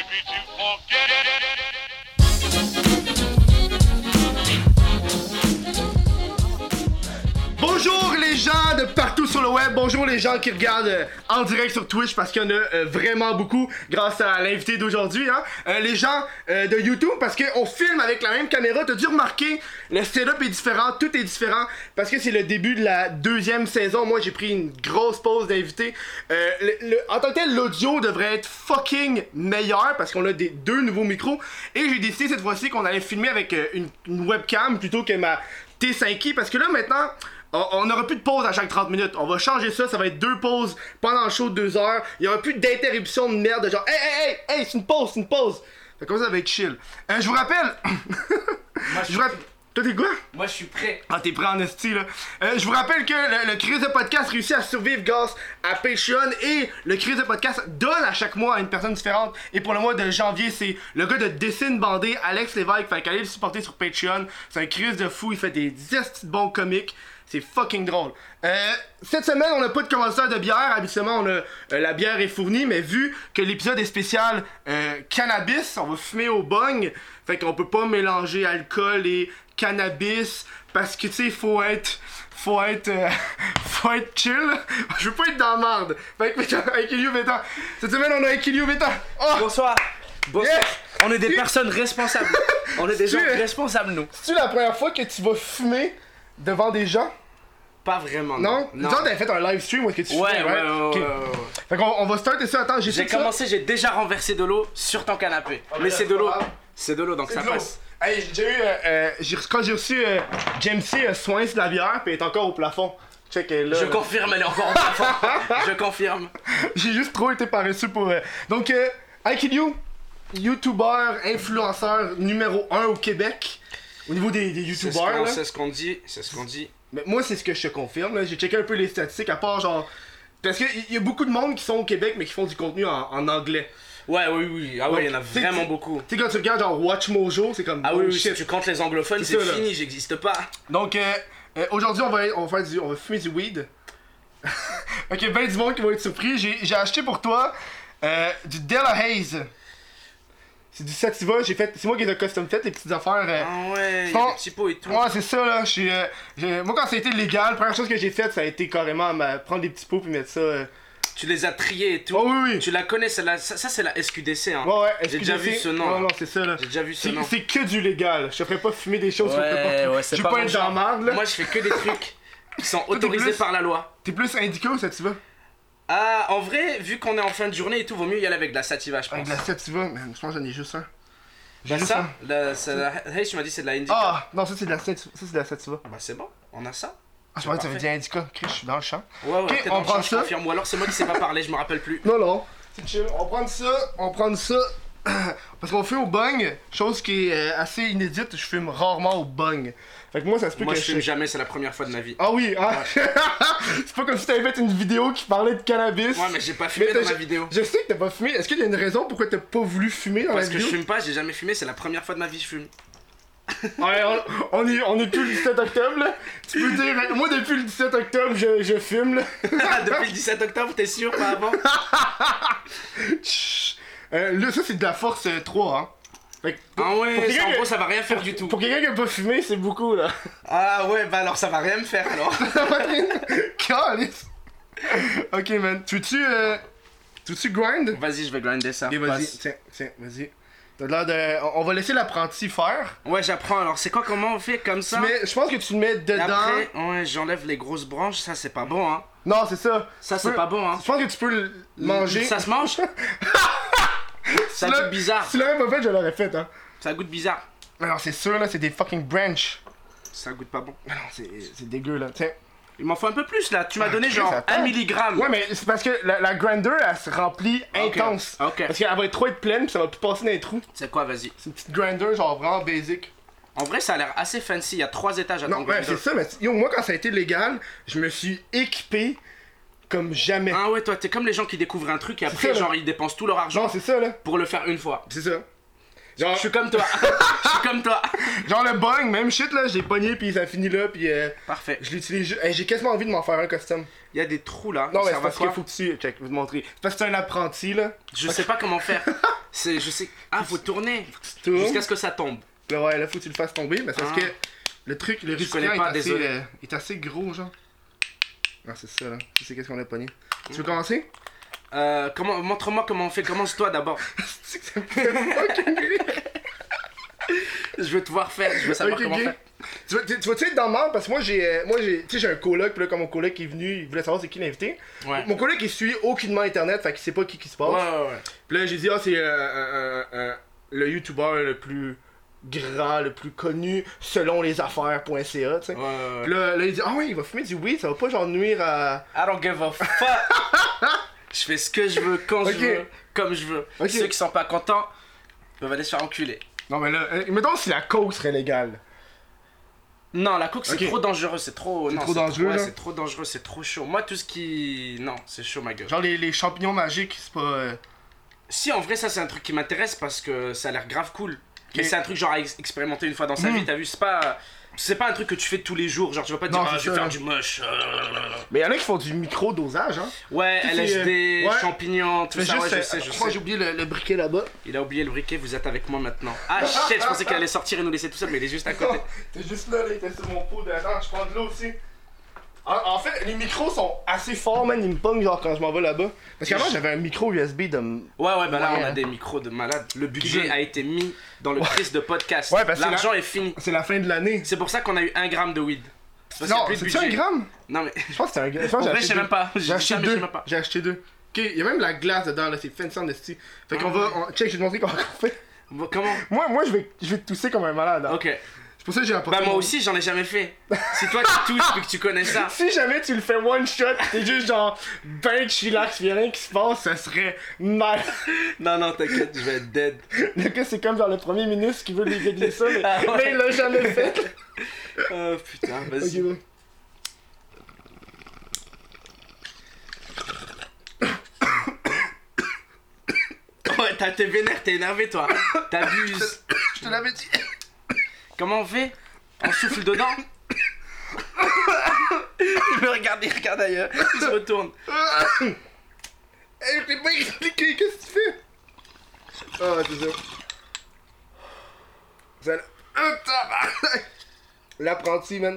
maybe to forget. Bonjour les gens de partout sur le web, bonjour les gens qui regardent en direct sur Twitch parce qu'il y en a vraiment beaucoup grâce à l'invité d'aujourd'hui, hein. Les gens de YouTube parce qu'on filme avec la même caméra, t'as dû remarquer, le setup est différent, tout est différent parce que c'est le début de la deuxième saison. Moi j'ai pris une grosse pause d'invité. En tant que tel, l'audio devrait être fucking meilleur parce qu'on a deux nouveaux micros et j'ai décidé cette fois-ci qu'on allait filmer avec une webcam plutôt que ma T5i parce que là maintenant on n'aura plus de pause à chaque 30 minutes. On va changer ça, ça va être 2 pauses pendant le show de 2 heures. Il y aura plus d'interruption de merde de genre hey, c'est une pause, c'est une pause. Fait comme ça va être chill. Je vous rappelle. Toi t'es quoi? Moi je suis prêt. Ah t'es prêt en esti là. Je vous rappelle que le Crise de Podcast réussit à survivre grâce à Patreon et le Crise de Podcast donne à chaque mois à une personne différente. Et pour le mois de janvier c'est le gars de Dessine Bandé, Alex Lévesque. Fait qu'allez le supporter sur Patreon. C'est un Crise de fou, il fait des bons comiques. C'est fucking drôle. Cette semaine, on n'a pas de commanditaire de bière. Habituellement, on a la bière est fournie, mais vu que l'épisode est spécial cannabis, on va fumer au bong. Fait qu'on peut pas mélanger alcool et cannabis parce que tu sais, faut être chill. Je veux pas être dans la merde. Fait que Aikiliu Vétan. Cette semaine, on a Aikiliu Vétan. Oh! Bonsoir. Bonsoir. Yes! On est des personnes responsables. On est des gens responsables, nous. C'est-tu la première fois que tu vas fumer devant des gens? Pas vraiment. Non? Non. Disons, t'avais fait un live stream où est-ce que tu fumais, right? Ouais. Fait qu'on va starter ça. Attends, J'ai commencé, j'ai déjà renversé de l'eau sur ton canapé. Mais c'est de l'eau. C'est de l'eau, donc ça passe. Hey, quand j'ai reçu Jamesy soin de la bière, puis elle est encore au plafond. Check, elle est là. Je confirme, elle est encore au plafond. Je confirme. J'ai juste trop été paresseux pour... Donc, Aikiliu, YouTuber, influenceur numéro 1 au Québec. Au niveau des YouTubers, là. C'est ce qu'on dit. Mais moi, c'est ce que je te confirme, là. J'ai checké un peu les statistiques, à part genre... Parce qu'il y a beaucoup de monde qui sont au Québec, mais qui font du contenu en anglais. Ouais, oui. Ah ouais, il y en a vraiment beaucoup. Tu sais, quand tu regardes genre Watch Mojo, c'est comme... Ah oui, shit. si tu comptes les anglophones, c'est fini, j'existe pas. Donc, aujourd'hui, on va fumer du weed. Ok, ben du monde qui va être surpris. J'ai acheté pour toi du Della Haze. C'est du sativa, c'est moi qui ai le custom fait, les petites affaires. Ah ouais, il y a des petits pots et tout. Ouais, c'est ça là. Moi, quand ça a été légal, la première chose que j'ai faite, ça a été carrément prendre des petits pots puis mettre ça. Tu les as triés et tout. Oh oui. Tu la connais, ça c'est la SQDC, hein. Ouais, j'ai déjà vu ce nom. Non, c'est ça là. J'ai déjà vu ce nom. C'est que du légal. Je te ferais pas fumer des choses. Ouais, je suis pas être dans la merde là. Moi, je fais que des trucs qui sont autorisés par la loi. T'es plus indica ou sativa? Ah, en vrai, vu qu'on est en fin de journée et tout, vaut mieux y aller avec de la sativa, je pense. Avec de la sativa, man, je pense que j'en ai juste un. Bah ça, hey, tu m'as dit c'est de la indica. Ah, non, ça c'est de la sativa. Bah c'est bon, on a ça. Ah, je pensais que ça veut dire indica. Chris, je suis dans le champ. Ouais, ok, t'es on dans le prend champ, ça. je confirme. Ou alors c'est moi qui sais pas parler, je me rappelle plus. Non, c'est chill. On prend ça. Parce qu'on fume au bong, chose qui est assez inédite, je fume rarement au bong. Fait que moi, ça se peut moi, que je fume jamais, c'est la première fois de ma vie. Ah oui, ah. C'est pas comme si t'avais fait une vidéo qui parlait de cannabis. Ouais, mais j'ai pas fumé dans ma vidéo. Je sais que t'as pas fumé. Est-ce qu'il y a une raison pourquoi t'as pas voulu fumer dans la vidéo? Parce que je fume pas, j'ai jamais fumé, c'est la première fois de ma vie que je fume. Ouais, on est plus le 17 octobre là. Tu peux dire, moi depuis le 17 octobre je fume là. Depuis le 17 octobre, t'es sûr, pas avant? Là, ça c'est de la force 3, hein. Fait que ah ouais, en gros ça va rien faire du tout. Pour quelqu'un qui a pas fumé, c'est beaucoup là. Ah ouais, bah alors ça va rien me faire alors. Calice. Ok man, tu veux-tu grind? Vas-y, je vais grinder ça. Ok, vas-y, tiens, vas-y. T'as l'air de... On va laisser l'apprenti faire. Ouais, j'apprends. Alors, c'est quoi, comment on fait comme ça? Je pense que tu le mets dedans. Et après, ouais, j'enlève les grosses branches. Ça, c'est pas bon, hein. Non, c'est ça. Ça, c'est pas bon, hein. Je pense que tu peux le manger. Ça se mange? Ça goûte bizarre. Si tu l'avais pas fait, je l'aurais fait, hein. Ça goûte bizarre. Alors, c'est sûr, là, c'est des fucking branches. Ça goûte pas bon. Non, c'est dégueu, là. Tiens. Il m'en faut un peu plus, là. Tu m'as donné genre 1 milligramme. Ouais, mais c'est parce que la grinder, elle se remplit intense. Ok. Parce qu'elle va être trop pleine, puis ça va plus passer dans les trous. C'est quoi, vas-y? C'est une petite grinder, genre vraiment basic. En vrai, ça a l'air assez fancy. Il y a 3 étages à ton Non, ouais, c'est ça, mais yo, moi, quand ça a été légal, je me suis équipé comme jamais. Ah ouais, toi, t'es comme les gens qui découvrent un truc et après, ça, genre, ils dépensent tout leur argent. Non, c'est ça, là. Pour le faire une fois. C'est ça. Genre, je suis comme toi. Je suis comme toi. Genre le bong, même shit là, j'ai pogné puis ça finit là puis parfait. Je l'utilise. J'ai quasiment envie de m'en faire un custom. Il y a des trous là. Non mais c'est parce qu'il faut que tu... Check, je vais te montrer. C'est parce que c'est un apprenti là. Je sais pas comment faire. c'est, je sais. Ah, faut tourner tournes. jusqu'à ce que ça tombe. Là, ouais, là, faut que tu le fasses tomber, mais c'est parce que le truc, le connais récipient pas, est assez, désolé. est assez gros, genre. Ah, c'est ça, là. Tu sais qu'est-ce qu'on a pogné. Tu veux commencer? Montre-moi comment on fait. Commence-toi d'abord. Tu sais que ça me fait fucking rire. Je veux te voir faire. Je veux savoir Ok, comment ok. faire. Tu vas-tu être dans le mal parce que moi tu sais j'ai un coloc, puis là quand mon coloc est venu, il voulait savoir c'est qui l'invité. Ouais. Mon coloc il suit aucunement internet, fait qu'il sait pas qui se passe. Ouais. Puis là j'ai dit c'est le YouTuber le plus grand, le plus connu selon les affaires.ca, tu sais. Ouais. Puis là il dit ouais il va fumer du weed, ça va pas genre nuire à... I don't give a fuck. Je fais ce que je veux, quand je veux, comme je veux. Ok. Ceux qui sont pas contents peuvent aller se faire enculer. Non mais là, mettons si la coke serait légale. Non, la coke c'est Ok. trop dangereux, c'est trop. C'est non, trop dangereux, ouais, là? c'est trop dangereux, c'est trop chaud. Moi, tout ce qui. Non, c'est chaud, ma gueule. Genre les champignons magiques, c'est pas... Si, en vrai, ça c'est un truc qui m'intéresse parce que ça a l'air grave cool. Mais Ok. c'est un truc genre à expérimenter une fois dans sa vie, t'as vu, c'est pas un truc que tu fais tous les jours, genre tu vas pas te dire Non, ah, c'est je vais ça, faire là. du moche. Mais y'en a qui font du micro-dosage, hein. Ouais, Tu sais, LSD, ouais. champignons, tout Mais ça, ouais, je juste, sais, je crois que j'ai oublié le briquet là-bas. Il a oublié le briquet, vous êtes avec moi maintenant. Ah shit, je pensais qu'il allait sortir et nous laisser tout seul, mais il est juste à côté. T'es juste là, il était sur mon pot de... Attends, je prends de l'eau aussi. En fait, les micros sont assez forts, man, ils me pognent genre quand je m'en vais là-bas. Parce qu'avant, j'avais un micro USB de... Ouais, bah là Ouais. on a des micros de malade. Le budget Qui- a été mis dans le crise de podcast. Ouais, parce que l'argent est fini. C'est la fin de l'année. C'est pour ça qu'on a eu 1 gramme de weed. Parce qu'il y a Non, plus de c'est-tu un budget. gramme? Non mais. Je pense que c'était un gramme. En vrai, je sais même pas. J'ai acheté Jamais, je sais deux. même pas. J'ai acheté deux. Ok, il y a même la glace dedans, là, c'est fancy en esti. Fait qu'on va... Check, je vais te montrer comment on fait. Bon, comment? Moi je vais te tousser comme un malade. Hein. Ok. C'est pour ça que j'ai apporté Bah, moi mon- aussi, j'en ai jamais fait. Si toi tu tousses puis que tu connais ça. Si jamais tu le fais one shot, t'es juste genre ben chillax, y'a rien qui se passe, ça serait mal. Non, t'inquiète, je vais être dead. Le gars, c'est comme genre le premier ministre qui veut légaliser ça, mais, Ah ouais. mais il l'a jamais fait. Oh putain, vas-y. Ok, ouais. Ouais, t'es vénère, t'es énervé toi. T'abuses. Je te l'avais dit. Comment on fait? On souffle dedans? Il me regarde, il regarde ailleurs. Il se retourne. Eh, t'es pas expliqué, qu'est-ce que tu fais? Ah, c'est ça. Ça un tabarnak. L'apprenti, man.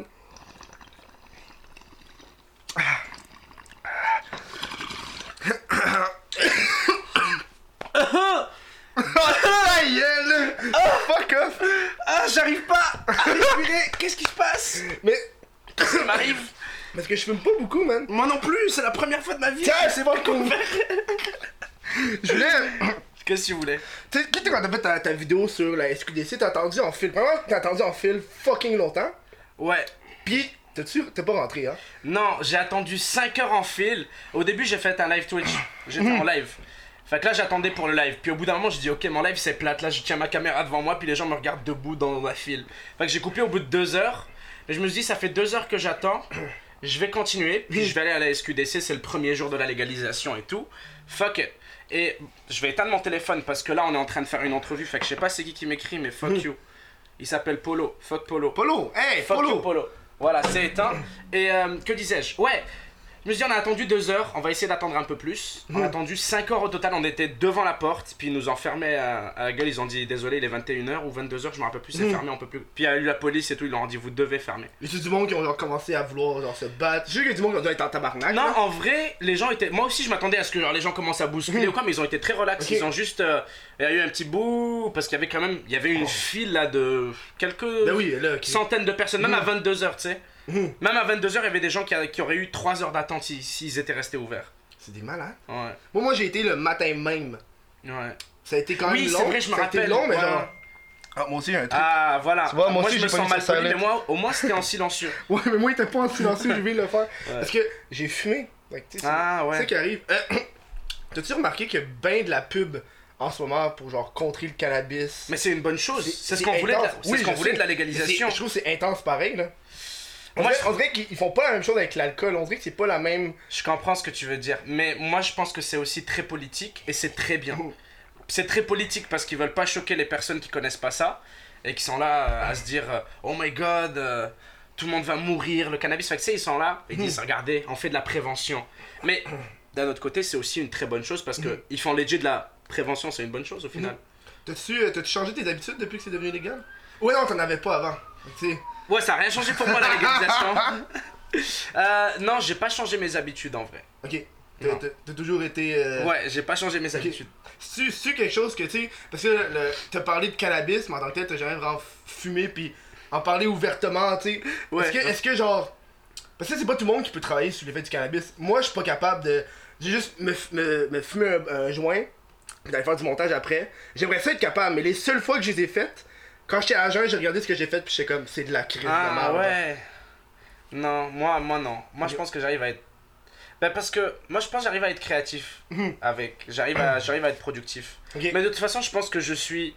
Aïe, gueule. Fuck off. Ah, j'arrive pas à respirer. Qu'est-ce qui se passe? Mais, Ça m'arrive. parce que je fume pas beaucoup, man. Moi non plus, c'est la première fois de ma vie. Tiens, c'est pas cool. Je voulais... Qu'est-ce que tu voulais? Tu sais, quand t'as fait ta vidéo sur la SQDC, t'as attendu en fil. Vraiment, t'as attendu en fil fucking longtemps. Ouais. Pis, t'es pas rentré, hein? Non, j'ai attendu 5 heures en fil. Au début, j'ai fait un live Twitch. J'étais en live. Fait que là, j'attendais pour le live. Puis au bout d'un moment, j'ai dit, ok, mon live c'est plate. Là, je tiens ma caméra devant moi. Puis les gens me regardent debout dans ma file. Fait que j'ai coupé au bout de 2 heures. Et je me suis dit, ça fait 2 heures que j'attends. Je vais continuer. Puis je vais aller à la SQDC. C'est le premier jour de la légalisation et tout. Fuck it. Et je vais éteindre mon téléphone parce que là, on est en train de faire une entrevue. Fait que je sais pas c'est qui m'écrit, mais fuck you. Il s'appelle Polo. Fuck Polo. Polo, hey, Fuck you, Polo. Polo. Voilà, c'est éteint. Et que disais-je? Ouais, je me suis dit, on a attendu 2 heures, on va essayer d'attendre un peu plus. On a attendu 5 heures au total, on était devant la porte, puis ils nous enfermaient à la gueule. Ils ont dit, désolé, il est 21h ou 22h, je me rappelle plus, c'est fermé, on peut plus. Puis il y a eu la police et tout, ils leur ont dit, vous devez fermer. Y a du monde qui ont genre commencé à vouloir genre se battre? Je sais qu'il y a du monde qui doit être en tabarnak. Non, là. en vrai, les gens étaient. Moi aussi, je m'attendais à ce que genre, les gens commencent à bousculer ou quoi, mais ils ont été très relax. Ok. Ils ont juste. Il y a eu un petit bout, parce qu'il y avait quand même. Il y avait une file là de quelques Ben oui, là, qui... centaines de personnes, même à 22h, tu sais. Mhm. Même à 22h, il y avait des gens qui auraient eu 3 heures d'attente s'ils étaient restés ouverts. C'est des malades. Ouais. Moi, j'ai été le matin même. Ouais. Ça a été quand même Oui, long. c'est vrai, je me Ça a été rappelle. long, mais Ouais. genre... Ah, moi aussi, j'ai un truc. Ah, voilà. Tu vois, moi aussi, je j'ai me pas sens mis mal ça poli, mais silent. moi, au moins, c'était en silencieux. Ouais, mais moi, il était pas en silencieux, je vais le faire. Parce que j'ai fumé. Fait que, tu sais, Ah, c'est ouais. ça qui arrive. T'as-tu remarqué qu'il y a ben de la pub en ce moment pour genre contrer le cannabis? Mais c'est une bonne chose. C'est ce qu'on voulait, intense. c'est Oui, ce qu'on je voulait sais. de la légalisation. Je trouve que c'est intense pareil, là. Moi, On dirait qu'ils font pas la même chose avec l'alcool. On dirait que c'est pas la même... Je comprends ce que tu veux dire, mais moi je pense que c'est aussi très politique et c'est très bien. C'est très politique parce qu'ils veulent pas choquer les personnes qui connaissent pas ça et qui sont là à se dire oh my god, tout le monde va mourir, le cannabis. Fait que tu sais, ils sont là et ils disent regardez, on fait de la prévention. Mais d'un autre côté, c'est aussi une très bonne chose parce que ils font legit de la prévention, c'est une bonne chose au final. T'as-tu changé tes habitudes depuis que c'est devenu légal? Ouais, non, t'en avais pas avant. T'sais. Ouais, ça a rien changé pour moi la légalisation. Non, j'ai pas changé mes habitudes en vrai. Ok. Non. T'as toujours été. Ouais, j'ai pas changé mes habitudes. C'est quelque chose que, tu sais, parce que t'as parlé de cannabis, mais en tant que tel, t'as jamais vraiment fumé, puis en parler ouvertement, tu sais. Ouais. Est-ce que, genre. Parce que c'est pas tout le monde qui peut travailler sur l'effet du cannabis. Moi, je suis pas capable de. J'ai juste me fumer un joint, puis d'aller faire du montage après. J'aimerais ça être capable, mais les seules fois que je les ai faites, quand j'étais à jeun, j'ai regardé ce que j'ai fait, puis j'étais comme, c'est de la crise de Ah merde. ouais. Non, moi non. Moi je pense que j'arrive à être. Ben parce que moi je pense que j'arrive à être créatif avec. J'arrive à être productif. Ok. Mais de toute façon, je pense que je suis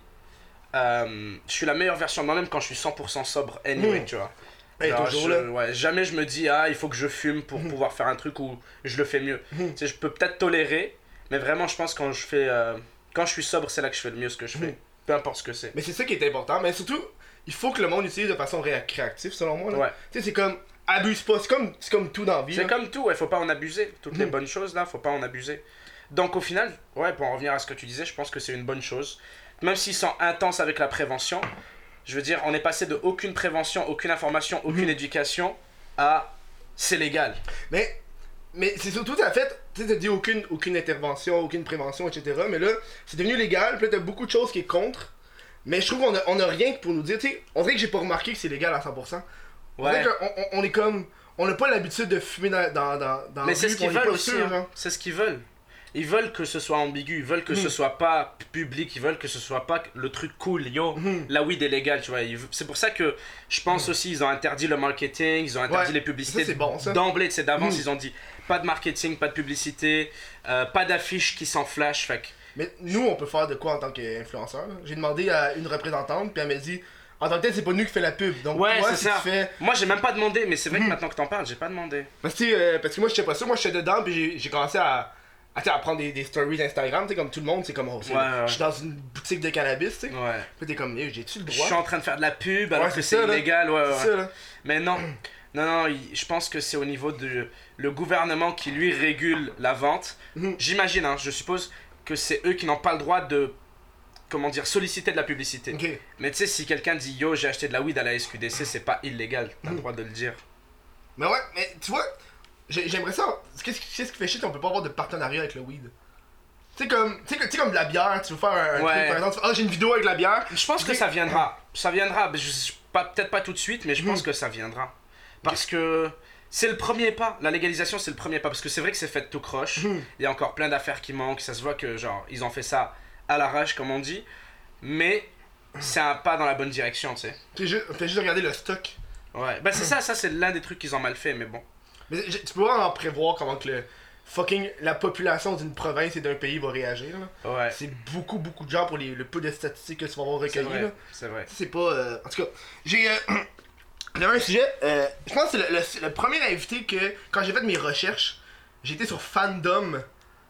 la meilleure version de moi-même quand je suis 100% sobre anyway, tu vois. Hey, Genre, toujours là. ouais, jamais je me dis il faut que je fume pour pouvoir faire un truc où je le fais mieux. Tu sais, je peux peut-être tolérer, mais vraiment je pense quand je fais quand je suis sobre, c'est là que je fais le mieux ce que je fais. Peu importe ce que c'est. Mais c'est ça qui est important, mais surtout, il faut que le monde utilise de façon créative, selon moi. Là. Ouais. Tu sais, c'est comme, abuse pas, c'est comme tout dans la vie. C'est là. comme tout, ouais, faut pas en abuser. Toutes les bonnes choses là, faut pas en abuser. Donc au final, ouais, pour en revenir à ce que tu disais, je pense que c'est une bonne chose. Même s'ils sont intenses avec la prévention, je veux dire, on est passé de aucune prévention, aucune information, aucune éducation à c'est légal. Mais c'est surtout, t'as fait, tu sais, t'as dit aucune intervention, aucune prévention, etc. Mais là, c'est devenu légal, puis là, t'as beaucoup de choses qui est contre. Mais je trouve qu'on a rien que pour nous dire, tu sais, on dirait que j'ai pas remarqué que c'est légal à 100%. On Ouais. dirait qu'on est comme, on n'a pas l'habitude de fumer dans Mais la c'est rue, ce puis on qu'ils est veulent pas aussi, sûr, hein. genre. C'est ce qu'ils veulent. Ils veulent que ce soit ambigu, ils veulent que ce soit pas public, ils veulent que ce soit pas le truc cool, yo, la weed est légale, tu vois. C'est pour ça que je pense aussi ils ont interdit le marketing, ils ont interdit Ouais, les publicités ça, c'est bon, ça. d'emblée, tu sais, d'avance, ils ont dit pas de marketing, pas de publicité, pas d'affiches qui s'en flash, fait que Mais nous, on peut faire de quoi en tant qu'influenceur? Là? J'ai demandé à une représentante, puis elle m'a dit, en tant que tel, c'est pas nous qui fait la pub. Donc, ouais, toi, c'est si ça. tu fais. Moi, j'ai même pas demandé, mais c'est vrai que maintenant que t'en parles, j'ai pas demandé. Parce que moi, je sais pas ça, moi, j'étais dedans, puis j'ai commencé à prendre des stories Instagram, tu sais, comme tout le monde, c'est comme, oh, Ouais, ouais. je suis dans une boutique de cannabis, tu sais. Ouais. Puis t'es comme, j'ai-tu le Je droit? suis en train de faire de la pub alors Ouais, que c'est c'est ça, là. illégal, ouais, ouais. C'est ça, là. Mais non, je pense que c'est au niveau de le gouvernement qui lui régule la vente. J'imagine, hein, je suppose que c'est eux qui n'ont pas le droit de, comment dire, solliciter de la publicité. Ok. Mais tu sais, si quelqu'un dit yo, j'ai acheté de la weed à la SQDC, c'est pas illégal, t'as le droit de le dire. Mais ouais, mais tu vois, j'aimerais ça. Qu'est-ce qui fait chier qu'on peut pas avoir de partenariat avec le weed? Tu sais, comme de la bière, tu veux faire un Ouais. truc, par exemple, j'ai une vidéo avec la bière. Je pense que ça viendra. Ça viendra, mais peut-être pas tout de suite, mais je pense que ça viendra. Parce que c'est le premier pas. La légalisation, c'est le premier pas. Parce que c'est vrai que c'est fait tout croche. Il y a encore plein d'affaires qui manquent. Ça se voit que, genre, ils ont fait ça à l'arrache, comme on dit. Mais c'est un pas dans la bonne direction, tu sais. Fais juste regarder le stock. Ouais, bah c'est ça c'est l'un des trucs qu'ils ont mal fait, mais bon. Mais tu peux vraiment en prévoir comment que la population d'une province et d'un pays va réagir. Là. Ouais. C'est beaucoup de gens pour le peu de statistiques que tu vas avoir C'est recueillies. là. vrai. C'est vrai. C'est pas. En tout cas, j'ai. J'avais un sujet. Je pense que c'est le premier invité que, quand j'ai fait mes recherches, j'étais sur fandom.com.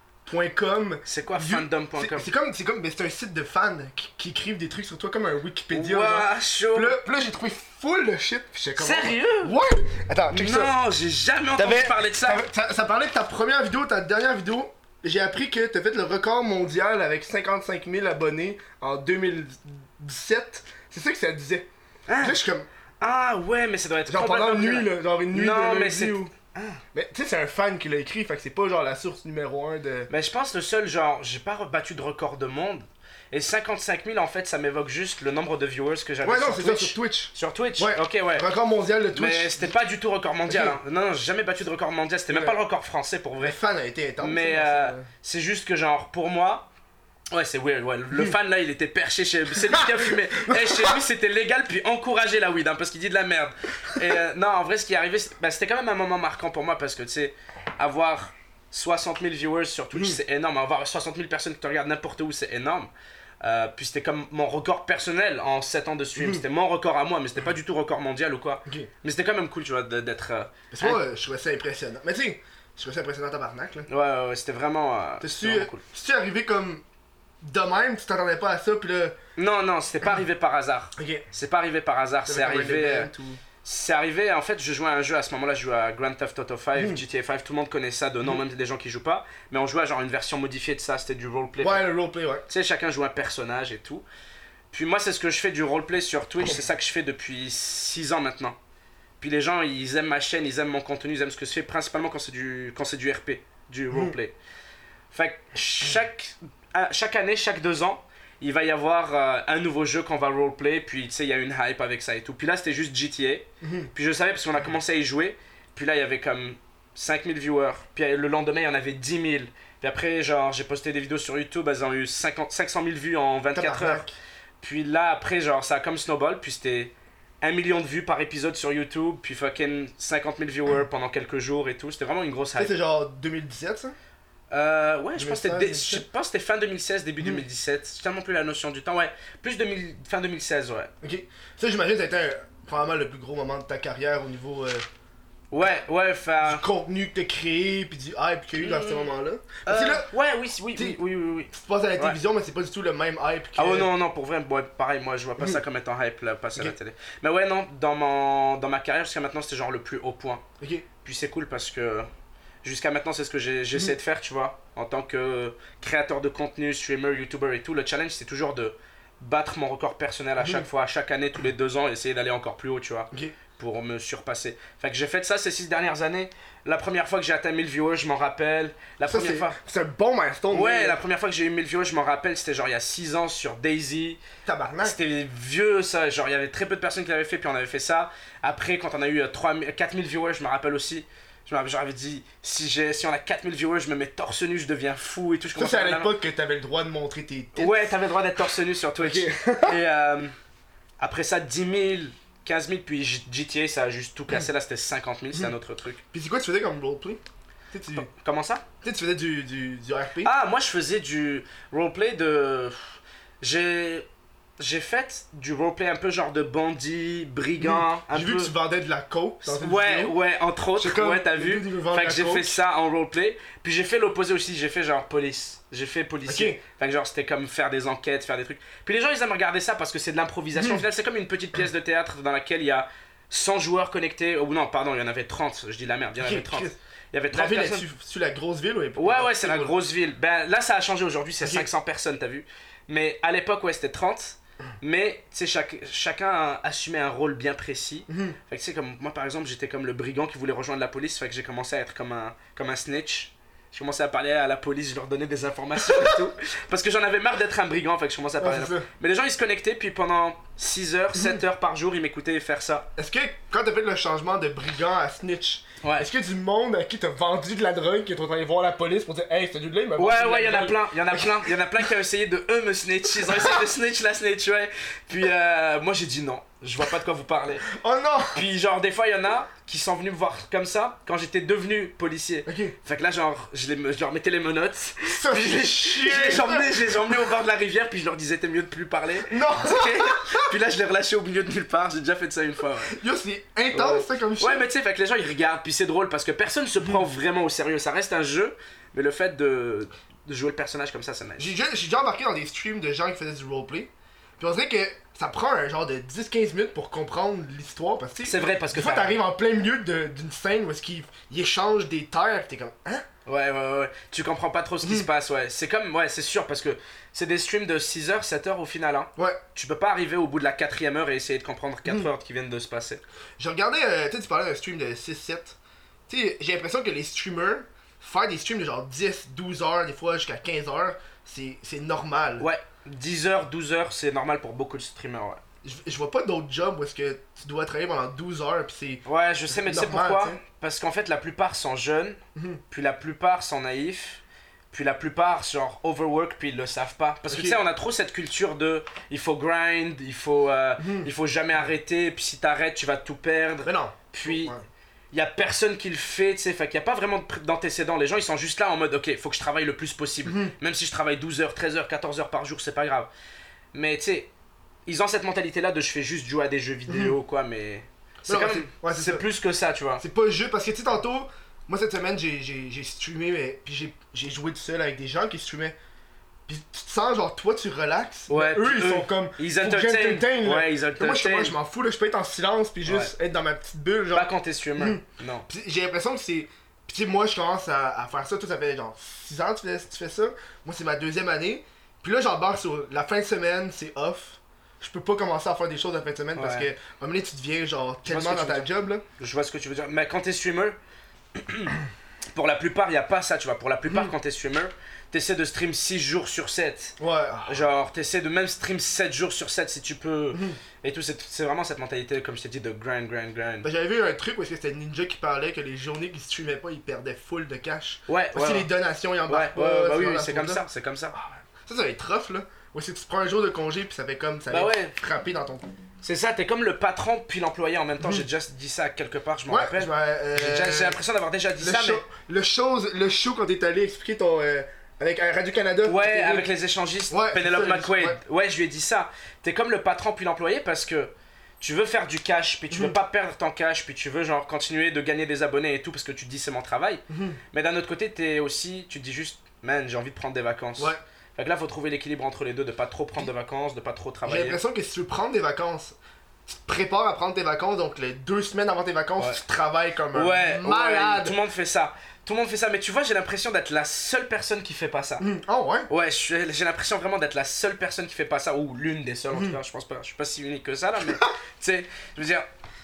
C'est quoi fandom.com? C'est comme c'est un site de fans qui écrivent des trucs sur toi comme un Wikipédia. genre. Ouah, chaud! Puis là, j'ai trouvé full de shit. Puis j'étais comme. Sérieux? Ouais! Attends, check ça. Non, j'ai jamais entendu parler de ça. Ça parlait de ta première vidéo, ta dernière vidéo. J'ai appris que t'as fait le record mondial avec 55 000 abonnés en 2017. C'est ça que ça disait. Hein? Là, je suis comme. Ah ouais, mais ça doit être Genre pendant une complètement nuit, là. Genre une nuit Non, de mais lundi c'est- ou. Mais tu sais, c'est un fan qui l'a écrit, fait que c'est pas genre la source numéro 1 de. Mais je pense le seul, genre, j'ai pas battu de record de monde. Et 55 000, en fait, ça m'évoque juste le nombre de viewers que j'avais Ouais, non, sur c'est Twitch. ça, sur Twitch. Sur Twitch? Ouais. Ok, ouais. Record mondial de Twitch. Mais c'était pas du tout record mondial. Ok. Hein. Non, j'ai jamais battu de record mondial. C'était même Ouais. pas le record français pour Le vrai. fan a été intense. Mais hein, c'est juste que, genre, pour moi. Ouais, c'est weird, ouais. Le fan là, il était perché chez. C'est lui qui a fumé. Et chez lui, c'était légal, puis encourager la weed, hein, parce qu'il dit de la merde. Et non, en vrai, ce qui est arrivé, c'était quand même un moment marquant pour moi, parce que, tu sais, avoir 60 000 viewers sur Twitch, c'est énorme. Avoir 60 000 personnes qui te regardent n'importe où, c'est énorme. Puis c'était comme mon record personnel en 7 ans de stream. C'était mon record à moi, mais c'était pas du tout record mondial ou quoi. Ok. Mais c'était quand même cool, tu vois, d'être. Parce que moi, je trouvais ça impressionnant. Mais tu sais, je trouvais ça impressionnant tabarnak, là. Ouais, c'était vraiment. T'es-tu vraiment cool. arrivé comme. De même, tu t'attendais pas à ça, pis là. Non, c'était pas arrivé par hasard. Ok. C'est pas arrivé par hasard, c'est T'avais comme un arrivé. event ou- C'est arrivé, en fait, je jouais à un jeu à ce moment-là, je jouais à Grand Theft Auto 5, GTA 5, tout le monde connaît ça de nom, même des gens qui jouent pas. Mais on jouait à genre une version modifiée de ça, c'était du roleplay. Ouais, le roleplay, ouais. Tu sais, chacun joue un personnage et tout. Puis moi, c'est ce que je fais du roleplay sur Twitch, c'est ça que je fais depuis 6 ans maintenant. Puis les gens, ils aiment ma chaîne, ils aiment mon contenu, ils aiment ce que je fais, principalement quand c'est du RP, du roleplay. Fait que chaque année, chaque 2 ans, il va y avoir un nouveau jeu qu'on va roleplay, puis tu sais, il y a une hype avec ça et tout. Puis là, c'était juste GTA. Puis je savais parce qu'on a commencé à y jouer. Puis là, il y avait comme 5000 viewers. Puis le lendemain, il y en avait 10 000. Puis après, genre, j'ai posté des vidéos sur YouTube, elles ont eu 500 000 vues en 24 heures. Puis là, après, genre, ça a comme snowball. Puis c'était 1 million de vues par épisode sur YouTube. Puis fucking 50 000 viewers pendant quelques jours et tout. C'était vraiment une grosse hype. C'est genre 2017, ça? Ouais, je pense que c'était fin 2016, début 2017. J'ai tellement plus la notion du temps, ouais. Plus fin 2016, ouais. Ok. Ça, j'imagine, ça a été probablement le plus gros moment de ta carrière au niveau ouais, du contenu que t'as créé, puis du hype qu'il y a eu dans ce moment-là. Parce que là, ouais, oui. tu passes à la télévision, mais c'est pas du tout le même hype que... Ah ouais, non, pour vrai, ouais, pareil, moi je vois pas ça comme étant hype, là, passer à la télé. Mais ouais, non, dans ma carrière, jusqu'à maintenant, c'était genre le plus haut point. Ok. Puis c'est cool parce que... Jusqu'à maintenant, c'est ce que j'essaie de faire, tu vois. En tant que créateur de contenu, streamer, youtuber et tout, le challenge, c'est toujours de battre mon record personnel à chaque fois, à chaque année, tous les 2 ans, et essayer d'aller encore plus haut, tu vois, pour me surpasser. Fait que j'ai fait ça ces 6 dernières années. La première fois que j'ai atteint 1000 viewers, je m'en rappelle. C'est un bon milestone. Ouais, la première fois que j'ai eu 1000 viewers, je m'en rappelle, c'était genre il y a 6 ans sur Daisy. Tabarnak. C'était vieux ça, genre il y avait très peu de personnes qui l'avaient fait, puis on avait fait ça. Après, quand on a eu 4000 viewers, je me rappelle aussi. J'avais dit, si on a 4000 viewers, je me mets torse nu, je deviens fou et tout. Ça, c'est à l'époque que t'avais le droit de montrer tes têtes. Ouais, t'avais le droit d'être torse nu sur Twitch. Et après ça, 10 000, 15 000, puis GTA, ça a juste tout cassé. Là, c'était 50 000, c'est un autre truc. Puis c'est quoi tu faisais comme roleplay? Comment ça? Tu faisais du RP? Ah, moi, je faisais du roleplay de... J'ai fait du roleplay un peu genre de bandit, brigand, J'ai vu que tu vendais de la coke dans une vidéo. Ouais, entre autres, ouais, t'as vu. Fait que j'ai fait ça en roleplay. Puis j'ai fait l'opposé aussi, j'ai fait genre police. J'ai fait policier. Fait que genre c'était comme faire des enquêtes, faire des trucs. Puis les gens ils aiment regarder ça parce que c'est de l'improvisation. Au final, c'est comme une petite pièce de théâtre dans laquelle il y a 100 joueurs connectés. Oh non, pardon, il y en avait 30, je dis la merde, il y en avait 30. Il y avait 30 personnes. C'est la grosse ville ou Ouais, c'est la grosse ville. Ben là, ça a changé aujourd'hui, c'est 500 personnes, t'as vu. Mais à l'époque, ouais, c'était 30. Mais tu sais, chacun assumait un rôle bien précis. Fait que tu sais, comme moi par exemple, j'étais comme le brigand qui voulait rejoindre la police. Fait que j'ai commencé à être comme un snitch. Je commençais à parler à la police, je leur donnais des informations et tout. Parce que j'en avais marre d'être un brigand, fait que je commençais à parler Mais les gens ils se connectaient, puis pendant 6 heures, 7 heures par jour, ils m'écoutaient faire ça. Est-ce que quand t'as fait le changement de brigand à snitch, est-ce que du monde à qui t'as vendu de la drogue qui est en train de voir la police pour dire hey, ce dude-là il m'a vendu Ouais, il y en a plein qui ont essayé de eux me snitch. Ils ont essayé de snitch la snitch, ouais. Puis moi j'ai dit non, je vois pas de quoi vous parlez. Oh non! Puis genre des fois il y en a qui sont venus me voir comme ça quand j'étais devenu policier. Fait que là genre je leur mettais les menottes. Ça puis je les emmenais au bord de la rivière puis je leur disais t'es mieux de plus parler. Non! Puis là je les relâchais au milieu de nulle part, j'ai déjà fait ça une fois. Ouais. Yo c'est intense ça comme shit. Ouais mais tu sais fait que les gens ils regardent puis c'est drôle parce que personne se prend vraiment au sérieux, ça reste un jeu mais le fait de jouer le personnage comme ça c'est nice. J'ai déjà embarqué dans des streams de gens qui faisaient du roleplay. Puis on dirait que ça prend un genre de 10-15 minutes pour comprendre l'histoire parce que c'est vrai parce que des fois t'arrives en plein milieu d'une scène où est-ce qu'ils échangent des terres pis t'es comme hein? Ouais, tu comprends pas trop ce qui se passe, ouais. C'est comme, ouais, c'est sûr parce que c'est des streams de 6h, 7h au final, hein. Ouais. Tu peux pas arriver au bout de la 4ème heure et essayer de comprendre 4 heures qui viennent de se passer. Je regardais, tu parlais d'un stream de 6-7. Tu sais, j'ai l'impression que les streamers, faire des streams de genre 10-12 heures, des fois jusqu'à 15 heures, c'est normal. Ouais, 10h, 12 heures, c'est normal pour beaucoup de streamers, ouais. Je vois pas d'autres jobs où est-ce que tu dois travailler pendant 12 heures pis c'est... Ouais, je sais, mais tu sais pourquoi? T'sais. Parce qu'en fait, la plupart sont jeunes, puis la plupart sont naïfs, puis la plupart, genre, overwork, puis ils le savent pas. Parce que tu sais, on a trop cette culture de il faut grind, il faut jamais arrêter, puis si t'arrêtes, tu vas tout perdre. Mais non. Puis... Il y a personne qui le fait, tu sais, fait qu'il y a pas vraiment d'antécédents. Les gens, ils sont juste là en mode, ok, faut que je travaille le plus possible. Même si je travaille 12 heures, 13 heures, 14 heures par jour, c'est pas grave. Mais tu sais, ils ont cette mentalité-là de je fais juste jouer à des jeux vidéo, quoi, mais... C'est quand même... c'est plus que ça, tu vois. C'est pas le jeu, parce que tu sais, tantôt, moi cette semaine, j'ai streamé, puis j'ai joué tout seul avec des gens qui streamaient. Pis tu te sens genre, toi tu relaxes. Ouais, mais eux, puis ils sont comme. ils faut que entertain. j'entertain, là. Ouais, ils Moi, entertain. je m'en fous, là, je peux être en silence, puis juste être dans ma petite bulle, genre. Pas quand t'es streamer. Non. Pis j'ai l'impression que c'est. Pis tu sais, moi, je commence à faire ça, toi, ça fait genre 6 ans que tu fais ça. Moi, c'est ma 2e année. Puis là, j'embarque sur la fin de semaine, c'est off. Je peux pas commencer à faire des choses la fin de semaine parce que, à un moment donné, tu deviens genre Je vois tellement ce que dans tu ta veux job, là. Je vois ce que tu veux dire. Mais quand t'es streamer, pour la plupart, il y a pas ça, tu vois. Pour la plupart, quand t'es streamer, t'essaies de stream 6 jours sur 7. Ouais. Genre, t'essaies de même stream 7 jours sur 7 si tu peux. Et tout, c'est vraiment cette mentalité, comme je t'ai dit, de grind. Ben, j'avais vu un truc où c'était Ninja qui parlait que les journées qu'il streamait pas, il perdait full de cash. Ouais, Aussi, ouais. les donations, il Ouais, embarque ouais, pas. bah oui, genre, la c'est comme faute, ça, là. c'est comme ça. Ça va être rough, là. Ou si tu prends un jour de congé, puis ça fait comme. Ça Bah vient ouais. frapper dans ton. C'est ça, t'es comme le patron puis l'employé en même temps. J'ai déjà dit ça quelque part, je m'en Ouais, rappelle. J'ai l'impression d'avoir déjà dit le ça, show, le show quand t'es allé expliquer ton. Avec Radio-Canada. Ouais, avec les échangistes, Ouais, Penelope c'est ça, McQuaid. Ouais, je lui ai dit ça. T'es comme le patron puis l'employé parce que tu veux faire du cash, puis tu veux pas perdre ton cash, puis tu veux genre continuer de gagner des abonnés et tout parce que tu te dis c'est mon travail. Mais d'un autre côté, tu te dis juste, man, j'ai envie de prendre des vacances. Ouais. Fait que là, faut trouver l'équilibre entre les deux, de pas trop prendre de vacances, de pas trop J'ai travailler. l'impression que si tu veux prendre des vacances, tu te prépares à prendre tes vacances, donc les 2 semaines avant tes vacances, Ouais. tu travailles comme un Ouais, malade. tout le monde fait ça. Tout le monde fait ça, mais tu vois, j'ai l'impression d'être la seule personne qui fait pas ça. Oh ouais. Ouais, j'ai l'impression vraiment d'être la seule personne qui fait pas ça, ou l'une des seules en tout cas, je pense pas, je suis pas si unique que ça là, mais tu sais, je veux dire,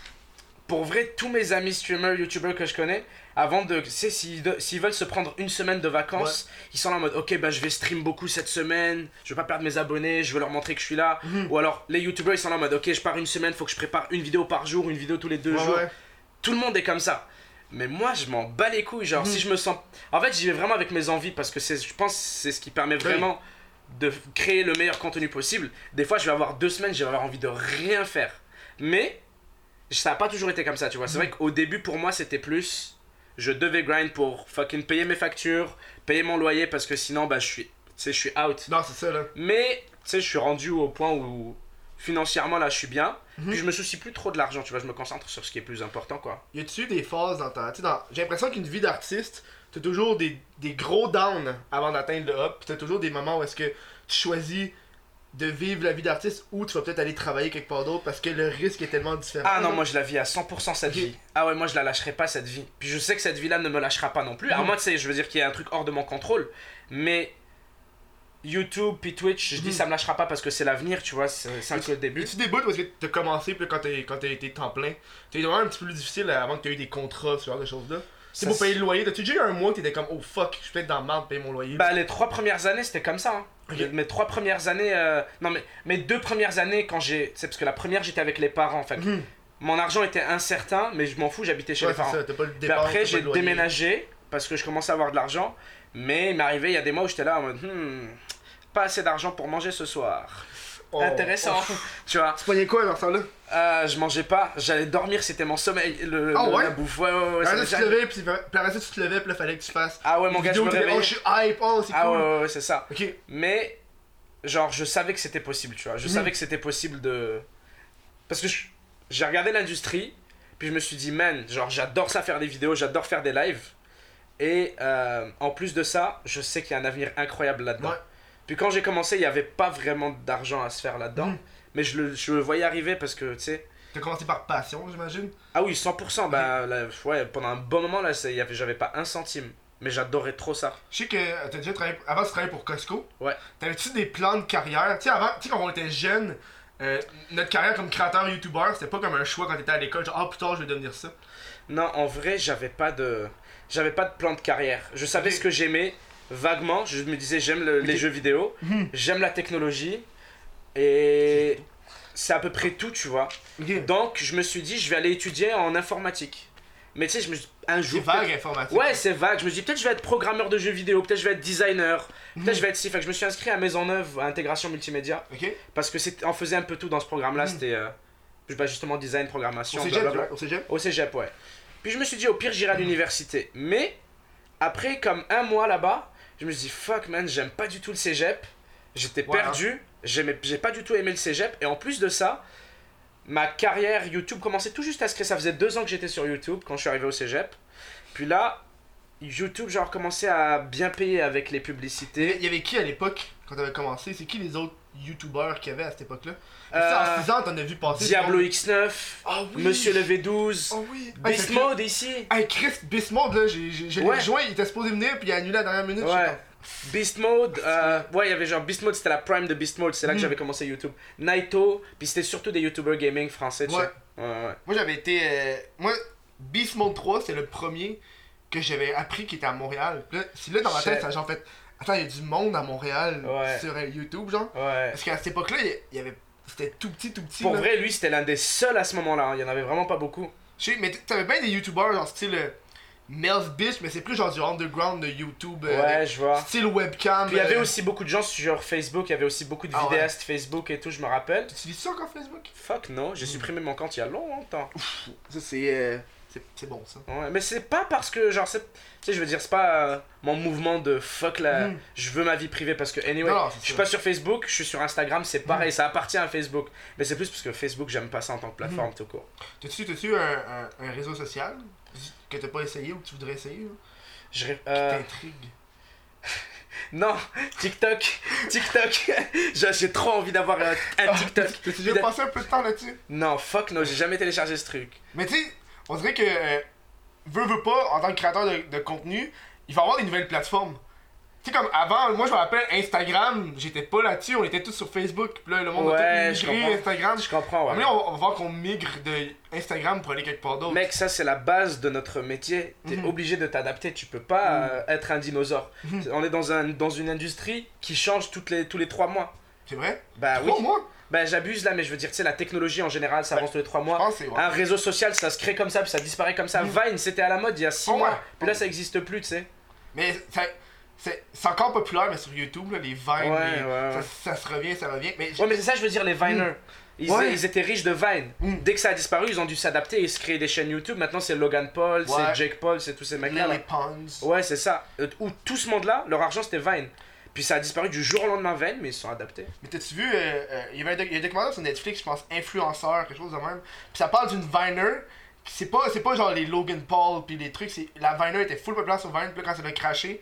pour vrai, tous mes amis streamers, youtubeurs que je connais, avant de, tu sais, s'ils veulent se prendre une semaine de vacances, ils sont là en mode, ok, bah je vais stream beaucoup cette semaine, je veux pas perdre mes abonnés, je veux leur montrer que je suis là, ou alors les youtubeurs ils sont là en mode, ok, je pars une semaine, faut que je prépare une vidéo par jour, une vidéo tous les 2 jours, Ouais. tout le monde est comme ça. Mais moi, je m'en bats les couilles. Genre, si je me sens. En fait, j'y vais vraiment avec mes envies parce que je pense que c'est ce qui permet vraiment de créer le meilleur contenu possible. Des fois, je vais avoir 2 semaines, je vais avoir envie de rien faire. Mais ça n'a pas toujours été comme ça, tu vois. C'est vrai qu'au début, pour moi, c'était plus. Je devais grind pour fucking payer mes factures, payer mon loyer parce que sinon, bah, je suis out. Non, c'est ça là. Mais, tu sais, je suis rendu au point où financièrement, là, je suis bien. Puis je me soucie plus trop de l'argent, tu vois. Je me concentre sur ce qui est plus important, quoi. Y a-tu des phases dans ta. Tu sais, j'ai l'impression qu'une vie d'artiste, t'as toujours des gros downs avant d'atteindre le up, pis t'as toujours des moments où est-ce que tu choisis de vivre la vie d'artiste ou tu vas peut-être aller travailler quelque part d'autre parce que le risque est tellement différent. Ah non, moi je la vis à 100% cette vie. Ah ouais, moi je la lâcherai pas cette vie. Puis je sais que cette vie-là ne me lâchera pas non plus. Alors moi, tu sais, je veux dire qu'il y a un truc hors de mon contrôle. Mais YouTube puis Twitch, je dis ça me lâchera pas parce que c'est l'avenir, tu vois, c'est un peu le début. Tu des bouts où est-ce que t'as commencé, puis quand t'as été temps plein, t'as vraiment un petit peu plus difficile avant que t'aies eu des contrats, ce genre de choses-là. C'est pour payer le loyer. T'as-tu déjà eu un mois que t'étais comme, oh fuck, je suis peut-être dans le mal de payer mon loyer? Bah, les 3 premières années, c'était comme ça. Hein. Ok. Mes 3 premières années. Non, mais mes 2 premières années, quand j'ai. C'est parce que la première, j'étais avec les parents. Fait que mon argent était incertain, mais je m'en fous, j'habitais chez Ouais, les c'est parents. ça, t'as pas le Puis départ. après, t'as j'ai pas le loyer. déménagé parce que je commençais à avoir de l'argent. Mais il m'est arrivé, il y a des mois où j'étais là en mode, pas assez d'argent pour manger ce soir. Oh, Intéressant, oh. tu vois. Tu prenais quoi dans ce temps-là? Je mangeais pas, j'allais dormir, c'était mon sommeil, ouais? la bouffe. Ouais, ça Après, m'est tu te déjà- levais, puis après ça, tu te levais, puis là, fallait que tu fasses. Ah ouais, mon gars, je vidéo, me t'étais, réveillais. oh, je suis hype, oh, c'est Ah cool. ouais, c'est ça. Ok. Mais, genre, je savais que c'était possible, tu vois. Je savais que c'était possible de. Parce que j'ai regardé l'industrie, puis je me suis dit, man, genre, j'adore ça faire des vidéos, j'adore faire des lives. Et en plus de ça, je sais qu'il y a un avenir incroyable là-dedans. Ouais. Puis quand j'ai commencé, il n'y avait pas vraiment d'argent à se faire là-dedans. Mais je le voyais arriver parce que, tu sais. T'as commencé par passion, j'imagine? Ah oui, 100%. Bah, là, ouais, pendant un bon moment, là, j'avais pas un centime. Mais j'adorais trop ça. Je sais que t'as déjà travaillé. Avant, tu travaillais pour Costco. Ouais. T'avais-tu des plans de carrière? Tu sais, avant, tu sais, quand on était jeune, notre carrière comme créateur youtubeur, c'était pas comme un choix quand t'étais à l'école, genre, ah, plus tard, je vais devenir ça. Non, en vrai, j'avais pas de plan de carrière. Je savais Ok. ce que j'aimais vaguement. Je me disais, j'aime les jeux vidéo, j'aime la technologie. Et c'est à peu près tout, tu vois. Ok. Donc, je me suis dit, je vais aller étudier en informatique. Mais tu sais, un C'est jour. vague, peut-être- informatique. Ouais, c'est vague. Je me dis, peut-être je vais être programmeur de jeux vidéo, peut-être je vais être designer, peut-être je vais être si. Fait que je me suis inscrit à Maisonneuve, à intégration multimédia. Ok. Parce que on faisait un peu tout dans ce programme-là. C'était bah, justement design, programmation. Au cégep, blablabla. au cégep? Au cégep, ouais. Puis je me suis dit, au pire, j'irai à l'université. Mais, après, comme un mois là-bas, je me suis dit, fuck man, j'aime pas du tout le cégep. J'étais Ouais, perdu. J'ai pas du tout aimé le cégep. Et en plus de ça, ma carrière YouTube commençait tout juste à se créer. Ça faisait 2 ans que j'étais sur YouTube quand je suis arrivé au cégep. Puis là, YouTube, genre, commençait à bien payer avec les publicités. Il y avait qui à l'époque, quand t'avais commencé? C'est qui les autres YouTubers qu'il y avait à cette époque-là? Euh, En 6 ans, t'en as vu passer. Diablo X9, Ah oui! Monsieur le V12, Oh oui! Beast Mode ici. Hey, Chris, Beast Mode, là, j'ai Ouais. rejoint, il était supposé venir, puis il a annulé à la dernière minute. je sais Ouais. pas. Beast Mode, ouais, il y avait genre Beast Mode, c'était la prime de Beast Mode, c'est là que j'avais commencé YouTube. Naito, puis c'était surtout des YouTubers gaming français, tu Ouais. sais. Ouais. Moi, j'avais été. Moi, Beast Mode 3, c'est le premier que j'avais appris qui était à Montréal. Puis là, c'est là dans ma tête, ça a genre fait. Attends, il y a du monde à Montréal Ouais. sur YouTube, genre. Ouais. Parce qu'à cette époque-là, il y avait. C'était tout petit. Pour là. vrai, lui, c'était l'un des seuls à ce moment-là, hein. Il y en avait vraiment pas beaucoup. Je sais, mais t'avais bien des YouTubers, genre style. Mel's Bitch, mais c'est plus genre du underground de YouTube. Ouais, je vois. Style webcam. Puis il y avait aussi beaucoup de gens sur Facebook, il y avait aussi beaucoup de Ah ouais. vidéastes Facebook et tout, je me rappelle. Tu utilises ça encore Facebook? Fuck non, j'ai supprimé mon compte il y a longtemps. Ça, c'est. C'est bon, ça. Ouais, mais c'est pas parce que, genre, tu sais, je veux dire, c'est pas mon mouvement de fuck là, je veux ma vie privée parce que, anyway, Non, c'est je suis ça. pas sur Facebook, je suis sur Instagram, c'est pareil, ça appartient à Facebook. Mais c'est plus parce que Facebook, j'aime pas ça en tant que plateforme tout court. T'as-tu un réseau social que t'as pas essayé ou que tu voudrais essayer? Là, Je qui ré- t'intrigue? Non, TikTok. J'ai trop envie d'avoir un TikTok. T'as déjà passé un peu de temps là-dessus? Non, fuck no, j'ai jamais téléchargé ce truc. Mais tu sais, on dirait que veut pas, en tant que créateur de contenu, il va y avoir des nouvelles plateformes. Tu sais, comme avant, moi je me rappelle Instagram, j'étais pas là-dessus, on était tous sur Facebook. Puis là, le monde Ouais, a je tout migré comprends. Instagram. Je comprends, ouais. Mais là, on va voir qu'on migre de Instagram pour aller quelque part d'autre. Mec, ça c'est la base de notre métier. T'es obligé de t'adapter. Tu peux pas être un dinosaure. On est dans une industrie qui change tous les 3 mois. C'est vrai? Bah oui. 3 mois? Bah j'abuse là, mais je veux dire, tu sais, la technologie en général, ça avance tous les 3 Je mois. pense que c'est vrai. Un réseau social, ça se crée comme ça, puis ça disparaît comme ça. Vine, c'était à la mode il y a 6 Oh, mois. ouais. Puis là, ça existe plus, tu sais. Mais c'est encore populaire, mais sur YouTube, là, les Vines, Ouais. ça se revient, ça revient. Mais Ouais, mais c'est ça, je veux dire, les Viners. Ouais. Ils étaient riches de Vine. Dès que ça a disparu, ils ont dû s'adapter et se créer des chaînes YouTube. Maintenant, c'est Logan Paul, Ouais. c'est Jake Paul, c'est tous ces mecs-là. les là. Ponds. Ouais, c'est ça. Où tout ce monde-là, leur argent c'était Vine. Puis ça a disparu du jour au lendemain Vine, mais ils se sont adaptés. Mais t'as-tu vu, il y avait il y a un documentaire sur Netflix, je pense, influenceur, quelque chose de même. Puis ça parle d'une Viner, qui c'est pas genre les Logan Paul puis les trucs, la Viner était full populaire sur Vine, puis là quand ça a craché,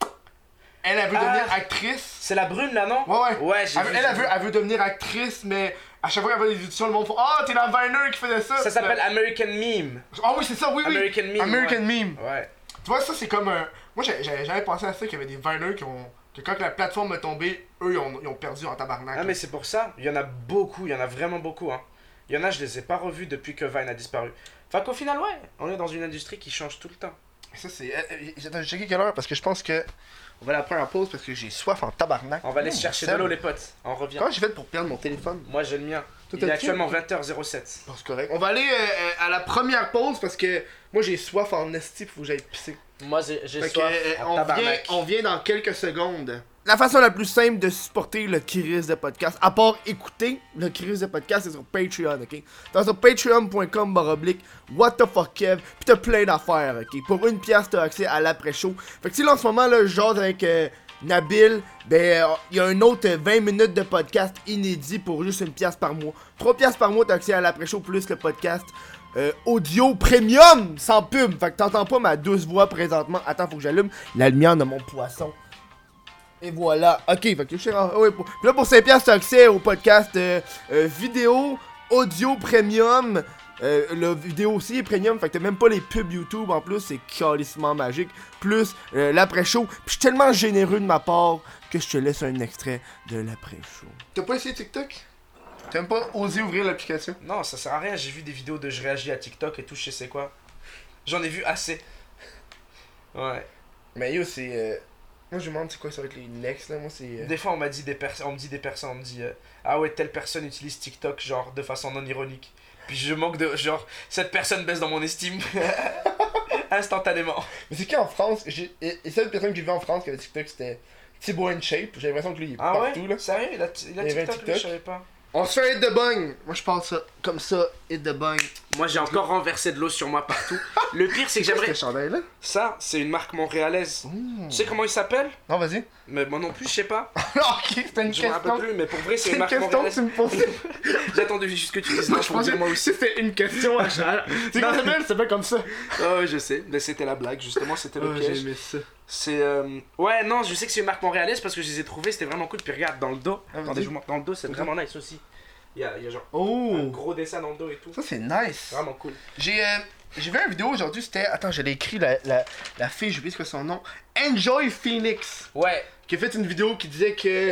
elle veut devenir actrice. C'est la brune là, non? Ouais. Ouais, j'ai vu. Elle veut devenir actrice, mais à chaque fois qu'elle va des éditions, le monde fait ah, t'es la Viner qui faisait ça. Ça s'appelle American Meme. Ah oui, c'est ça, oui. American Meme. American ouais. Meme. Ouais. Tu vois, ça c'est comme un. Moi j'avais jamais pensé à ça, qu'il y avait des Viners qui ont. Que quand la plateforme est tombée, eux ils ont perdu en tabarnak. Ah, mais c'est pour ça. Il y en a beaucoup, il y en a vraiment beaucoup. Hein. Il y en a, je les ai pas revus depuis que Vine a disparu. Enfin, qu'au final, ouais, on est dans une industrie qui change tout le temps. Ça c'est. Attends, j'ai checké quelle heure parce que je pense que. On va la prendre en pause parce que j'ai soif en tabarnak. On va aller se chercher de l'eau, les potes. On revient. Comment j'ai fait pour perdre mon téléphone? Moi, j'ai le mien. Toi, Il est t'as-tu? actuellement 20h07. Bon, c'est correct. On va aller à la première pause parce que moi j'ai soif en esti, faut que j'aille pisser. Moi, j'ai Fait que, soif en tabarnak. on vient dans quelques secondes. La façon la plus simple de supporter le Kiris de podcast, à part écouter le Kiris de podcast, c'est sur Patreon, ok? T'as sur patreon.com/, what the fuck Kev, pis t'as plein d'affaires, ok? Pour 1$, t'as accès à l'après-show. Fait que si là en ce moment, là, je jase avec Nabil, ben, il y a un autre 20 minutes de podcast inédit pour juste 1$ par mois. 3$ par mois, t'as accès à l'après-show plus le podcast. Audio premium sans pub. Fait que t'entends pas ma douce voix présentement. Attends, faut que j'allume la lumière de mon poisson. Et voilà. Ok, fait que je suis ouais, puis là pour 5$, t'as accès au podcast vidéo, audio premium. Le vidéo aussi est premium, fait que t'as même pas les pubs YouTube en plus, c'est calissement magique. Plus l'après-show. Puis je suis tellement généreux de ma part que je te laisse un extrait de l'après-show. T'as pas essayé TikTok? T'as même pas osé ouvrir l'application? Non, ça sert à rien. J'ai vu des vidéos de je réagis à TikTok et tout, je sais quoi. J'en ai vu assez. Ouais. Mais yo, c'est. Moi, je me demande c'est quoi ça va être les next là. Moi, c'est. Des fois, on me dit des personnes, on me dit ah ouais, telle personne utilise TikTok genre de façon non ironique. Puis je manque de genre cette personne baisse dans mon estime instantanément. Mais c'est qui en France? Et seule personne que j'ai vu en France qui avait TikTok, c'était Thibaut InShape. J'ai l'impression que lui, il est Ah partout ouais? là. Sérieux, il a Il y avait TikTok, lui, je savais pas. On se fait un hit de bang! Moi, je parle ça comme ça. hit the bang. Moi j'ai encore renversé de l'eau sur moi partout. Le pire c'est que j'aimerais... Cette chandelle là? Ça, c'est une marque montréalaise. Tu sais comment il s'appelle? Non, vas-y. Mais moi non plus, je sais pas. Ok, c'était une Je me rappelle question. plus, mais pour vrai, c'est C'est une une marque question que montréalaise. tu me posais. J'attendais juste que tu dises Moi, non je pour pensais dire moi que aussi. c'était une question à Charles. C'est quand ça s'appelle comme ça. Ah ouais, je sais, mais c'était la blague, justement, c'était le piège. aimé ça. C'est. Ouais, non, je sais que c'est une marque montréalaise parce que je les ai trouvés, c'était vraiment cool. Puis regarde, dans le dos, Ah, attendez, vas-y. je vous montre, dans le dos, c'est vraiment nice aussi. Il y a genre un Oh, gros dessin dans le dos et tout. ça c'est nice. Vraiment cool. J'ai vu une vidéo aujourd'hui, c'était. Attends, j'allais écrit la fille, j'ai oublié ce que son nom. Enjoy Phoenix. Ouais, Qui a fait une vidéo qui disait que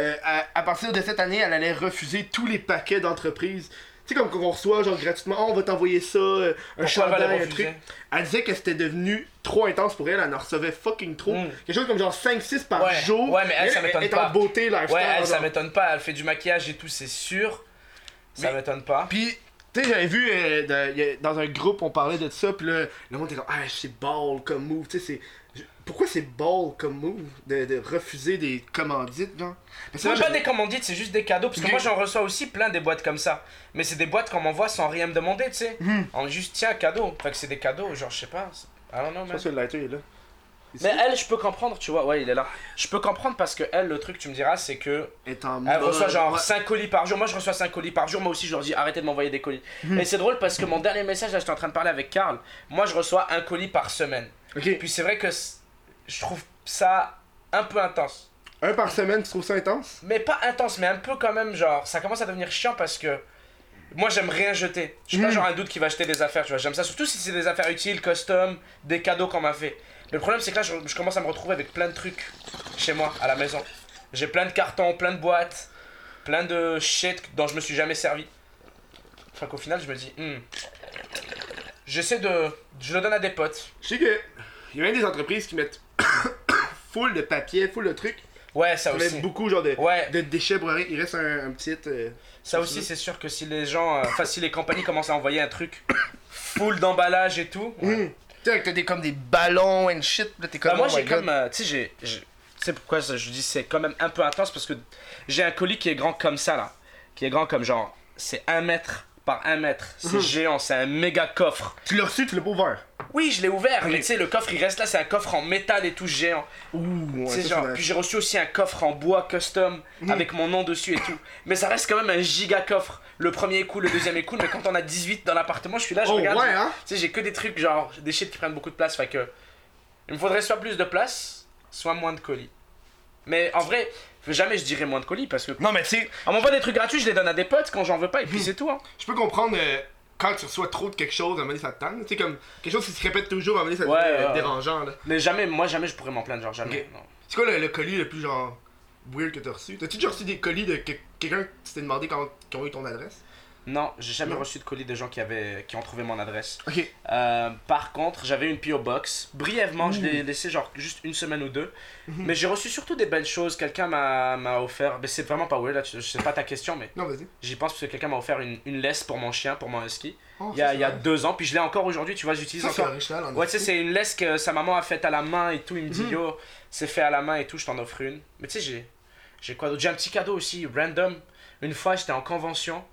à partir de cette année, elle allait refuser tous les paquets d'entreprises. Tu sais, comme qu'on reçoit genre gratuitement, oh, on va t'envoyer ça, un pourquoi elle va chandail, les un truc. refuser? Elle disait que c'était devenu trop intense pour elle, elle en recevait fucking trop. Quelque chose comme genre 5-6 par Ouais, jour. ouais, mais elle, ça m'étonne est pas. en beauté, lifestyle. Ouais, elle, ça genre. m'étonne pas, elle fait du maquillage et tout, c'est sûr. Ça Mais- m'étonne pas. Puis, tu sais, j'avais vu dans un groupe, on parlait de ça, puis là, le monde était comme, ah, c'est ball comme move, tu sais, pourquoi c'est ball comme move de refuser des commandites, genre? Parce que C'est même moi, pas des commandites, c'est juste des cadeaux. Parce que Ok. moi j'en reçois aussi plein des boîtes comme ça. Mais c'est des boîtes qu'on m'envoie sans rien me demander, tu sais. En juste tiens, cadeau. Fait que c'est des cadeaux, genre je sais pas. I don't know, Je man. pense que le lighter est là. Ici. Mais elle, je peux comprendre, tu vois. Ouais, il est là. Je peux comprendre parce que elle, le truc, tu me diras, c'est que. Est en Elle mode- reçoit genre ouais. 5 colis par jour. Moi je reçois 5 colis par jour. Moi aussi je leur dis arrêtez de m'envoyer des colis. Et c'est drôle parce que mon dernier message, là j'étais en train de parler avec Karl. Moi je reçois un colis par semaine. Ok, Puis c'est vrai que je trouve ça un peu intense. un par semaine, tu trouves ça intense? Mais pas intense, mais un peu quand même, genre, ça commence à devenir chiant parce que moi j'aime rien jeter. Je suis pas genre un doute qui va acheter des affaires, tu vois. J'aime ça, surtout si c'est des affaires utiles, custom, des cadeaux qu'on m'a fait. Le problème c'est que là, je commence à me retrouver avec plein de trucs chez moi, à la maison. J'ai plein de cartons, plein de boîtes, plein de shit dont je me suis jamais servi. Enfin qu'au final, je me dis, j'essaie de. Je le donne à des potes. Je sais que, il y a même des entreprises qui mettent full de papier, full de trucs. Ouais, ça Ça met aussi. beaucoup genre Ouais. de déchets pour rien. Il reste un petit... Ça aussi, c'est sûr que si les gens, enfin si les compagnies commencent à envoyer un truc full d'emballage et tout. Tu sais, t'as comme des ballons and shit, là t'es comme... Bah moi oh my j'ai God. comme, tu sais tu sais pourquoi je dis c'est quand même un peu intense parce que j'ai un colis qui est grand comme ça là, qui est grand comme genre, c'est 1 mètre par 1 mètre, c'est géant, c'est un méga coffre. Tu l'as reçu, tu l'as pas ouvert. Oui je l'ai ouvert, Ok. mais tu sais le coffre il reste là, c'est un coffre en métal et tout géant. Ouh, C'est genre, puis j'ai reçu aussi un coffre en bois custom avec mon nom dessus et tout. Mais ça reste quand même un giga coffre. Le premier est cool, le deuxième est cool, mais quand on a 18 dans l'appartement, je suis là, je Oh regarde. ouais, hein? Tu sais, j'ai que des trucs genre, des shit qui prennent beaucoup de place, fait que. Il me faudrait soit plus de place, soit moins de colis. Mais en vrai, jamais je dirais moins de colis parce que. Non mais tu sais, On m'envoie des trucs gratuits, je les donne à des potes quand j'en veux pas et puis c'est tout. Hein. je peux comprendre quand tu reçois trop de quelque chose, à un moment donné ça te tente. Tu sais, comme quelque chose qui se répète toujours, à un moment donné ça Ouais, devient ouais. dérangeant, là. Mais jamais, moi jamais je pourrais m'en plaindre, genre jamais. Ok. Non. C'est quoi le colis le plus genre weird que t'as reçu? T'as-tu déjà reçu des colis de quelqu'un qui t'es demandé qui ont eu ton adresse? Non, j'ai jamais Non. reçu de colis de gens qui ont trouvé mon adresse. Ok. Par contre, j'avais une PO Box. Brièvement, je l'ai laissé genre juste une semaine ou deux. Mais j'ai reçu surtout des belles choses. Quelqu'un m'a offert. Mais c'est vraiment pas weird, là, je sais pas ta question, mais Non, vas-y. j'y pense parce que quelqu'un m'a offert une laisse pour mon chien, pour mon husky. Oh, Il y a ça, c'est 2 ans, puis je l'ai encore aujourd'hui, tu vois, j'utilise ça, c'est encore. original, en Ouais, tu sais, effet. c'est une laisse que sa maman a faite à la main et tout. Il me dit, yo, c'est fait à la main et tout, je t'en offre une. Mais tu sais, j'ai quoi d'autre? J'ai un petit cadeau aussi, random. Une fois, j'étais en convention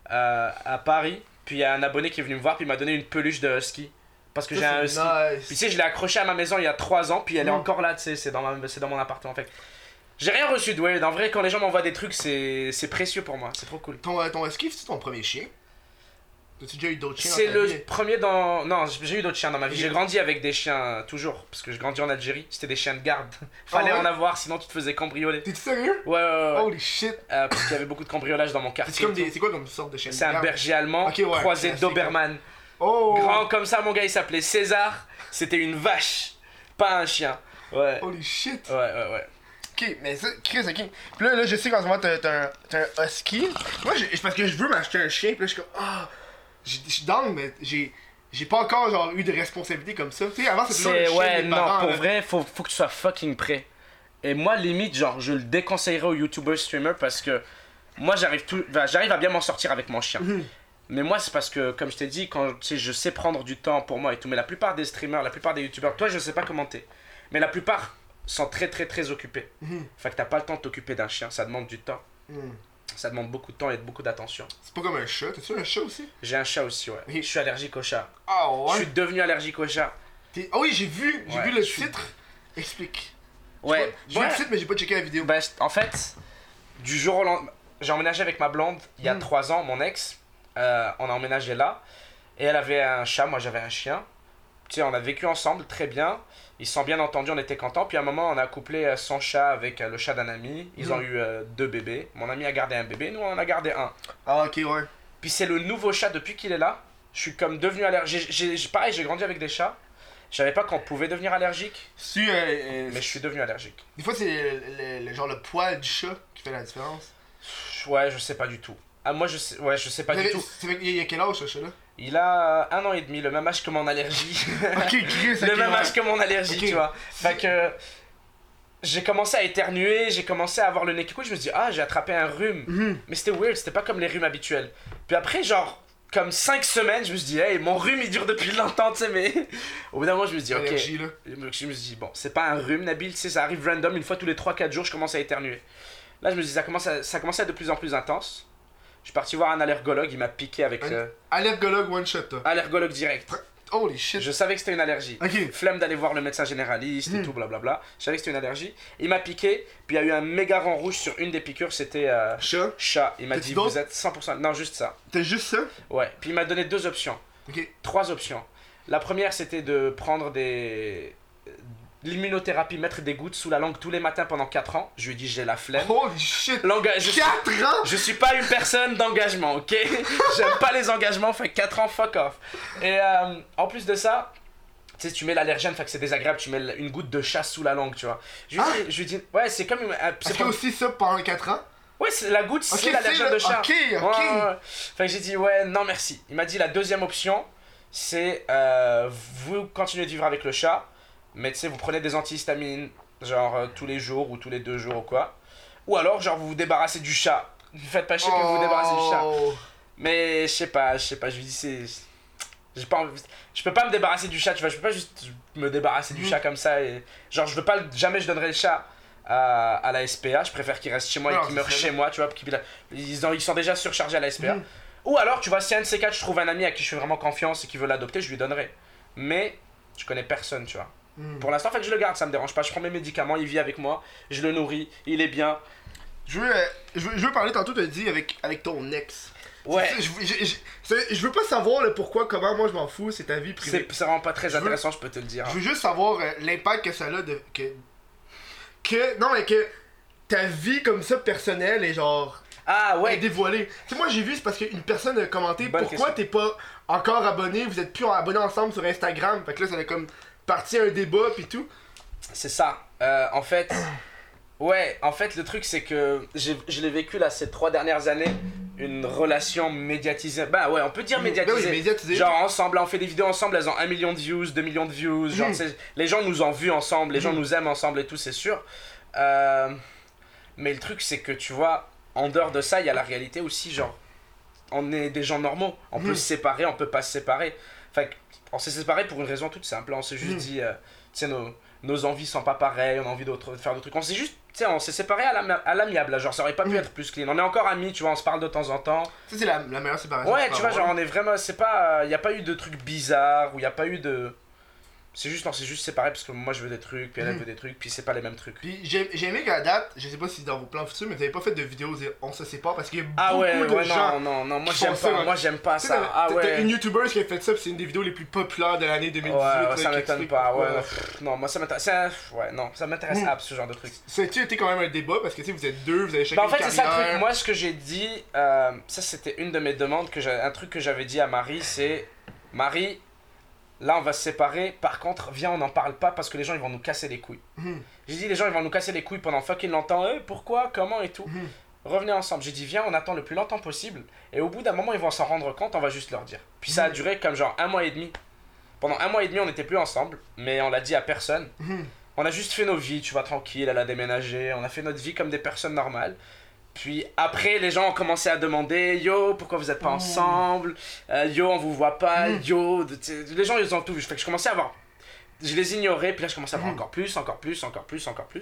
à Paris, puis il y a un abonné qui est venu me voir, puis il m'a donné une peluche de husky. Parce que j'ai un husky. Nice. Puis tu sais, je l'ai accroché à ma maison il y a 3 ans, puis elle est encore là, tu sais, c'est dans mon appartement. En fait, j'ai rien reçu de weird. En vrai, quand les gens m'envoient des trucs, c'est précieux pour moi, c'est trop cool. Ton husky, c'est ton premier chien? T'as-tu déjà eu d'autres chiens? C'est dans ta le vie? premier dans. Non, j'ai eu d'autres chiens dans ma vie. Ok. J'ai grandi avec des chiens toujours, parce que j'ai grandi en Algérie. C'était des chiens de garde. Fallait Ah ouais? en avoir, sinon tu te faisais cambrioler. T'es-tu sérieux? Ouais, ouais, ouais. Holy shit. Parce qu'il y avait beaucoup de cambriolage dans mon C'est quartier. comme c'est quoi comme sorte de chien? C'est un berger allemand Ok, ouais, croisé classique, Doberman. Oh! Grand comme ça, mon gars, il s'appelait César. C'était une vache, pas un chien. Ouais. Holy shit. Ouais, ouais, ouais. Ok, mais ça, Chris, ok. Puis là, je sais qu'en ce moment, t'as un husky. Moi, parce que je veux m'acheter un chien, puis là, je suis comme, ah, je suis down, mais j'ai pas encore, genre, eu de responsabilité comme ça. Tu sais, avant, c'était toujours le C'est chien ouais, des non, parents, pour là. vrai, faut que tu sois fucking prêt. Et moi, limite, genre, je le déconseillerais aux youtubeurs streamers parce que moi, j'arrive à bien m'en sortir avec mon chien. Mais moi, c'est parce que, comme je t'ai dit, quand tu sais, je sais prendre du temps pour moi et tout. Mais la plupart des streamers, la plupart des youtubeurs, toi, je sais pas comment t'es. Mais la plupart sont très, très, très occupés. Fait que t'as pas le temps de t'occuper d'un chien, ça demande du temps. Ça demande beaucoup de temps et beaucoup d'attention. C'est pas comme un chat. T'as-tu un chat aussi? J'ai un chat aussi, ouais. Ok. Je suis allergique au chat. Ah ouais? Je suis devenu allergique au chat. Ah oui, j'ai vu Ouais, le je suis- titre. Explique. Ouais. J'ai vu le titre, mais j'ai pas checké la vidéo. Bah, en fait, du jour au lendemain, j'ai emménagé avec ma blonde il y a 3 ans, mon ex. On a emménagé là. Et elle avait un chat, moi j'avais un chien. Tu sais, on a vécu ensemble très bien. Ils se sont bien entendus, on était contents. Puis à un moment, on a couplé son chat avec le chat d'un ami. Ils ont eu 2 bébés. Mon ami a gardé un bébé, nous on en a gardé un. Ah ok, ouais. Puis c'est le nouveau chat depuis qu'il est là. Je suis comme devenu allergique. Pareil, j'ai grandi avec des chats. Je savais pas qu'on pouvait devenir allergique, mais je suis devenu allergique. Des fois, c'est genre le poil du chat qui fait la différence. Ouais, je sais pas du tout. Ah, moi, je sais pas du tout. Il y a quel âge ce chat-là? Il a 1 an et demi, le même âge que mon allergie. Ok, Chris, Le même âge que mon allergie, Ok. tu vois. Fait que j'ai commencé à éternuer, j'ai commencé à avoir le nez qui coule, je me suis dit, ah, j'ai attrapé un rhume. Mais c'était weird, c'était pas comme les rhumes habituels. Puis après, genre, comme 5 semaines, je me suis dit, hey, mon rhume il dure depuis longtemps, tu sais, mais au bout d'un moment, je me suis dit, ok. Allergie, là. Je me suis dit, bon, c'est pas un rhume, Nabil, tu sais, ça arrive random, une fois tous les 3-4 jours, je commence à éternuer. Là, je me suis dit, ça commence à être de plus en plus intense. Je suis parti voir un allergologue, il m'a piqué avec Allergologue one shot, toi. allergologue direct. Holy shit. Je savais que c'était une allergie. Ok. Flemme d'aller voir le médecin généraliste et tout, blablabla. Je savais que c'était une allergie. Il m'a piqué, puis il y a eu un méga rang rouge sur une des piqûres, c'était Chat. chat. Il m'a T'as-tu dit, d'autres? vous êtes 100%. Non, juste ça. T'as juste ça? Ouais. Puis il m'a donné 2 options. Ok. 3 options. La première, c'était de prendre l'immunothérapie, mettre des gouttes sous la langue tous les matins pendant 4 ans. Je lui ai dit, j'ai la flemme. Holy shit. 4 ans? Je suis pas une personne d'engagement, ok? J'aime pas les engagements, fait 4 ans, fuck off. Et en plus de ça, tu sais, tu mets l'allergène, fait que c'est désagréable, tu mets une goutte de chasse sous la langue, tu vois. Je lui dis, ouais, c'est comme. Est-ce qu'il y a aussi ça pendant 4 ans? Ouais, la goutte, Ok, c'est l'allergène de chat. Ok, Ouais, ok. ouais. Fait que j'ai dit, ouais, non merci. Il m'a dit, la deuxième option, c'est vous continuez de vivre avec le chat, mais tu sais, vous prenez des antihistamines, genre tous les jours ou tous les 2 jours ou quoi. Ou alors, genre, vous vous débarrassez du chat. Vous faites pas chier que vous vous débarrassez du chat. Oh. Mais je sais pas, je lui dis j'ai pas envie, je peux pas me débarrasser du chat, tu vois, je peux pas juste me débarrasser du chat comme ça et genre je veux pas jamais je donnerai le chat à la SPA, je préfère qu'il reste chez moi Non, et qu'il meure c'est chez moi, tu vois, ils sont déjà surchargés à la SPA. Ou alors, tu vois, si un de ces 4 je trouve un ami à qui je fais vraiment confiance et qui veut l'adopter, je lui donnerai. Mais je connais personne, tu vois. Pour l'instant, fait que je le garde, ça me dérange pas, je prends mes médicaments, il vit avec moi, je le nourris, il est bien. Je veux parler tantôt, t'as dit avec ton ex. Ouais. Je veux pas savoir le pourquoi, comment, moi je m'en fous, c'est ta vie privée. C'est vraiment pas très intéressant, je peux te le dire. Je veux juste savoir l'impact que ça a non mais que ta vie comme ça personnelle est genre Ah ouais. est dévoilée. Tu sais moi j'ai vu c'est parce qu'une personne a commenté Bonne pourquoi question. t'es pas encore abonné, vous êtes plus abonnés ensemble sur Instagram. Fait que là ça a comme parti un débat pis tout. C'est ça. En fait, le truc c'est que je l'ai vécu là ces 3 dernières années, une relation médiatisée. Bah ouais, on peut dire médiatisée. Ben oui, médiatisée. Genre ensemble, là, on fait des vidéos ensemble, elles ont 1 million de views, 2 millions de views. Genre, les gens nous ont vus ensemble, les gens nous aiment ensemble et tout, c'est sûr. Mais le truc c'est que tu vois, en dehors de ça, il y a la réalité aussi, genre, on est des gens normaux, on peut se séparer, on peut pas se séparer. Fait on s'est séparés pour une raison toute simple, on s'est juste dit, tu sais, nos envies sont pas pareilles, on a envie de faire d'autres trucs. On s'est juste, tu sais, on s'est séparés à l'amiable, là, genre ça aurait pas pu être plus clean. On est encore amis, tu vois, on se parle de temps en temps. Ça c'est la meilleure séparation. Ouais, tu vois, genre on est vraiment, c'est pas, y a pas eu de trucs bizarres, ou y a pas eu de... C'est juste, non, c'est juste séparé parce que moi je veux des trucs, puis elle veut des trucs, puis c'est pas les mêmes trucs. Puis j'ai aimé qu'à date, je sais pas si c'est dans vos plans futurs, mais vous avez pas fait de vidéos où on se sépare parce qu'il y a Ah beaucoup ouais, de gens. non, moi qui j'aime font ça, pas, hein. moi j'aime pas Tu sais, ça. Ah t'as ouais. une youtubeuse qui a fait ça, puis c'est une des vidéos les plus populaires de l'année 2018. Ouais, là, ça qui m'étonne explique pas, pourquoi. ouais. Non, moi ça m'intéresse. Ouais, non, ça m'intéresse pas ce genre de truc. Ça a été quand même un débat parce que tu sais, vous êtes deux, vous avez chacun Bah en fait, une c'est ça le carrière. truc. Moi, ce que j'ai dit, ça c'était une de mes demandes, un truc que j'avais dit à Marie, c'est Marie, là on va se séparer, par contre, viens, on n'en parle pas parce que les gens ils vont nous casser les couilles. J'ai dit, les gens ils vont nous casser les couilles pendant fucking longtemps, pourquoi, comment et tout. Revenez ensemble. J'ai dit, viens, on attend le plus longtemps possible, et au bout d'un moment, ils vont s'en rendre compte, on va juste leur dire. Puis ça a duré comme genre 1 mois et demi. Pendant 1 mois et demi, on n'était plus ensemble, mais on l'a dit à personne. On a juste fait nos vies, tu vois, tranquille, elle a déménagé, on a fait notre vie comme des personnes normales. Puis après, les gens ont commencé à demander, yo, pourquoi vous êtes pas ensemble? Yo, on vous voit pas, yo. Les gens, ils ont tout vu. Fait que je commençais à avoir. Je les ignorais, puis là, je commençais à avoir encore plus.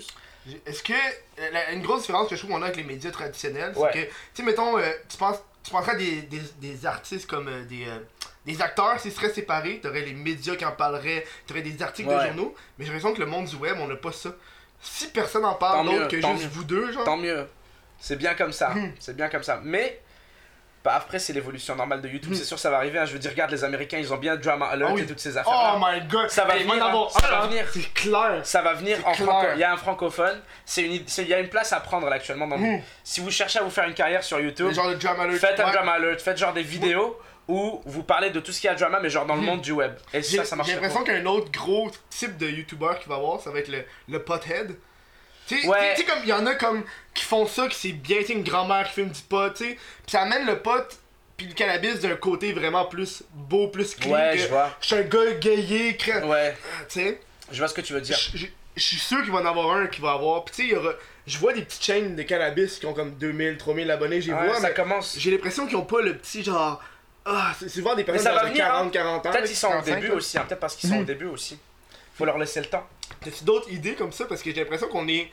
Est-ce que une grosse différence que je trouve qu'on a avec les médias traditionnels, c'est Ouais. que, tu sais, mettons, tu penserais à des artistes comme des acteurs, s'ils seraient séparés, t'aurais les médias qui en parleraient, t'aurais des articles de Ouais. journaux, mais j'ai l'impression que le monde du web, on n'a pas ça. Si personne en parle Tant d'autre mieux, que tant juste mieux. vous deux, genre. Tant mieux. C'est bien comme ça. Mhm. C'est bien comme ça. Mais bah, après, c'est l'évolution normale de YouTube. C'est sûr, ça va arriver. Hein. Je veux dire, regarde, les Américains, ils ont bien Drama Alert Ah oui. et toutes ces Oh affaires. my god! Ça va Hey, venir, il va y en avoir hein, ça un, va hein. venir. C'est clair! Ça va venir C'est en clair. franco. Il y a un francophone. Il y a une place à prendre là, actuellement. Mhm. Si vous cherchez à vous faire une carrière sur YouTube, Le genre de drama alert. faites un Ouais. Drama Alert. Faites genre des vidéos où vous parlez de tout ce qui a drama, mais genre dans le monde du web. Et J'ai ça marche. j'ai l'impression qu'un autre gros type de youtubeur qu'il va y avoir, ça va être le pothead. Tu sais, Ouais. tu sais, comme il y en a comme qui font ça, qui c'est bien, tu sais, une grand-mère qui fume du pot, tu sais. Puis ça amène le pot puis le cannabis d'un côté vraiment plus beau, plus clean. Ouais, que je vois. Je suis un gars gayé, Ouais, tu sais. je vois ce que tu veux dire. Je suis sûr qu'il va en avoir un qui va avoir. Puis tu sais, il y aura. Je vois des petites chaînes de cannabis qui ont comme 2000, 3000 abonnés, j'y Ouais, vois, ça mais commence. j'ai l'impression qu'ils ont pas le petit genre. Ah, c'est souvent des personnes ça va de venir, 40 ans. Peut-être ils sont au 45, début là. aussi. Hein. Peut-être parce qu'ils sont au début aussi. Faut leur laisser le temps. T'as-tu d'autres idées comme ça? Parce que j'ai l'impression qu'on est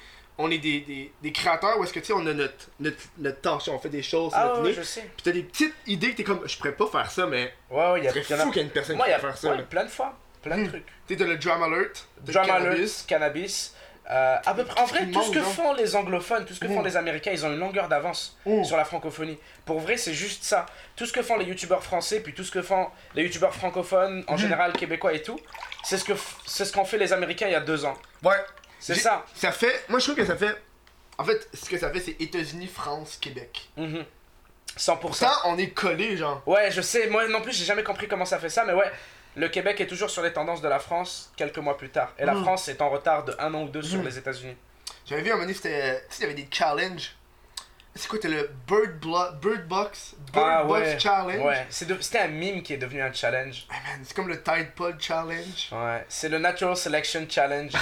des créateurs où est-ce que tu sais, on a notre tâche, on fait des choses sur Ah notre ouais, nez. je sais. Pis t'as des petites idées que t'es comme, je pourrais pas faire ça, mais Ouais, il y a c'est fou qu'il y ait une personne Moi, qui il y a peut faire ça. ouais, là. plein de fois. Plein de trucs. Tu sais, t'as le Drama Alert, de Drama cannabis. Alert, cannabis. À peu près, en vrai, Tout tout le ce que monde, font les anglophones, tout ce que font Mm. les américains, ils ont une longueur d'avance Mm. sur la francophonie. Pour vrai, c'est juste ça. Tout ce que font les youtubeurs français, puis tout ce que font les youtubeurs francophones, en général québécois et tout, c'est ce qu'ont fait les américains il y a 2 ans. Ouais. C'est J'ai- ça. Ça fait. Moi, je trouve que ça fait. En fait, ce que ça fait, c'est États-Unis, France, Québec. Mhm. 100%. Pourtant, on est collés, genre. Ouais, je sais, moi non plus, j'ai jamais compris comment ça fait ça, mais ouais, le Québec est toujours sur les tendances de la France quelques mois plus tard. Et la Mm. France est en retard de 1 an ou 2 sur Mm. les États-Unis. J'avais vu un moment donné, c'était. Tu sais, il y avait des challenges. C'est quoi, t'as le Bird Box Challenge. Ouais, c'était un meme qui est devenu un challenge. Ah, man, c'est comme le Tide Pod Challenge. Ouais, c'est le Natural Selection Challenge.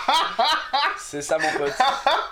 C'est ça, mon pote.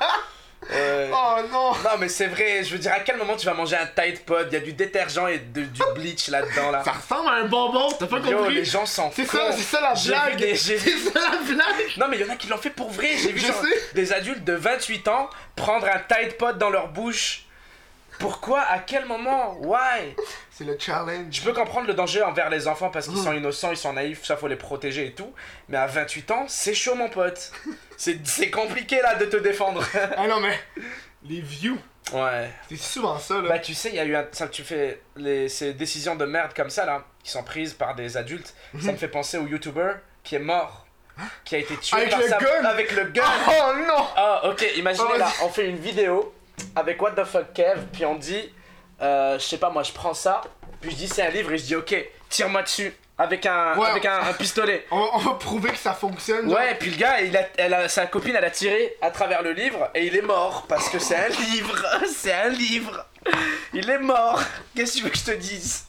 Oh non! Non, mais c'est vrai, je veux dire, à quel moment tu vas manger un Tide Pod? Il y a du détergent et du bleach là-dedans, là. Ça ressemble à un bonbon, t'as pas Yo, compris? les gens s'en C'est foutent. ça la J'ai vu blague! des- j'ai vu- C'est ça la blague! Non, mais il y en a qui l'ont fait pour vrai. J'ai vu Je genre sais. des adultes de 28 ans prendre un Tide Pod dans leur bouche. Pourquoi? À quel moment? Why? C'est le challenge. Je peux comprendre le danger envers les enfants parce qu'ils sont innocents, ils sont naïfs, ça faut les protéger et tout. Mais à 28 ans, c'est chaud, mon pote. C'est compliqué là de te défendre. Ah non, mais les views, Ouais. c'est souvent ça là. Bah tu sais, il y a eu ces décisions de merde comme ça là, qui sont prises par des adultes. Ça me fait penser au YouTuber qui est mort, qui a été tué Avec par le gun? avec le gun. Oh non! Ah ok, imaginez Oh, là, vas-y. on fait une vidéo avec What the fuck Kev, puis on dit, je sais pas moi, je prends ça, puis je dis c'est un livre et je dis ok, tire-moi dessus avec Ouais. un pistolet. On va prouver que ça fonctionne. genre. Ouais, puis le gars, sa copine, elle a tiré à travers le livre et il est mort parce que c'est un livre, c'est un livre. Il est mort. Qu'est-ce que tu veux que je te dise?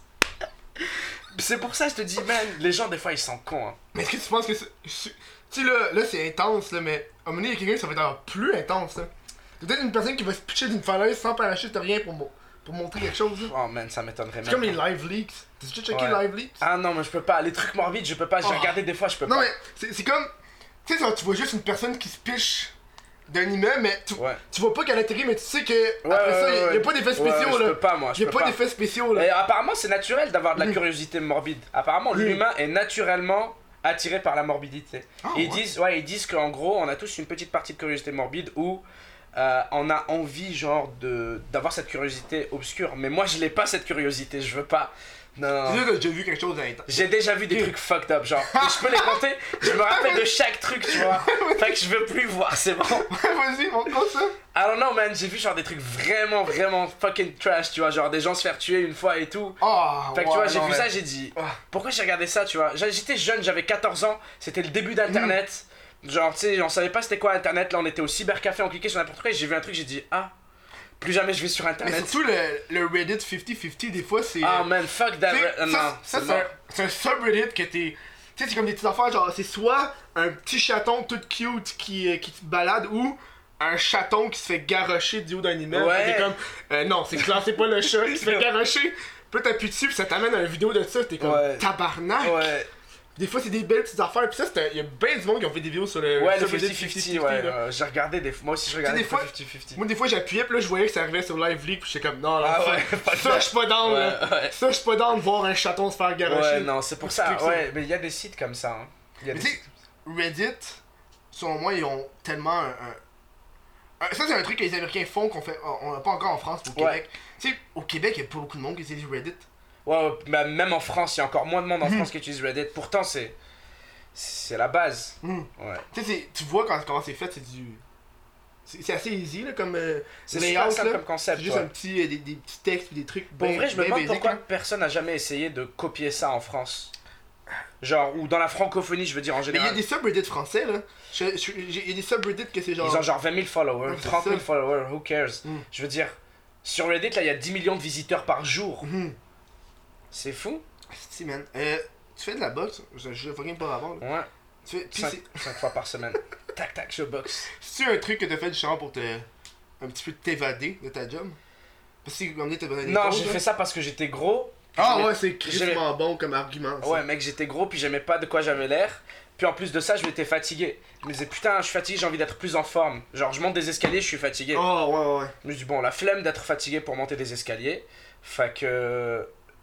C'est pour ça que je te dis, man, les gens des fois ils sont cons. Hein. Mais est-ce que tu penses que tu sais là c'est intense là, mais à un moment donné, il y a quelqu'un qui ça va être encore plus intense là. Peut-être une personne qui va se pitcher d'une falaise sans parachute, rien pour montrer quelque chose là. Oh man, ça m'étonnerait C'est même. comme les pas. live leaks. T'as déjà checké Ouais. live leaks? Ah non, mais je peux pas. Les trucs morbides, je peux pas. J'ai Oh. regardé des fois, je peux Non pas. mais c'est comme. Tu sais, tu vois juste une personne qui se piche d'un immeuble, mais Ouais. tu vois pas qu'elle atterrit, mais tu sais que après ça, y a pas d'effets spéciaux ouais, là. Je peux pas, moi. Je Y a peux pas pas. d'effets spéciaux Et là. apparemment, c'est naturel d'avoir de la Mm. curiosité morbide. Apparemment, Mm. l'humain est naturellement attiré par la morbidité. Ah, Et ouais. ils disent qu'en gros, on a tous une petite partie de curiosité morbide où on a envie, genre, d'avoir cette curiosité obscure. Mais moi, je l'ai pas, cette curiosité. Je veux pas. Non. Tu sais, t'as déjà vu quelque chose d'intense. J'ai déjà vu des Ok. trucs fucked up, genre. Et je peux les compter. Je me rappelle de chaque truc, tu vois. Fait que je veux plus voir, c'est bon. Vas-y, montre-moi ça. I don't know, man. J'ai vu genre des trucs vraiment, vraiment fucking trash, tu vois. Genre des gens se faire tuer une fois et tout. Oh, Fait que ouais, tu vois, j'ai non, vu mais- ça, j'ai dit, Ah. pourquoi j'ai regardé ça, tu vois. J'étais jeune, j'avais 14 ans, c'était le début d'internet. Genre, tu sais, on savait pas c'était quoi internet, là on était au cybercafé, on cliquait sur n'importe quoi et j'ai vu un truc, j'ai dit, ah, plus jamais je vais sur Mais internet. surtout le Reddit 50-50, des fois c'est. Ah man, fuck that. Tu sais, Non, ça, c'est c'est mort. c'est un subreddit que t'es. Tu sais, c'est comme des petites affaires, genre, c'est soit un petit chaton tout cute qui te balade ou un chaton qui se fait garrocher du haut d'un immeuble. Ouais. T'es comme, non, c'est clair, c'est pas le chat qui se fait garrocher. Puis là, t'appuies dessus, puis ça t'amène à une vidéo de ça, t'es comme, Ouais. tabarnak. Ouais. Des fois, c'est des belles petites affaires. Pis ça, il y a bien du monde qui ont fait des vidéos sur le. Ouais, le subreddit 50-50, ouais. J'ai regardé des fois. Moi aussi, je regardais des le fois- 50-50. Moi, des fois, j'appuyais, pis là, je voyais que ça arrivait sur Live League, pis j'étais comme, non, Ah là, ouais, pas ça, je suis pas down, là. Ouais. Ça, je suis pas down de voir un chaton se faire garocher. Ouais, non, c'est pour ça. Clique ça. Ouais, mais il y a des sites comme ça. Hein. Il y a Mais des tu sais, Reddit, selon moi, ils ont tellement ça, c'est un truc que les Américains font qu'on fait. On n'a pas encore en France, mais au Ouais. Québec. Tu sais, au Québec, il y a pas beaucoup de monde qui utilise Reddit. Ouais, bah, même en France, il y a encore moins de monde en France qui utilise Reddit. Pourtant, c'est la base. Ouais. Tu sais, tu vois comment c'est fait, c'est du. C'est assez easy, là, comme. C'est layout, super simple là. comme concept. C'est juste ouais. un petit, des petits textes, des trucs. Pour vrai, je me demande basic, pourquoi là. personne n'a jamais essayé de copier ça en France. Genre, ou dans la francophonie, je veux dire en Mais il y général. a des subreddits français, là. Il y a des subreddits que c'est genre. Ils ont genre 20 000 followers, Ouais, c'est 30 000 ça. followers, who cares? Mm. Je veux dire, sur Reddit, là, il y a 10 millions de visiteurs par jour. Mhm. C'est fou. Si, man. Tu fais de la boxe? Je fucking pas avant, là. Ouais, Tu fais. Puis 5 fois par semaine. Tac, tac, je boxe. c'est un truc que t'as fait justement pour te. Un petit peu t'évader de ta job? Parce que comme dit, t'as besoin des Non, pauses, j'ai là. fait ça parce que j'étais gros. puis Ah j'aimais- ouais, c'est crissement bon comme argument. Ça. Ouais, mec, j'étais gros, puis j'aimais pas de quoi j'avais l'air. Puis en plus de ça, je m'étais fatigué. Je me disais, putain, je suis fatigué, j'ai envie d'être plus en forme. Genre, je monte des escaliers, je suis fatigué. Oh, ouais, ouais. Je me dis, bon, la flemme d'être fatigué pour monter des escaliers. Fait que.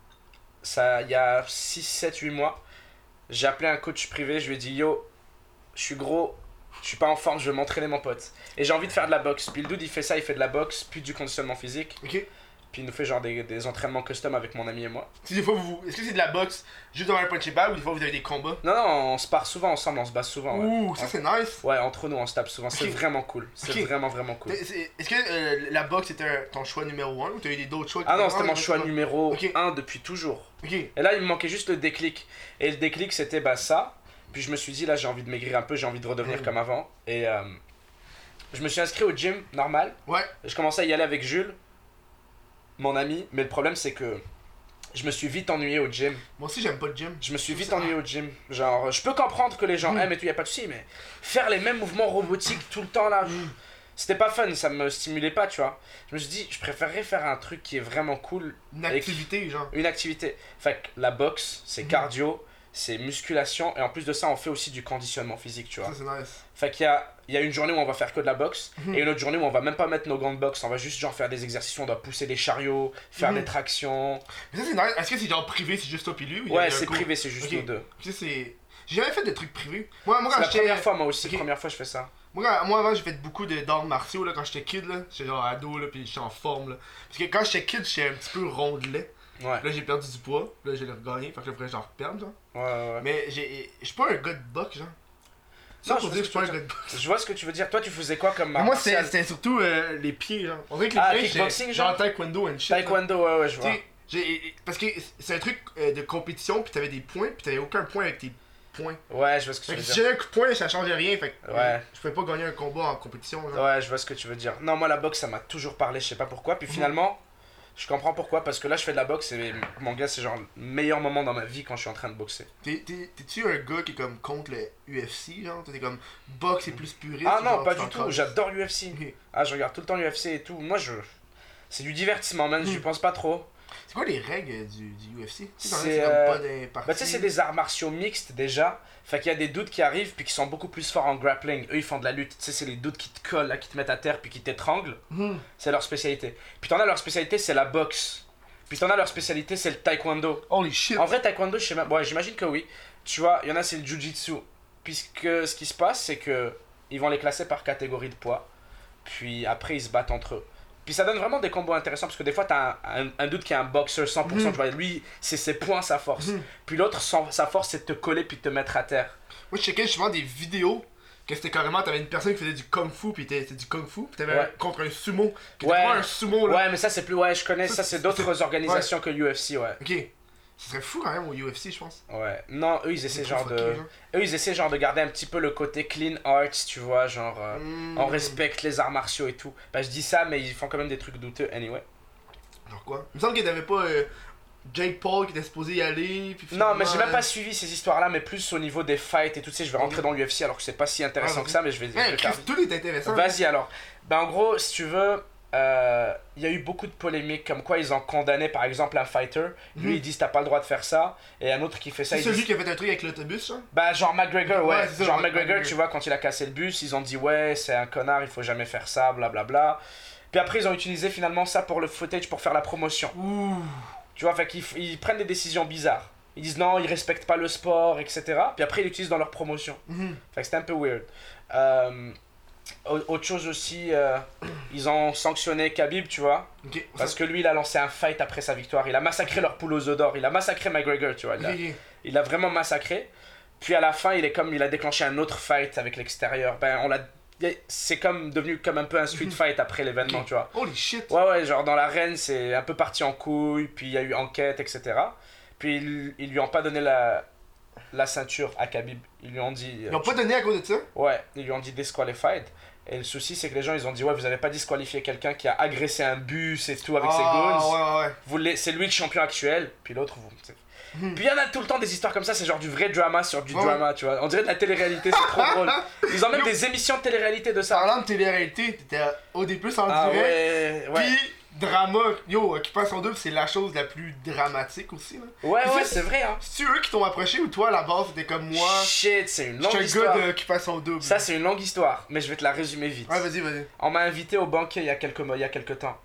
Ça, il y a 6, 7, 8 mois, j'ai appelé un coach privé, je lui ai dit, yo, je suis gros, je suis pas en forme, je veux m'entraîner, mon pote. Et j'ai envie de faire de la boxe. Puis le dude, il fait ça, il fait de la boxe, puis du conditionnement physique. Ok. Puis il nous fait genre des entraînements custom avec mon ami et moi. Si des fois est-ce que c'est de la boxe juste devant un punch bag ou des fois vous avez des combats? Non, non, on se part souvent ensemble, on se bat souvent. Ouais, Ouh, ça c'est nice. ouais entre nous, on se tape souvent. C'est Ok. vraiment cool. C'est Ok. vraiment, vraiment cool. Est-ce que la boxe était ton choix numéro 1 ou t'as eu d'autres choix? Ah non, c'était mon je choix sais pas. numéro Ok. 1 depuis toujours. Ok. Et là, il me manquait juste le déclic. Et le déclic, c'était bah ça. Puis je me suis dit, là, j'ai envie de maigrir un peu, j'ai envie de redevenir comme avant. Et je me suis inscrit au gym normal. Ouais. Je commençais à y aller avec Jules, mon ami. Mais le problème, c'est que je me suis vite ennuyé au gym. Moi aussi j'aime pas le gym. Je me suis vite Ça- ennuyé au gym. Genre, je peux comprendre que les gens aiment et tout, y a pas de souci, mais faire les mêmes mouvements robotiques tout le temps là, c'était pas fun, ça me stimulait pas, tu vois. Je me suis dit, je préférerais faire un truc qui est vraiment cool, Une activité, genre. une activité. Fait que la boxe, c'est cardio, c'est musculation, et en plus de ça, on fait aussi du conditionnement physique, tu vois. Ça c'est nice. Fait qu'il y a une journée où on va faire que de la boxe, et une autre journée où on va même pas mettre nos gants de boxe, on va juste genre faire des exercices, on doit pousser des chariots, faire des tractions. Mais ça c'est nice. Est-ce que c'est genre privé, c'est juste toi pis lui ou il y a Ouais, un c'est cours? privé, c'est juste Ok. nous deux. Ça c'est. J'ai jamais fait de trucs privés. Moi C'est quand la j'étais. première fois, moi aussi, Ok. première fois je fais ça. Moi avant j'ai fait beaucoup d'arts martiaux là quand j'étais kid là. J'étais genre ado là pis j'étais en forme là. Parce que quand j'étais kid j'étais un petit peu rondelet. Ouais, Là j'ai perdu du poids. Là j'ai regagné. Fait que là faudrait que j'en reperde genre. ouais, ouais. Mais je suis pas un gars de boxe genre. Ça Non, pour je dire que je suis vois pas ce un que gars de boxe. Je vois ce que tu veux dire. Toi, tu faisais quoi comme Mais art moi martial? c'était surtout les pieds genre. On dirait que les Ah, pieds kickboxing, j'étais genre? genre taekwondo and shit. là. Taekwondo, ouais, ouais, je vois. Tu sais, parce que c'est un truc de compétition pis t'avais des points pis t'avais aucun point avec tes points. Ouais, je vois ce que tu Fait veux que si dire. j'avais un coup de poing ça changeait rien fait que Ouais. je pouvais pas gagner un combat en compétition genre. Ouais, je vois ce que tu veux dire. Non, moi, la boxe, ça m'a toujours parlé, je sais pas pourquoi. Puis finalement, je comprends pourquoi. Parce que là, je fais de la boxe et mon gars, c'est genre le meilleur moment dans ma vie quand je suis en train de boxer. T'es-tu un gars qui est comme contre le UFC genre? T'es comme boxe et plus puriste? Ah ou non, genre, pas tu du t'en tout. casses? J'adore l'UFC. Ok. Ah, je regarde tout le temps l'UFC et tout. Moi, c'est du divertissement, même. Je pense pas trop. C'est quoi les règles du UFC? Tu sais, t'en as, C'est, comme pas des Bah, tu sais, c'est des arts martiaux mixtes déjà. Fait qu'il y a des dudes qui arrivent puis qui sont beaucoup plus forts en grappling. Eux, ils font de la lutte. Tu sais, c'est les dudes qui te collent, là, qui te mettent à terre puis qui t'étranglent. C'est leur spécialité. Puis t'en as leur spécialité, c'est la boxe. Puis t'en as leur spécialité, c'est le taekwondo. Holy shit! En vrai, taekwondo, je sais même. Ouais, j'imagine que oui. Tu vois, il y en a, c'est le jujitsu. Puisque ce qui se passe, c'est que ils vont les classer par catégorie de poids. Puis après, ils se battent entre eux. Puis ça donne vraiment des combos intéressants parce que des fois, t'as un dude qui est un boxeur 100%. Tu vois, lui, c'est ses points, sa force. Puis l'autre, sa force, c'est de te coller puis de te mettre à terre. Moi, je checkais justement des vidéos que c'était carrément, t'avais une personne qui faisait du kung fu, pis c'était du kung fu, pis t'avais Ouais. contre un sumo, qui était Ouais. vraiment un sumo là. Ouais, mais ça, c'est plus. Ouais, je connais. Ça, c'est d'autres organisations que l'UFC, ouais. Ok. Ce serait fou quand même au UFC, je pense. Ouais. Non, eux, ils essaient C'est genre trop de. fucké, genre. Eux, ils essaient genre de garder un petit peu le côté clean arts, tu vois, genre. On respecte les arts martiaux et tout. Bah, je dis ça, mais ils font quand même des trucs douteux, anyway. Genre quoi? Il me semble qu'il n'y avait pas Jake Paul qui était supposé y aller, puis Non, mais j'ai même finalement, pas suivi ces histoires-là, mais plus au niveau des fights et tout, tu sais, je vais rentrer dans l'UFC alors que c'est pas si intéressant Ouais, que ça, mais je vais Hey, le faire. Chris, tout est intéressant. Vas-y alors. Ben en gros, si tu veux, il y a eu beaucoup de polémiques comme quoi ils ont condamné par exemple un fighter. Lui ils disent t'as pas le droit de faire ça. Et un autre qui fait ça. C'est celui qui a fait un truc avec l'autobus, ça? Bah, genre McGregor, ouais. c'est ça, Genre ouais, McGregor, tu vois, quand il a cassé le bus, ils ont dit ouais, c'est un connard, il faut jamais faire ça, blablabla. Puis après, ils ont utilisé finalement ça pour le footage pour faire la promotion. Ouh. Tu vois, fait qu'ils ils prennent des décisions bizarres. Ils disent non, ils respectent pas le sport, etc. Puis après, ils l'utilisent dans leur promotion. Fait que c'était un peu weird. Autre chose aussi, ils ont sanctionné Khabib, tu vois. Ok. Parce que lui, il a lancé un fight après sa victoire. Il a massacré leur poule aux œufs d'or. Il a massacré McGregor, tu vois. Il l'a vraiment massacré. Puis à la fin, il a déclenché un autre fight avec l'extérieur. C'est comme devenu comme un peu un street fight après l'événement, tu vois. Holy shit. Ouais, genre dans l'arène, c'est un peu parti en couille. Puis il y a eu enquête, etc. Puis ils lui ont pas donné la ceinture à Khabib. Ils lui ont dit. Ils ont pas donné à cause de ça? Ouais, ils lui ont dit disqualified. Et le souci, c'est que les gens, ils ont dit ouais, vous avez pas disqualifié quelqu'un qui a agressé un bus et tout avec ses goons. Ouais. C'est lui le champion actuel. Puis l'autre, vous. Puis il y en a tout le temps des histoires comme ça, c'est genre du vrai drama sur du drama, tu vois. On dirait de la télé-réalité, c'est trop drôle. Ils ont même des émissions de télé-réalité de ça. Parlant de télé-réalité, t'étais au début en direct. Ouais. Puis drama, Occupation Double, c'est la chose la plus dramatique aussi. Là. Ouais, Puis c'est vrai, hein. C'est-tu eux qui t'ont approché ou toi à la base c'était comme moi? Shit, c'est une longue Je suis un histoire. gars d'Occupation Double. Ça, c'est une longue histoire, mais je vais te la résumer vite. Ouais, vas-y. On m'a invité au banquet il y a quelques temps.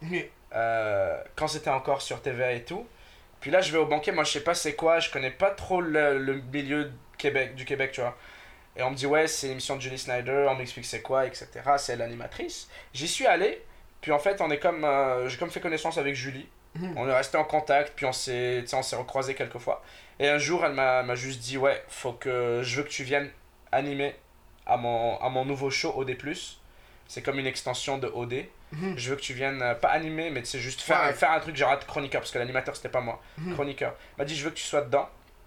Quand c'était encore sur TVA et tout. Puis là, je vais au banquet, moi je sais pas c'est quoi, je connais pas trop le milieu du Québec, tu vois. Et on me dit, ouais, c'est l'émission de Julie Snyder, on m'explique c'est quoi, etc. C'est l'animatrice. J'y suis allé, puis en fait, j'ai comme fait connaissance avec Julie. On est resté en contact, puis on s'est recroisés quelques fois. Et un jour, elle m'a juste dit, ouais, je veux que tu viennes animer à mon nouveau show OD+. C'est comme une extension de OD. Je veux que tu viennes, pas animer, mais tu sais, juste faire un truc genre chroniqueur, parce que l'animateur c'était pas moi, chroniqueur. Elle m'a dit, je veux que tu sois dedans.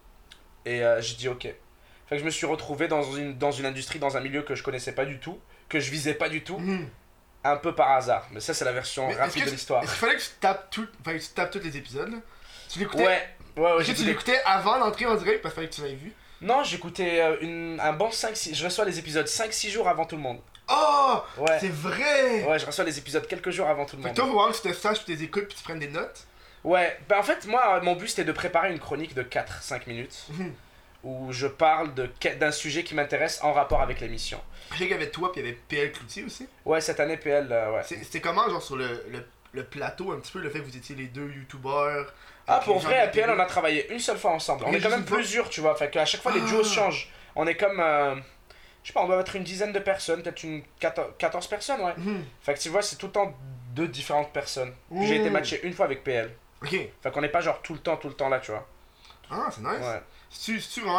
Et j'ai dit, ok. Fait que je me suis retrouvé dans une industrie, dans un milieu que je connaissais pas du tout, que je visais pas du tout, un peu par hasard. Mais ça, c'est la version rapide de l'histoire. Est-ce qu'il fallait que tu tapes tous les épisodes là? Tu l'écoutais? Ouais, tu l'écoutais avant d'entrer en direct parce qu'il fallait que tu l'avais vu? Non, j'écoutais un bon 5-6. Je reçois les épisodes 5-6 jours avant tout le monde. Oh! Ouais. C'est vrai! Ouais, je reçois les épisodes quelques jours avant tout le monde. Fait que toi, faut vraiment que tu te saches, puis tu écoutes, puis tu prennes des notes. Ouais, bah en fait, moi, mon but c'était de préparer une chronique de 4-5 minutes où je parle d'un sujet qui m'intéresse en rapport avec l'émission. Je sais qu'il y avait toi, puis il y avait PL Cloutier aussi. Ouais, cette année, PL, ouais. C'était comment, genre, sur le plateau, un petit peu, le fait que vous étiez les deux youtubeurs? Ah, pour vrai, à PL, on a travaillé une seule fois ensemble. On est quand même plusieurs, tu vois. Fait qu'à chaque fois, les duos changent. On est comme. Je sais pas, on doit être une dizaine de personnes, peut-être 14 personnes, ouais. Fait que tu vois, c'est tout le temps deux différentes personnes. Puis j'ai été matché une fois avec PL. Ok. Fait qu'on est pas genre tout le temps là, tu vois. Ah, c'est nice. Ouais. C'est-tu vraiment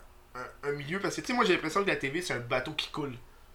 un milieu? Parce que, tu sais, moi, j'ai l'impression que la TV, c'est un bateau qui coule.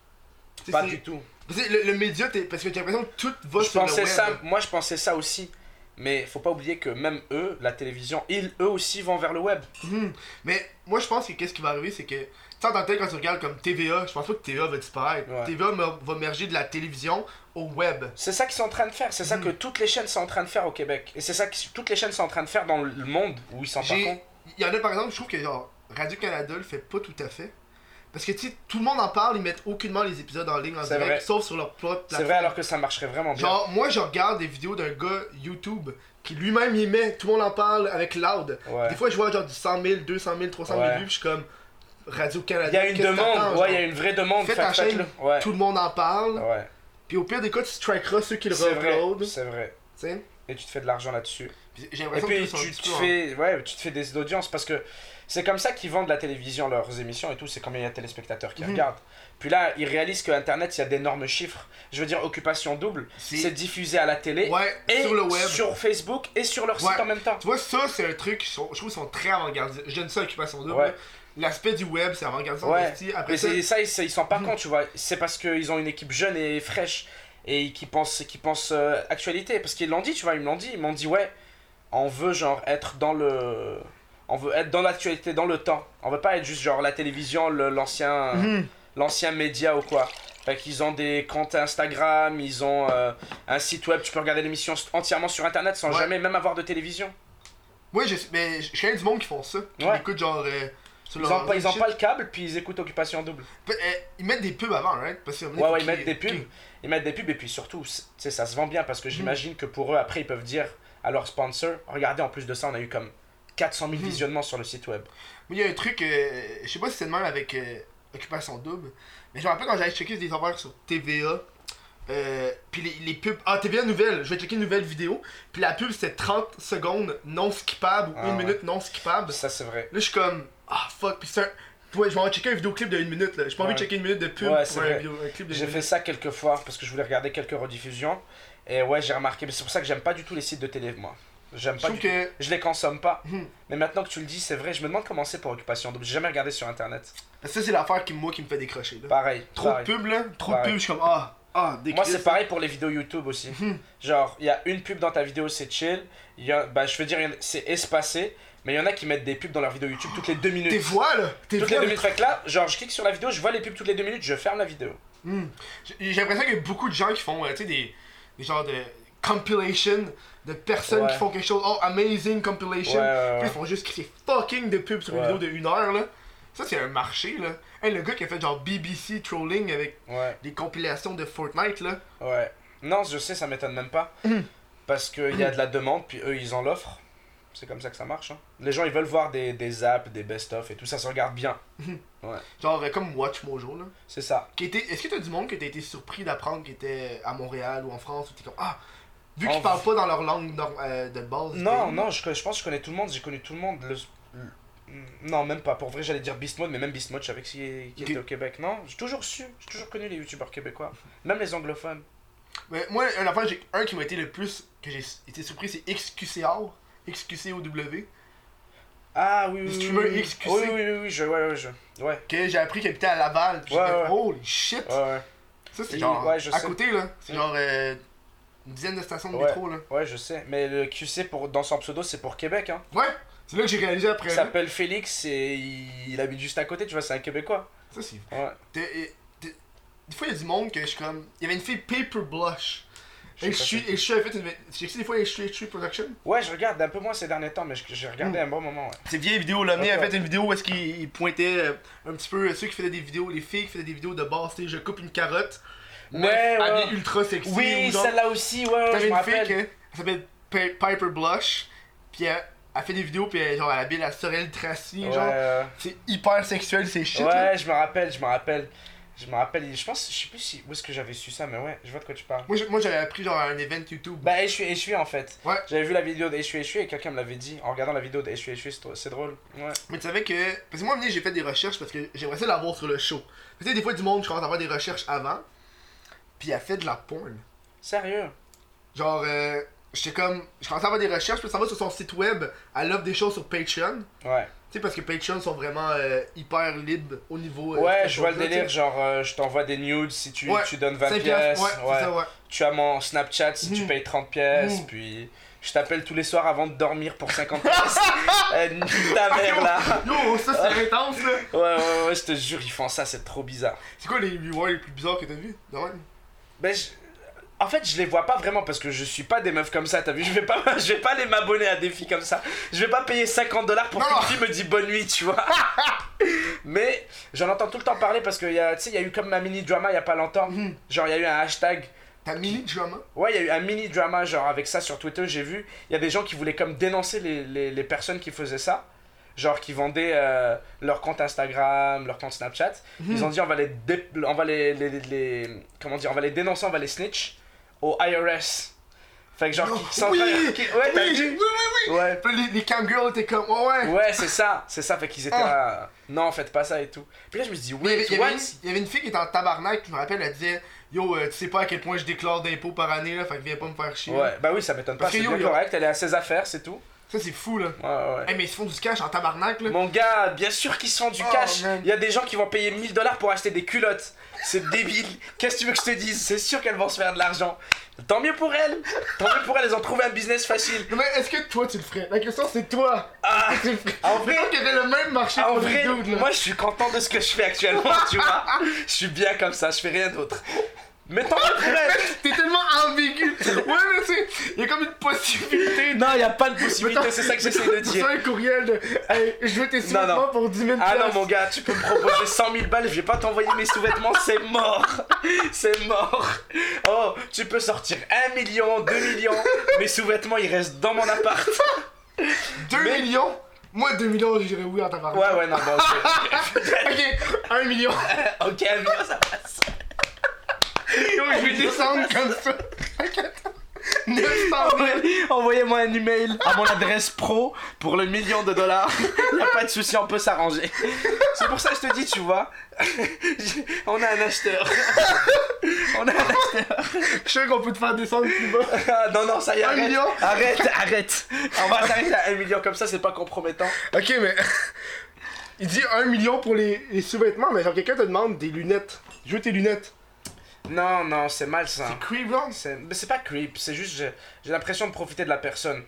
Pas du tout. Parce que le média, parce que j'ai l'impression que tout va sur le web. Moi, je pensais ça aussi. Mais faut pas oublier que même eux, la télévision, eux aussi vont vers le web. Mais moi, je pense que qu'est-ce qui va arriver, c'est que, tu sais, en tant que tel, quand tu regardes comme TVA, je pense pas que TVA va disparaître. Ouais. TVA va merger de la télévision au web. C'est ça qu'ils sont en train de faire. C'est ça que toutes les chaînes sont en train de faire au Québec. Et c'est ça que toutes les chaînes sont en train de faire dans le monde où ils s'en par contre. Il y en a, par exemple, je trouve que genre, Radio-Canada le fait pas tout à fait. Parce que, tu sais, tout le monde en parle, ils mettent aucunement les épisodes en ligne en direct, vrai. sauf sur leur propre plateforme. C'est vrai, alors que ça marcherait vraiment bien. Genre, moi, je regarde des vidéos d'un gars YouTube qui lui-même y met, tout le monde en parle avec Loud. Ouais. Des fois, je vois genre du 100 000, 200 000, 300 000 vues, puis je suis comme Radio-Canada. Il y a une demande, il y a une vraie demande. Fais ta chaîne, tout le monde en parle. Ouais. Puis au pire des cas, tu strikeras ceux qui le C'est vrai, upload. c'est vrai. Tu sais? Et tu te fais de l'argent là-dessus. J'ai Et l'impression puis que tu te fais des audiences parce que c'est comme ça qu'ils vendent la télévision, leurs émissions et tout, c'est combien il y a de téléspectateurs qui regardent. Puis là, ils réalisent qu'Internet, il y a d'énormes chiffres. Je veux dire, Occupation Double, c'est diffusé à la télé et sur le web, sur Facebook et sur leur site en même temps. Tu vois, ça, c'est un truc, je trouve qu'ils sont très avant-gardistes. Je donne ça à Occupation Double. Ouais. L'aspect du web, c'est avant-gardiste. Après ça, ils s'en rendent pas compte, tu vois. C'est parce qu'ils ont une équipe jeune et fraîche et qui pensent actualité. Parce qu'ils l'ont dit, tu vois, ils m'ont dit, ouais, on veut genre être dans le... On veut être dans l'actualité, dans le temps. On veut pas être juste genre la télévision, l'ancien média ou quoi. Fait qu'ils ont des comptes Instagram, ils ont un site web, tu peux regarder l'émission entièrement sur internet sans jamais même avoir de télévision. Oui, mais je connais du monde qui font ça. Qui écoutent genre Ils ont pas le câble, puis ils écoutent Occupation Double. Ils mettent des pubs avant, right? Parce que, Ouais, ils mettent des pubs. Ils mettent des pubs, et puis surtout, tu sais, ça se vend bien, parce que j'imagine que pour eux, après, ils peuvent dire à leurs sponsors, regardez, en plus de ça, on a eu comme 400 000 visionnements sur le site web. Mais il y a un truc, je sais pas si c'est le même avec Occupation Double, mais je me rappelle quand j'allais checker des affaires sur TVA, puis les pubs, TVA Nouvelle, je vais checker une nouvelle vidéo, puis la pub c'était 30 secondes non skippables ou 1 minute non skippable. Ça, c'est vrai. Là, je suis comme, fuck, puis c'est un. Ouais, je vais checker un vidéoclip de 1 minute là. J'ai pas envie de checker 1 minute de pub pour un clip de 1 J'ai fait ça quelques fois parce que je voulais regarder quelques rediffusions. Et ouais, j'ai remarqué. Mais c'est pour ça que j'aime pas du tout les sites de télé, moi. J'aime pas du tout. Je les consomme pas. Mais maintenant que tu le dis, c'est vrai. Je me demande comment c'est pour Occupation Double. J'ai jamais regardé sur internet. Ça, c'est l'affaire qui me fait décrocher. Là. Pareil. Trop de pub là. Trop de pub, je suis comme, moi, c'est pareil pour les vidéos YouTube aussi. Genre, il y a une pub dans ta vidéo, c'est chill. Je veux dire, c'est espacé. Mais il y en a qui mettent des pubs dans leur vidéo YouTube toutes les 2 minutes. T'es vois là? Toutes les 2 minutes. Fait que là, genre, je clique sur la vidéo, je vois les pubs toutes les 2 minutes, je ferme la vidéo. J'ai l'impression qu'il y a beaucoup de gens qui font, tu sais, des genres de compilation de personnes qui font quelque chose. Oh, amazing compilation. Puis ils font juste créer fucking de pubs sur une vidéo de 1 heure là. Ça, c'est un marché là. Hey, le gars qui a fait genre BBC trolling avec des compilations de Fortnite là. Ouais. Non, je sais, ça m'étonne même pas. Parce qu'il y a de la demande, puis eux, ils en l'offrent. C'est comme ça que ça marche. Hein. Les gens, ils veulent voir des apps, des best-of et tout ça se regarde bien. Ouais. Genre comme Watch Mojo là. C'est ça. Est-ce que t'as du monde que t'as été surpris d'apprendre qu'il était à Montréal ou en France ou t'es comme vu qu'ils parlent pas dans leur langue de base. Non, je pense que je connais tout le monde. J'ai connu tout le monde. Non, même pas. Pour vrai, j'allais dire Beast Mode, mais même Beast Mode, je savais qui était au Québec. Non, j'ai toujours connu les youtubeurs québécois. Même les anglophones. Mais moi, j'ai un qui m'a été le plus, que j'ai été surpris, c'est XQCR. XQCOW. Ah oui, le streamer XQC. Oui, que j'ai appris qu'il habitait à Laval. Puis j'ai fait, holy shit. Ça, c'est genre à côté, là. C'est genre une dizaine de stations de métro, là. Ouais, je sais. Mais le QC, dans son pseudo, c'est pour Québec, hein. Ouais, c'est là que j'ai réalisé après. Il s'appelle Félix et il habite juste à côté, tu vois, c'est un Québécois. Ça, c'est. Des fois, il y a du monde que je suis comme. Il y avait une fille Paper Blush. H3 avait fait une. Tu sais des fois H3 Production? Ouais, je regarde un peu moins ces derniers temps, mais j'ai regardé un bon moment. Ouais. C'est vieille vidéo, l'Omni a fait une vidéo où est-ce qu'il pointait un petit peu ceux qui faisaient des vidéos, les filles qui faisaient des vidéos de base, tu sais, je coupe une carotte. Elle est ultra sexy. Oui, celle-là aussi, T'avais une fille qui s'appelle Piper Blush, puis elle fait des vidéos, puis genre elle habille la Sorel Tracy, genre. C'est hyper sexuel, c'est shit. Ouais, là. Je me rappelle, je pense, je sais plus où est-ce que j'avais su ça, mais ouais, je vois de quoi tu parles. Moi j'avais appris genre à un event YouTube. Bah, Eshui en fait. Ouais. J'avais vu la vidéo d'Eshui et quelqu'un me l'avait dit en regardant la vidéo d'Eshui, c'est drôle. Ouais. Mais tu savais que. Parce que moi, j'ai fait des recherches parce que j'aimerais ça l'avoir sur le show. Tu sais, des fois, du monde, je commence à avoir des recherches avant, puis elle fait de la porn. Sérieux? Genre, je commençais à avoir des recherches, puis ça va sur son site web, elle offre des choses sur Patreon. Ouais. Tu sais, parce que Patreon sont vraiment hyper libres au niveau. Ouais, je vois le délire, genre je t'envoie des nudes si tu donnes 20 pièces. Ouais. Ça, tu as mon Snapchat si tu payes 30 pièces, puis je t'appelle tous les soirs avant de dormir pour 50 pièces. Ta mère là. Yo, ça c'est intense là. Ouais, je te jure, ils font ça, c'est trop bizarre. C'est quoi les viewers les plus bizarres que t'as vu? Ben, en fait, je les vois pas vraiment parce que je suis pas des meufs comme ça, t'as vu? Je vais pas aller m'abonner à des filles comme ça. Je vais pas payer 50$ pour qu'une fille me dise bonne nuit, tu vois. Mais j'en entends tout le temps parler parce que y a eu comme un mini drama il y a pas longtemps. Genre, il y a eu un hashtag. T'as mini drama? Ouais, il y a eu un mini drama, genre avec ça sur Twitter, j'ai vu. Il y a des gens qui voulaient comme dénoncer les personnes qui faisaient ça. Genre qui vendaient leur compte Instagram, leur compte Snapchat. Ils ont dit on va les dénoncer, on va les snitch au IRS. Fait que genre qui sont oui. Ouais. Les camgirls étaient comme Ouais, c'est ça, fait qu'ils étaient là, non, faites pas ça et tout. Puis là je me suis dit il y avait une fille qui était en tabarnak, je me rappelle, elle disait yo, tu sais pas à quel point je déclare d'impôts par année là, fait que viens pas me faire chier. Ouais, bah oui, ça m'étonne pas, c'est bien correct, elle est à ses affaires, c'est tout. Ça c'est fou là. Ouais. Hey, mais ils se font du cash en tabarnak là. Mon gars, bien sûr qu'ils se font du cash. Il y a des gens qui vont payer 1000$ pour acheter des culottes. C'est débile. Qu'est-ce que tu veux que je te dise? C'est sûr qu'elles vont se faire de l'argent. Tant mieux pour elles. Elles ont trouvé un business facile. Mais est-ce que toi tu le ferais? La question c'est toi. En vrai, qu'il y avait le même marché pour les dudes là. Moi je suis content de ce que je fais actuellement, tu vois. Je suis bien comme ça, je fais rien d'autre. Mais tant mieux pour elle. T'es tellement ambigu. Ouais, mais tu sais, il y a comme une possibilité. Non, y a pas de possibilité, c'est ça que j'essaie de dire. C'est un courriel de. Hey, je veux tes Non, sous-vêtements non. pour 10 000 Ah non mon gars, tu peux me proposer 100 000 balles, je vais pas t'envoyer mes sous-vêtements, c'est mort. C'est mort. Oh, tu peux sortir 1 million, 2 millions, mes sous-vêtements ils restent dans mon appart. 2 millions? Moi, 2 millions, je dirais oui en tabarnak. Ouais, non, bon, ok. Ok, 1 million. Ok, 1 million ça passe. Yo, je vais descendre comme ça. 900 000. Envoyez-moi un email à mon adresse pro pour le $1 million. Y'a pas de souci, on peut s'arranger. C'est pour ça que je te dis, tu vois. On a un acheteur. On a un acheteur. Je sais qu'on peut te faire descendre plus bas. Ah, non, ça y est, 1 arrête. million? Arrête. On va s'arrêter à 1 million comme ça, c'est pas compromettant. Ok, mais. Il dit 1 million pour les sous-vêtements, mais genre quelqu'un te demande des lunettes. Je veux tes lunettes. Non, c'est mal ça. C'est creep, là? Mais c'est pas creep, c'est juste j'ai l'impression de profiter de la personne.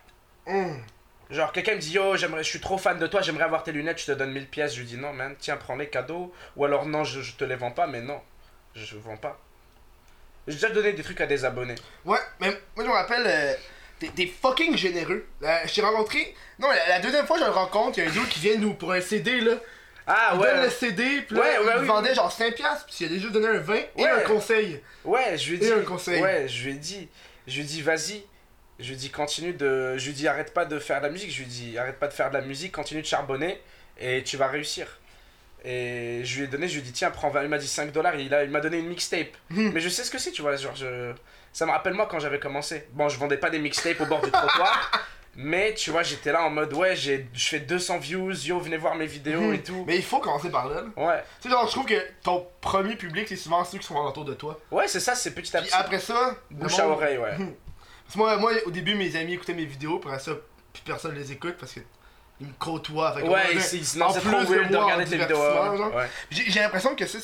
Genre quelqu'un me dit yo, je suis trop fan de toi, j'aimerais avoir tes lunettes, je te donne 1000 pièces. Je lui dis non man, tiens prends les cadeaux. Ou alors non, je te les vends pas, mais non, je vends pas. J'ai déjà donné des trucs à des abonnés. Ouais, mais moi je me rappelle, t'es fucking généreux. Je t'ai rencontré. Non, la deuxième fois que je le rencontre, il y a un dude qui vient nous pour un CD là. Ah Il donne le CD, puis là, il vendait genre 5$, puis il a déjà donné un 20 et un conseil. Ouais, je lui ai dit. Et un conseil. Ouais, je lui ai dit vas-y. Je lui ai dit continue de. Je lui ai dit arrête pas de faire de la musique. Je lui ai dit arrête pas de faire de la musique, continue de charbonner et tu vas réussir. Et je lui ai donné, je lui ai dit tiens prends 20, il m'a dit $5 et il m'a donné une mixtape. Mais je sais ce que c'est, tu vois, genre ça me rappelle moi quand j'avais commencé. Bon, je vendais pas des mixtapes au bord du trottoir. Mais tu vois, j'étais là en mode ouais, je fais 200 views, yo, venez voir mes vidéos et tout. Mais il faut commencer par là. Ouais. Tu sais, genre, je trouve que ton premier public, c'est souvent ceux qui sont autour de toi. Ouais, c'est ça, c'est petit à Puis petit. après ça, Bouche à oreille, ouais. Parce que moi, au début, mes amis écoutaient mes vidéos, puis après ça, plus personne les écoute parce que ils me côtoient. Fait que Ouais, moi, non, c'est trop weird de moi, regarder en tes vidéos. divertissement, genre. Ouais. J'ai l'impression que ça,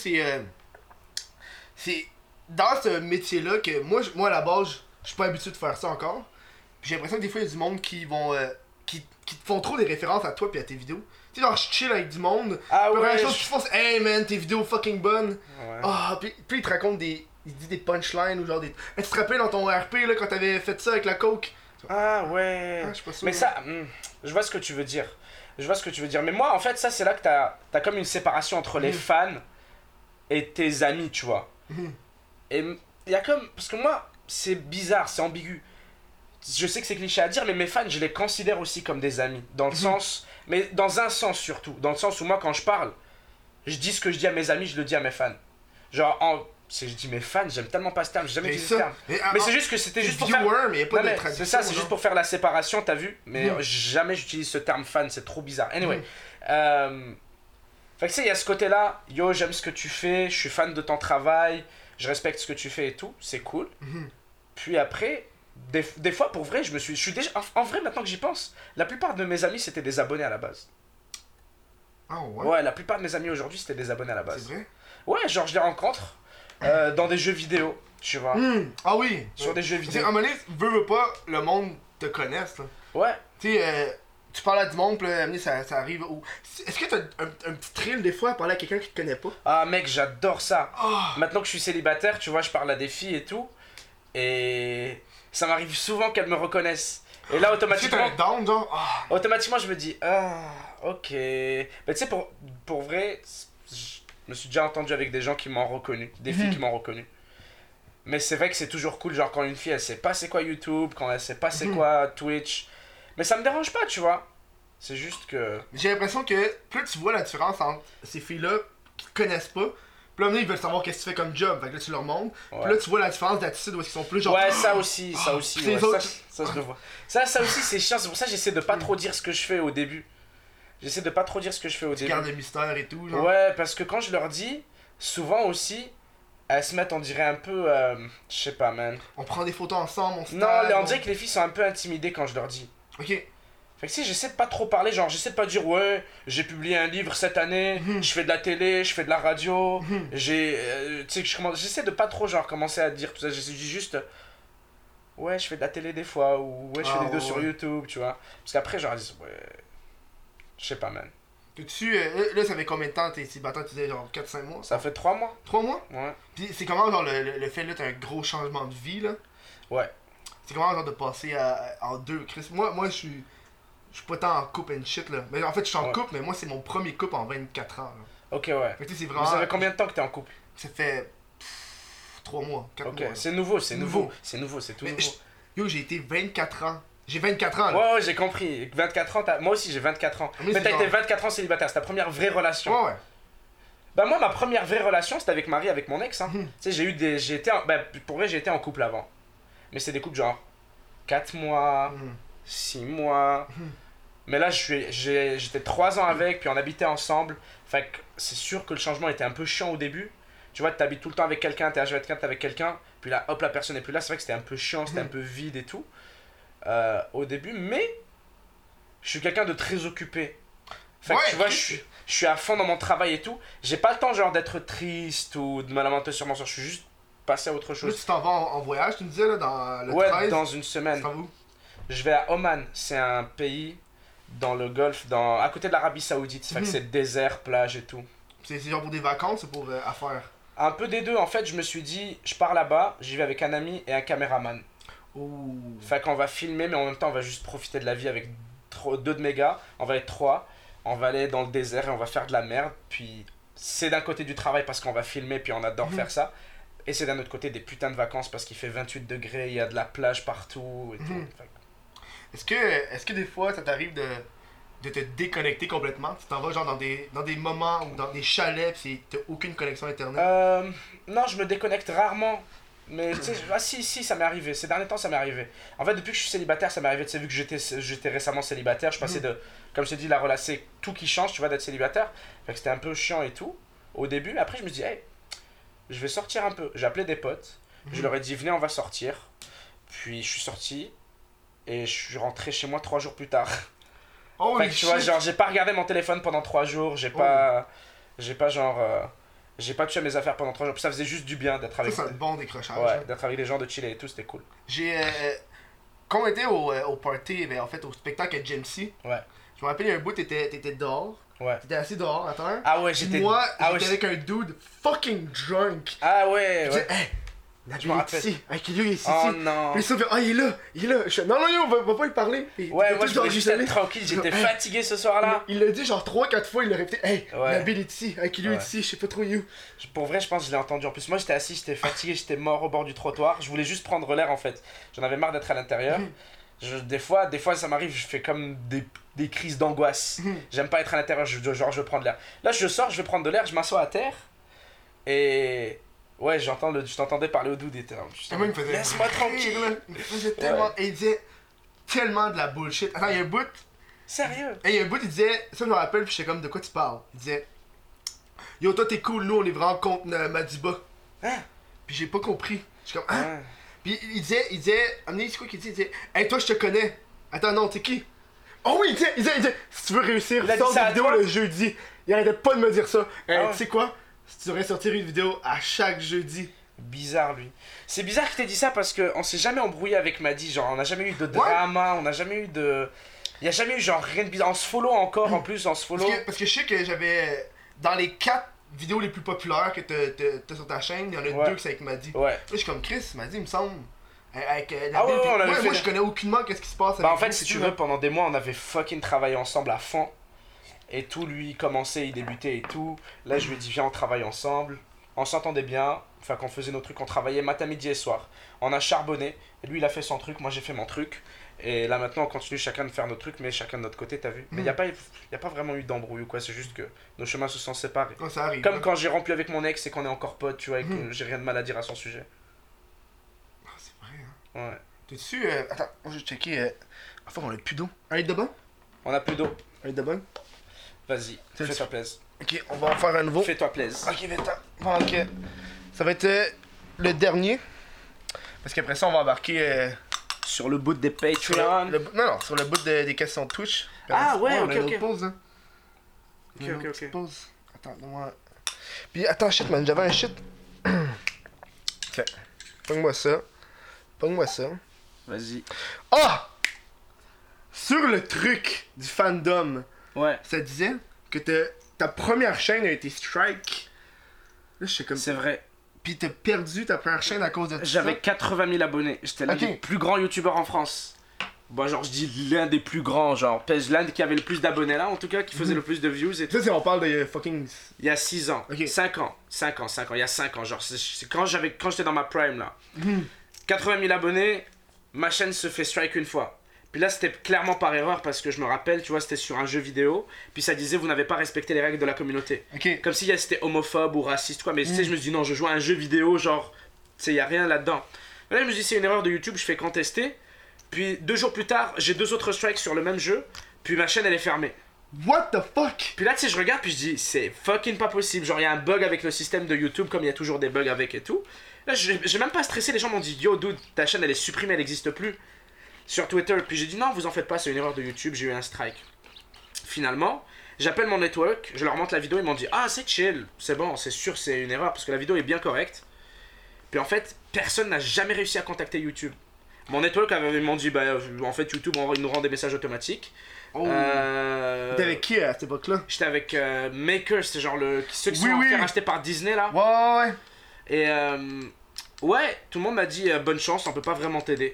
c'est dans ce métier-là que moi, à la base, je suis pas habitué de faire ça encore. Puis j'ai l'impression que des fois, il y a du monde qui vont. Qui te font trop des références à toi puis à tes vidéos. Tu sais, genre, je chill avec du monde. Ah puis la ouais. première chose qu'ils font, c'est hey man, tes vidéos fucking bonnes. Ouais. Ah, puis ils te racontent des. Ils disent des punchlines ou genre des. Mais tu te rappelles dans ton RP là quand t'avais fait ça avec la coke? Ah ouais. Ah, je suis pas sûr. Mais ça, je vois ce que tu veux dire. Mais moi, en fait, ça, c'est là que t'as comme une séparation entre les fans et tes amis, tu vois. Et il y a comme. Parce que moi, c'est bizarre, c'est ambigu. Je sais que c'est cliché à dire, mais mes fans, je les considère aussi comme des amis. Dans le sens. Mais dans un sens surtout. Dans le sens où moi, quand je parle, je dis ce que je dis à mes amis, je le dis à mes fans. Genre, je dis mes fans, j'aime tellement pas ce terme, j'ai jamais utilisé ce terme. Mais c'est juste que c'était juste pour faire. Mais y a pas Non, de mais traduction. c'est ça, c'est juste genre. pour faire la séparation, t'as vu? Mais jamais j'utilise ce terme fan, c'est trop bizarre. Anyway. Fait que tu sais, il y a ce côté-là, yo, j'aime ce que tu fais, je suis fan de ton travail, je respecte ce que tu fais et tout, c'est cool. Puis après, des fois, pour vrai, je suis déjà. En vrai, maintenant que j'y pense, la plupart de mes amis, c'était des abonnés à la base. Ah ouais? Ouais, la plupart de mes amis aujourd'hui, c'était des abonnés à la base. C'est vrai? Ouais, genre, je les rencontre dans des jeux vidéo, tu vois. Ah oui! Sur des jeux Tu sais, vidéo. à un moment donné, veux pas, le monde te connaisse là. Ouais. Tu sais, tu parles à du monde, pis là, à un moment donné, ça arrive. Est-ce que t'as un petit thrill des fois à parler à quelqu'un qui te connaît pas? Ah mec, j'adore ça. Oh. Maintenant que je suis célibataire, tu vois, je parle à des filles et tout. Et ça m'arrive souvent qu'elles me reconnaissent. Et là, Est-ce que automatiquement, t'as un down, genre? Ah. automatiquement je me dis, ah, ok. Mais tu sais, pour vrai, je me suis déjà entendu avec des gens qui m'ont reconnu. Des filles qui m'ont reconnu. Mais c'est vrai que c'est toujours cool, genre quand une fille, elle sait pas c'est quoi YouTube, quand elle sait pas c'est quoi Twitch. Mais ça me dérange pas, tu vois. C'est juste que... J'ai l'impression que plus tu vois la différence entre ces filles-là qui te connaissent pas, puis là, ils veulent savoir qu'est-ce que tu fais comme job, fait que là, tu leur montres. Ouais. Puis là, tu vois la différence d'attitude où ils sont plus genre. Ouais, ça aussi, c'est ouais, les autres. ça je le vois. Ça aussi c'est chiant, c'est pour ça que j'essaie de pas trop dire ce que je fais au début. J'essaie de pas trop dire ce que je fais au Tu début. gardes le mystère et tout, genre. Ouais, parce que quand je leur dis, souvent aussi, elles se mettent, on dirait un peu, je sais pas, man. On prend des photos ensemble, on se Non, tague, on dirait que les filles sont un peu intimidées quand je leur dis. Ok. Fait que si j'essaie de pas trop parler, genre j'essaie de pas dire ouais, j'ai publié un livre cette année, je fais de la télé, je fais de la radio, tu sais que j'essaie de pas trop genre commencer à dire tout ça, j'essaie juste ouais, je fais de la télé des fois ou ouais, je fais des vidéos sur YouTube, tu vois. Parce qu'après genre ils disent ouais, je sais pas man. T'es-tu. Là, ça fait combien de temps t'es célibataire? Tu disais genre 4-5 mois? Ça fait 3 mois. 3 mois? Ouais. Puis c'est comment, genre, le fait là, t'as un gros changement de vie, là? Ouais. C'est comment, genre, de passer en deux? Chris, moi, je suis. Je suis pas tant en couple and shit, là. Mais en fait, je suis en couple, mais moi, c'est mon premier couple en 24 ans, là. Ok, ouais. Fait que tu sais, c'est Vous vraiment. savez combien de temps que t'es en couple? Ça fait. 3 mois, 4 Ok, mois. Là. c'est nouveau, c'est Nouveau. nouveau. C'est nouveau, c'est tout Mais nouveau. Yo, j'ai été 24 ans. J'ai 24 ans, là. Ouais, ouais, j'ai compris. 24 ans, moi aussi j'ai 24 ans. Mais Mais c'est t'as été genre- 24 ans célibataire, c'est ta première vraie relation. Ouais, ouais. Bah moi, ma première vraie relation, c'était avec Marie, avec mon ex. Hein. Tu sais, j'ai été pour vrai, j'ai été en couple avant. Mais c'est des couples genre 4 mois, 6 mois. Mais là, j'étais 3 ans avec, puis on habitait ensemble. Fait que c'est sûr que le changement était un peu chiant au début. Tu vois, t'habites tout le temps avec quelqu'un, t'es H24 avec quelqu'un, puis là, hop, la personne n'est plus là. C'est vrai que c'était un peu chiant, c'était un peu vide et tout. Au début, mais je suis quelqu'un de très occupé. Fait que Ouais, tu vois, ok. je suis à fond dans mon travail et tout. J'ai pas le temps, genre, d'être triste ou de me lamenter sur mon sort. Je suis juste passé à autre Là, chose. tu t'en vas en voyage, tu me disais, là, dans le Ouais, 13. dans une Tu semaine. t'en vas où? Je vais à Oman. C'est un pays dans le Golfe, à côté de l'Arabie Saoudite. Fait que c'est désert, plage et tout. C'est genre pour des vacances ou pour affaires? Un peu des deux. En fait, je me suis dit, je pars là-bas, j'y vais avec un ami et un caméraman. Ouh. Fait qu'on va filmer, mais en même temps, on va juste profiter de la vie avec 2 de mes gars. On va être 3. On va aller dans le désert et on va faire de la merde. Puis c'est d'un côté du travail parce qu'on va filmer, puis on adore faire ça. Et c'est d'un autre côté des putains de vacances parce qu'il fait 28 degrés, il y a de la plage partout et tout. Fait que- Est-ce que des fois, ça t'arrive de te déconnecter complètement? Tu t'en vas genre dans des moments ou dans des chalets pis t'as aucune connexion internet? Non, je me déconnecte rarement. Mais tu sais, si, ça m'est arrivé. Ces derniers temps, ça m'est arrivé. En fait, depuis que je suis célibataire, ça m'est arrivé. Tu sais, vu que j'étais récemment célibataire, je passais de. Comme je t'ai dit, la relation, c'est tout qui change, tu vois, d'être célibataire. Fait que c'était un peu chiant et tout. Au début, après, je me dis, hey, je vais sortir un peu. J'ai appelé des potes. Je leur ai dit, venez, on va sortir. Puis je suis sorti. Et je suis rentré chez moi 3 jours plus tard. Oh, Fait que tu vois, genre, j'ai pas regardé mon téléphone pendant 3 jours. J'ai pas genre. J'ai pas touché à mes affaires pendant 3 jours. Puis ça faisait juste du bien d'être avec. Ça, c'est un bon décrochage. Ouais, hein. d'être avec des gens, de chiller et tout, c'était cool. J'ai. Quand on était au party, ben, en fait, au spectacle à Jamesy, Ouais. je me rappelle, il y a un bout, t'étais dehors. Ouais. T'étais assis dehors à terre. Ah ouais, Puis j'étais. moi, ah ouais, j'étais avec un dude fucking drunk. Ah ouais, Je disais, ouais. hey, Nabil Je me est rappelle. ici. Hey, Kilio, il est ici. Oh non. Puis il fait, ah, il est là. Je fais, non, yo, va pas lui parler. Puis, Ouais, il a moi tout je voulais juste enregistré. être tranquille, j'étais Hey. fatigué ce soir-là. Il l'a dit genre 3-4 fois, il l'a répété. Hey, Ouais. Nabil est ici. Hey, Kilio est Ouais. ici. Je sais pas trop où. Pour vrai, je pense que je l'ai entendu. En plus, moi j'étais assis, j'étais fatigué, j'étais mort au bord du trottoir. Je voulais juste prendre l'air en fait. J'en avais marre d'être à l'intérieur. Des fois ça m'arrive, je fais comme des crises d'angoisse. J'aime pas être à l'intérieur, genre je veux prendre l'air. Là, je sors, je vais prendre de l'air, je m'assois à terre. Et. Ouais, je t'entendais parler au dude et Et moi, il me faisait. laisse-moi tranquille. rire, là. Il me faisait tellement. Ouais. Et il disait tellement de la bullshit. Attends, il y a un bout. Sérieux. Et il y a un bout, il disait. Ça, je me rappelle, puis j'étais comme, de quoi tu parles? Il disait. Yo, toi, t'es cool, nous, on est vraiment contre Madiba. Hein? Puis j'ai pas compris. J'étais comme, hein? Ouais. Puis il disait, amenez, c'est quoi qu'il dit? Il disait, hey, toi, je te connais. Attends, non, t'es qui? Oh oui, il disait, si tu veux réussir, Il a dit sors ça des à vidéos toi? le jeudi. Il arrêtait pas de me dire ça. Hey, Ah ouais. tu sais quoi? Si tu devrais sortir une vidéo à chaque jeudi. Bizarre lui. C'est bizarre qu'il t'ait dit ça parce qu'on s'est jamais embrouillé avec Maddy, genre on n'a jamais eu de drama, on n'a jamais eu de... Il y a jamais eu genre rien de bizarre. On se follow encore en plus, on se follow. Parce que je sais que j'avais. Dans les 4 vidéos les plus populaires que t'as sur ta chaîne, il y en a Ouais. 2 que c'est avec Maddy. Ouais. Là, je suis comme Chris, Maddy, il me semble. Avec Ah ouais, Nabil, puis on avait moi, fait moi la- je connais aucunement qu'est-ce qui se passe avec Bah en vous, fait c'est si tu tout, veux, là. pendant des mois on avait fucking travaillé ensemble à fond. Et tout, lui il commençait, il débutait et tout. Là je lui ai dit viens on travaille ensemble. On s'entendait bien, enfin qu'on faisait nos trucs, on travaillait matin, midi et soir. On a charbonné, et lui il a fait son truc, moi j'ai fait mon truc. Et là maintenant on continue chacun de faire nos trucs, mais chacun de notre côté, t'as vu. Mais y a pas vraiment eu d'embrouille ou quoi, c'est juste que nos chemins se sont séparés. Ouais, ça arrive. Comme là. quand j'ai rompu avec mon ex et qu'on est encore potes, tu vois, et que j'ai rien de mal à dire à son sujet. Ah, c'est vrai, hein. Ouais. T'es-tu. Attends, moi j'ai checké. Enfin, on a plus d'eau. Un litre de bain? On a plus d'eau. Un litre de bain? Vas-y, C'est fais-toi plaisir. Ok, on va en faire un nouveau. Fais-toi plaisir. Ok, viens-t'en. Bon, ok. Ça va être le dernier. Parce qu'après ça, on va embarquer Sur le bout des sur Patreon. non, sur le bout des questions de Twitch. Ah, ouais, on ok, a une ok. autre pause, hein. Ok, Une ok, autre ok. pause. Attends, donne-moi. Puis attends, shit, man, j'avais un shit. Tiens, pogne-moi ça. Pogne-moi ça. Vas-y. Ah! Sur le truc du fandom, Ouais. ça disait que ta première chaîne a été strike. Là, je sais comme C'est vrai. Puis t'as perdu ta première chaîne à cause de tout J'avais ça. 80 000 abonnés. J'étais l'un des plus grands youtubeurs en France. Bon, genre, je dis l'un des plus grands, genre, l'un qui avait le plus d'abonnés là, en tout cas, qui faisait le plus de views et tout. Ça, c'est on parle de fucking. Il y a 6 ans. Ok. 5 ans. Il y a 5 ans. Genre, c'est quand j'étais dans ma prime là. 80 000 abonnés, ma chaîne se fait strike une fois. Puis là, c'était clairement par erreur parce que je me rappelle, tu vois, c'était sur un jeu vidéo. Puis ça disait, vous n'avez pas respecté les règles de la communauté. Ok. Comme si c'était homophobe ou raciste, quoi. Mais tu sais, je me suis dit, non, je joue à un jeu vidéo, genre, tu sais, il n'y a rien là-dedans. Là, je me suis dit, c'est une erreur de YouTube, je fais contester. Puis 2 jours plus tard, j'ai 2 autres strikes sur le même jeu. Puis ma chaîne, elle est fermée. What the fuck? Puis là, tu sais, je regarde, puis je dis, c'est fucking pas possible. Genre, il y a un bug avec le système de YouTube, comme il y a toujours des bugs avec et tout. Là, j'ai même pas stressé, les gens m'ont dit, yo, dude, ta chaîne, elle est supprimée, elle n'existe plus. Sur Twitter. Puis j'ai dit, non, vous en faites pas, c'est une erreur de YouTube, j'ai eu un strike. Finalement, j'appelle mon network, je leur montre la vidéo, ils m'ont dit, ah, c'est chill, c'est bon, c'est sûr, c'est une erreur, parce que la vidéo est bien correcte. Puis en fait, personne n'a jamais réussi à contacter YouTube. Mon network ils m'ont dit, bah, en fait, YouTube il nous rend des messages automatiques. Oh. T'es avec qui à cette époque-là? J'étais avec Maker, c'est genre ceux qui Oui, sont oui. achetés par Disney là. Ouais. Et ouais, tout le monde m'a dit bonne chance, on peut pas vraiment t'aider.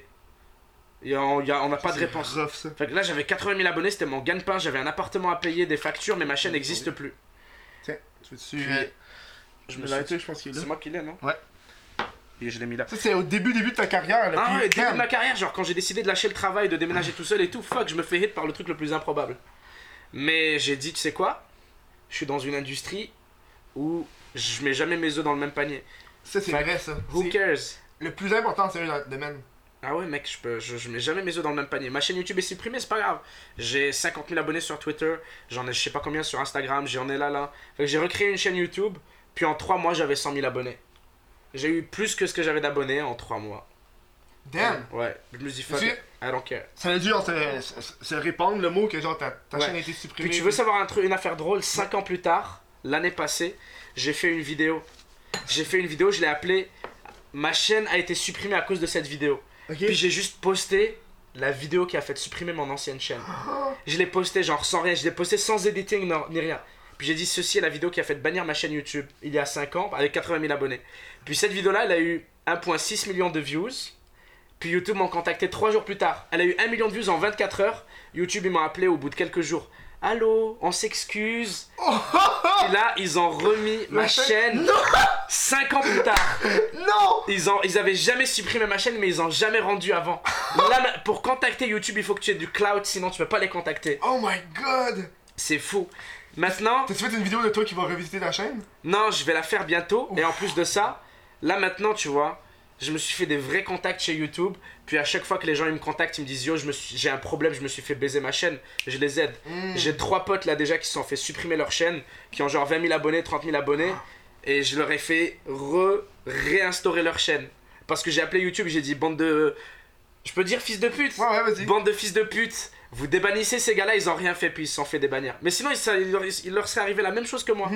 On n'a pas de réponse. Rough, ça. Fait que là j'avais 80 000 abonnés, c'était mon gagne-pain, j'avais un appartement à payer, des factures, mais ma chaîne n'existe plus. Tiens, tu veux-tu. Je me Le suis lighter, je pense qu'il est là. C'est moi qui l'ai, non? Ouais. Et je l'ai mis là. Ça, c'est au début de ta carrière. Là, Ah puis, ouais, début de damn. ma carrière, genre quand j'ai décidé de lâcher le travail, de déménager tout seul et tout, fuck, je me fais hit par le truc le plus improbable. Mais j'ai dit, tu sais quoi? Je suis dans une industrie où je mets jamais mes œufs dans le même panier. Ça, c'est Fait vrai, ça. Who C'est- cares? Le plus important, c'est dans le domaine. Ah ouais mec, je mets jamais mes œufs dans le même panier. Ma chaîne YouTube est supprimée, c'est pas grave. J'ai 50 000 abonnés sur Twitter, j'en ai je sais pas combien sur Instagram, j'en ai là. Fait que j'ai recréé une chaîne YouTube, puis en 3 mois j'avais 100 000 abonnés. J'ai eu plus que ce que j'avais d'abonnés en 3 mois. Damn. Ouais, je me suis dit fuck Tu- it, I don't care. Ça veut dire se répandre le mot que genre ta Ouais. chaîne a été supprimée. Puis tu veux savoir une affaire drôle, 5 ans plus tard, l'année passée, j'ai fait une vidéo. Je l'ai appelée ma chaîne a été supprimée à cause de cette vidéo. Ok. Puis j'ai juste posté la vidéo qui a fait supprimer mon ancienne chaîne. Je l'ai posté genre sans rien, je l'ai posté sans editing ni rien. Puis j'ai dit ceci est la vidéo qui a fait bannir ma chaîne YouTube il y a 5 ans avec 80 000 abonnés. Puis cette vidéo là elle a eu 1,6 million de views. Puis YouTube m'ont contacté 3 jours plus tard. Elle a eu 1 million de views en 24 heures. YouTube ils m'ont appelé au bout de quelques jours. Allô, on s'excuse. Et là ils ont remis ma chaîne Non. 5 ans plus tard. Non. Ils avaient jamais supprimé ma chaîne mais ils ont jamais rendu avant. Là pour contacter YouTube il faut que tu aies du cloud sinon tu peux pas les contacter. Oh my god. C'est fou. Maintenant, T'as-tu fait une vidéo de toi qui va revisiter ta chaîne? non je vais la faire bientôt et en plus de ça, là maintenant tu vois, je me suis fait des vrais contacts chez YouTube. Puis à chaque fois que les gens ils me contactent ils me disent yo j'ai un problème, je me suis fait baiser ma chaîne, je les aide. J'ai 3 potes là déjà qui se sont fait supprimer leur chaîne, qui ont genre 20 000 abonnés, 30 000 abonnés. Et je leur ai fait réinstaurer leur chaîne. Parce que j'ai appelé YouTube, j'ai dit bande de... Je peux dire fils de pute? Ouais, vas-y. Bande de fils de pute. Vous débannissez ces gars-là, ils ont rien fait puis ils se sont fait débannir. Mais sinon il leur serait arrivé la même chose que moi.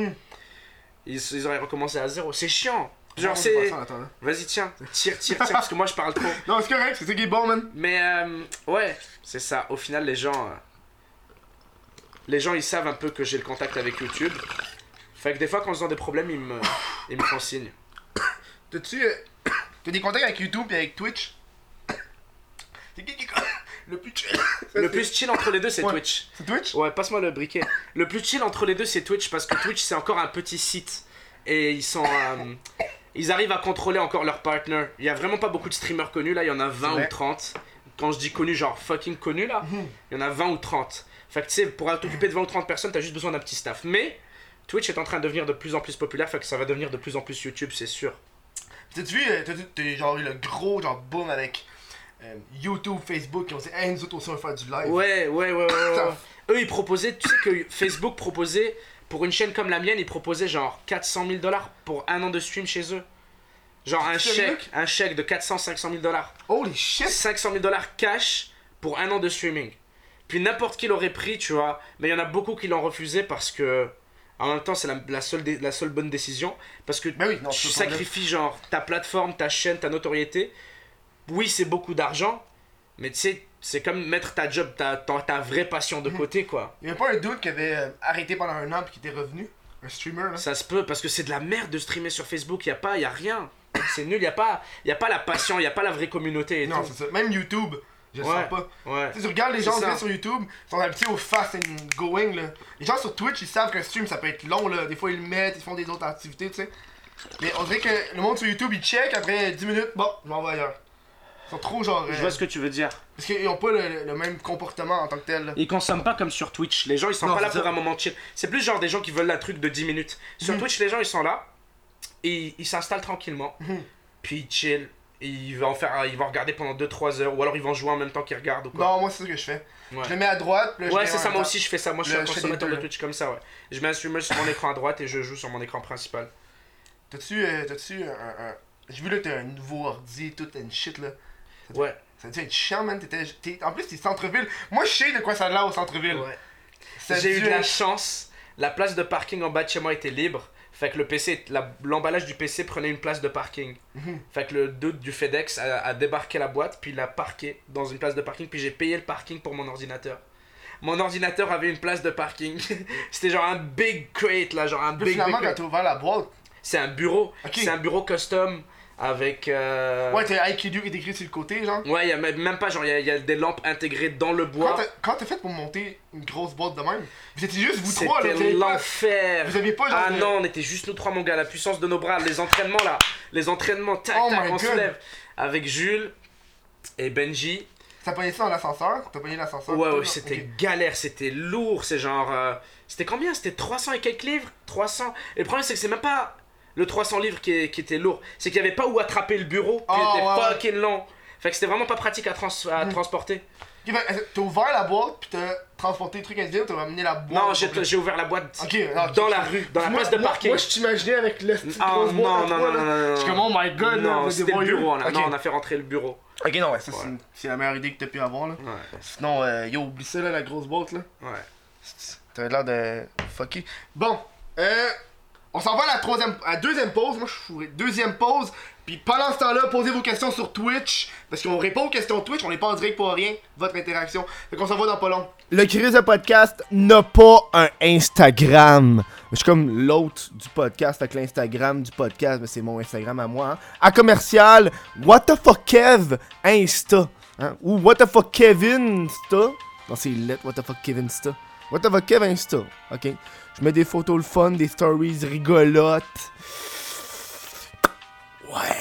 Ils auraient recommencé à zéro. C'est chiant. Genre Non, c'est... pas ça, attends, là. Vas-y tiens, tire, parce que moi je parle trop. Non, c'est correct, c'est ça qui est bon, man. Mais ouais, c'est ça. Au final, les gens ils savent un peu que j'ai le contact avec YouTube. Fait que des fois, quand ils ont des problèmes, ils me font signe. T'as-tu. T'as des contacts avec YouTube et avec Twitch? C'est qui le plus chill? Le plus chill entre les deux, c'est Ouais. Twitch. C'est Twitch? Ouais, passe-moi le briquet. Le plus chill entre les deux, c'est Twitch parce que Twitch, c'est encore un petit site. Et ils sont. Ils arrivent à contrôler encore leurs partners. Il y a vraiment pas beaucoup de streamers connus là, il y en a 20 vrai. ou 30. Quand je dis connus, genre fucking connus là, il y en a 20 ou 30. Fait que tu sais, pour t'occuper de 20 ou 30 personnes, t'as juste besoin d'un petit staff. Mais Twitch est en train de devenir de plus en plus populaire, fait que ça va devenir de plus en plus YouTube, c'est sûr. T'as-tu vu, t'as genre eu le gros genre boom avec YouTube, Facebook qui ont dit hey, nous autres aussi on va faire du live. Ouais. Eux, ils proposaient, tu sais que Facebook proposait, pour une chaîne comme la mienne, ils proposaient genre 400 000 $ pour 1 an de stream chez eux. Genre un chèque de 400-500 000 $. Holy shit! 500 000 $ cash pour 1 an de streaming. Puis n'importe qui l'aurait pris, tu vois. Mais il y en a beaucoup qui l'ont refusé parce que, en même temps, c'est la seule bonne décision. Parce que Ben oui, non, tu c'est pas vrai. sacrifies genre ta plateforme, ta chaîne, ta notoriété. Oui, c'est beaucoup d'argent. Mais tu sais, c'est comme mettre ta job, ta vraie passion de côté, quoi. Il y avait pas un dude qui avait arrêté pendant un an puis qui était revenu? Un streamer, là? Ça se peut, parce que c'est de la merde de streamer sur Facebook, y a rien. C'est nul, y a pas la passion, y a pas la vraie communauté et Non, tout. c'est ça. Même YouTube, je le Ouais, sens pas. ouais. Tu sais, tu regardes les C'est gens ça. sur YouTube, ils sont habitués au fast and going, là. Les gens sur Twitch, ils savent qu'un stream, ça peut être long, là. Des fois, ils le mettent, ils font des autres activités, tu sais. Mais on dirait que le monde sur YouTube, ils check, après 10 minutes, bon, je m'en vais ailleurs. Ils sont trop genre... Je vois ce que tu veux dire. Parce qu'ils ont pas le même comportement en tant que tel, là. Ils consomment pas comme sur Twitch. Les gens, ils sont Non, pas là c'est pour ça. un moment chill. C'est plus genre des gens qui veulent un truc de 10 minutes. Sur Mhm. Twitch, les gens, ils sont là. Et ils s'installent tranquillement. Mhm. Puis ils chill. Et ils vont regarder pendant 2-3 heures. Ou alors ils vont jouer en même temps qu'ils regardent ou quoi. Non, moi, c'est ce que je fais. Ouais. Je le mets à droite, puis là, je Ouais, mets c'est en ça, même moi temps. aussi je fais ça. Moi je suis Le- un je fais des consommateur deux, de là. Twitch comme ça, ouais. Je mets un streamer sur mon écran à droite et je joue sur mon écran principal. T'as-tu un... J'ai vu là, t'as un nouveau ordi, tout and shit, là. Ouais. Ça a dû être chiant, man. En plus, t'es centre-ville. Moi, je sais de quoi ça a l'air au centre-ville. Ouais. Ça a J'ai eu dû de la être- chance. La place de parking en bas de chez moi était libre. Fait que le PC, l'emballage du PC prenait une place de parking. Mhm. Fait que le dude du FedEx a débarqué la boîte, puis il l'a parqué dans une place de parking, puis j'ai payé le parking pour mon ordinateur. Mon ordinateur avait une place de parking. C'était genre un big crate là, genre un Puis big finalement, quand crate. t'as ouvert la boîte, C'est un bureau. Ok. C'est un bureau custom avec. ouais, t'as IQ2 qui est écrit sur le côté, genre. Ouais, il y a même pas genre, il y a des lampes intégrées dans le bois. Quand t'as fait pour monter une grosse boîte de même, vous étiez juste vous trois, là. Vous C'était aviez pas- l'enfer. vous aviez pas genre Ah de- non, on était juste nous trois, mon gars. La puissance de nos bras, les entraînements là. Les entraînements, tac, Oh tac, my on God. soulève. Avec Jules et Benji. T'as pogné ça dans l'ascenseur? T'as pogné l'ascenseur? Ouais, tout, ouais, là? c'était Ok. galère, c'était lourd. C'est genre. C'était combien? C'était 300 et quelques livres? 300. Et le problème, c'est que c'est même pas le 300 livres qui était lourd. C'est qu'il y avait pas où attraper le bureau. Puis Oh, il était ouais, ouais. fucking long. Fait que c'était vraiment pas pratique à transporter. Ok, fait, t'as ouvert la boîte, puis t'as transporté le truc à se dire, t'as amené la boîte. Non, au complet. j'ai ouvert la boîte Ok, ok, dans ok. la rue, dans la Moi- place de moi- parking. Moi, je t'imaginais avec le petite Ah grosse boîte. non, à non, toi, non, là. non, non, Je suis comme, oh my god, là, non, vous c'était le voyeux. bureau. Ok. Non, on a fait rentrer le bureau. Ok, non, ouais, ça, Ouais. c'est la meilleure idée que t'as pu avoir, là. Ouais, Sinon, yo, oublie ça, là, la grosse boîte, là. ouais. T'avais l'air de fucker. Bon, on s'en va à la deuxième pause. Moi, je suis fourré. Deuxième pause. Puis pendant ce temps-là, posez vos questions sur Twitch. Parce qu'on répond aux questions Twitch. On n'est pas en direct pour rien. Votre interaction. Fait qu'on s'en va dans pas long. Le Curieux de Podcast n'a pas un Instagram. Je suis comme l'autre du podcast. Fait que l'Instagram du podcast, mais c'est mon Instagram à moi. Hein. À commercial, what the fuck Kev Insta. Hein? Ou what the fuck Kevin Insta. Non, c'est lettre, what the fuck Kevin Insta. What the fuck Kevin Insta. Ok. Je mets des photos le fun, des stories rigolotes. Ouais.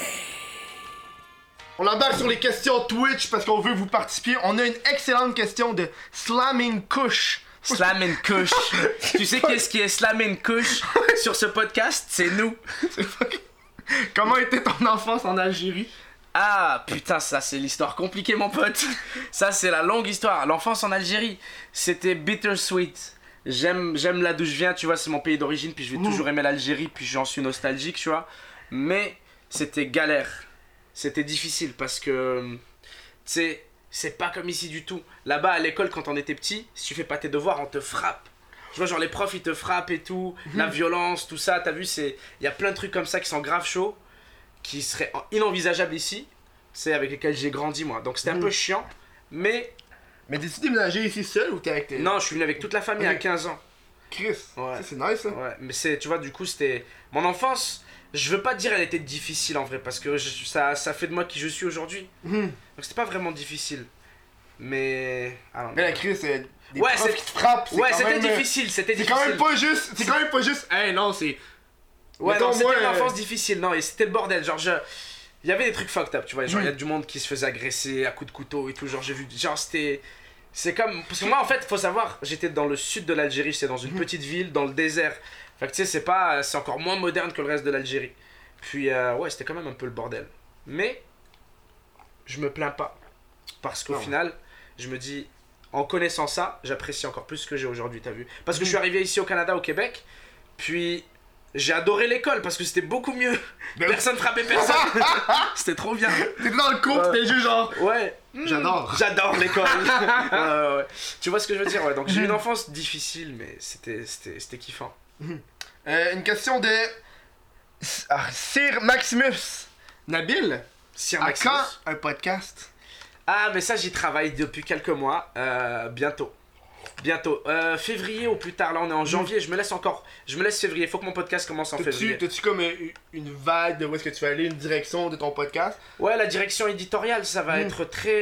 On embarque sur les questions Twitch parce qu'on veut vous participer. On a une excellente question de Slamming Kush. Slam and Kush. Tu sais qu'est-ce qui est Slam and Kush sur ce podcast? C'est nous. Comment était ton enfance en Algérie? Ah putain, ça c'est l'histoire compliquée, mon pote. Ça c'est la longue histoire. L'enfance en Algérie, c'était bittersweet. J'aime là d'où je viens, tu vois, c'est mon pays d'origine, puis je vais toujours aimer l'Algérie, puis j'en suis nostalgique, tu vois. Mais c'était galère. C'était difficile parce que, tu sais, c'est pas comme ici du tout. Là-bas, à l'école, quand on était petit, si tu fais pas tes devoirs, on te frappe. Tu vois, genre les profs, ils te frappent et tout. La violence, tout ça, t'as vu, il y a plein de trucs comme ça qui sont grave chauds, qui seraient inenvisageables ici. C'est avec lesquels j'ai grandi, moi. Donc c'était un peu chiant, mais... Mais t'es-tu déménagé ici seul ou t'es avec tes... Non, je suis venu avec toute la famille à 15 ans. Chris, Ouais. ça, c'est nice, ça. Ouais, mais tu vois, du coup, c'était... Mon enfance, je veux pas dire elle était difficile en vrai, parce que ça fait de moi qui je suis aujourd'hui. Mhm. Donc c'était pas vraiment difficile. Mais... Ah non, Mais la Chris, des Ouais, profs c'est- qui te frappent, ouais, quand c'était même, difficile, c'était C'est difficile. quand même pas juste, hey non, c'est... Ouais, Mettons, non, c'était moi, une enfance difficile, non, et c'était le bordel, genre il y avait des trucs fucked up, tu vois, genre il y a Mhm. du monde qui se faisait agresser à coups de couteau et tout, genre j'ai vu, genre c'était... C'est comme... Parce que moi en fait, faut savoir, j'étais dans le sud de l'Algérie, j'étais dans une petite ville, dans le désert. Fait que tu sais, c'est encore moins moderne que le reste de l'Algérie. Puis ouais, c'était quand même un peu le bordel. Mais, je me plains pas. Parce qu'au Non. final, je me dis, en connaissant ça, j'apprécie encore plus ce que j'ai aujourd'hui, t'as vu. Parce que je suis arrivé ici au Canada, au Québec, puis... J'ai adoré l'école parce que c'était beaucoup mieux. Ben oui. Personne frappait personne. C'était trop bien. T'es dans le cours, t'es juste genre... Ouais. J'adore. J'adore l'école. Ouais. Tu vois ce que je veux dire, ouais. Donc j'ai eu une enfance difficile, mais c'était kiffant. Une question de... Sir Maximus. Nabil, Sir à Maximus. quand un podcast? Ah, mais ça, j'y travaille depuis quelques mois. Bientôt. Bientôt. Février ou plus tard. Là, on est en janvier. Je me laisse février. Faut que mon podcast commence en février. T'as-tu comme une vague de où est-ce que tu vas aller, une direction de ton podcast? Ouais, la direction éditoriale, ça va être très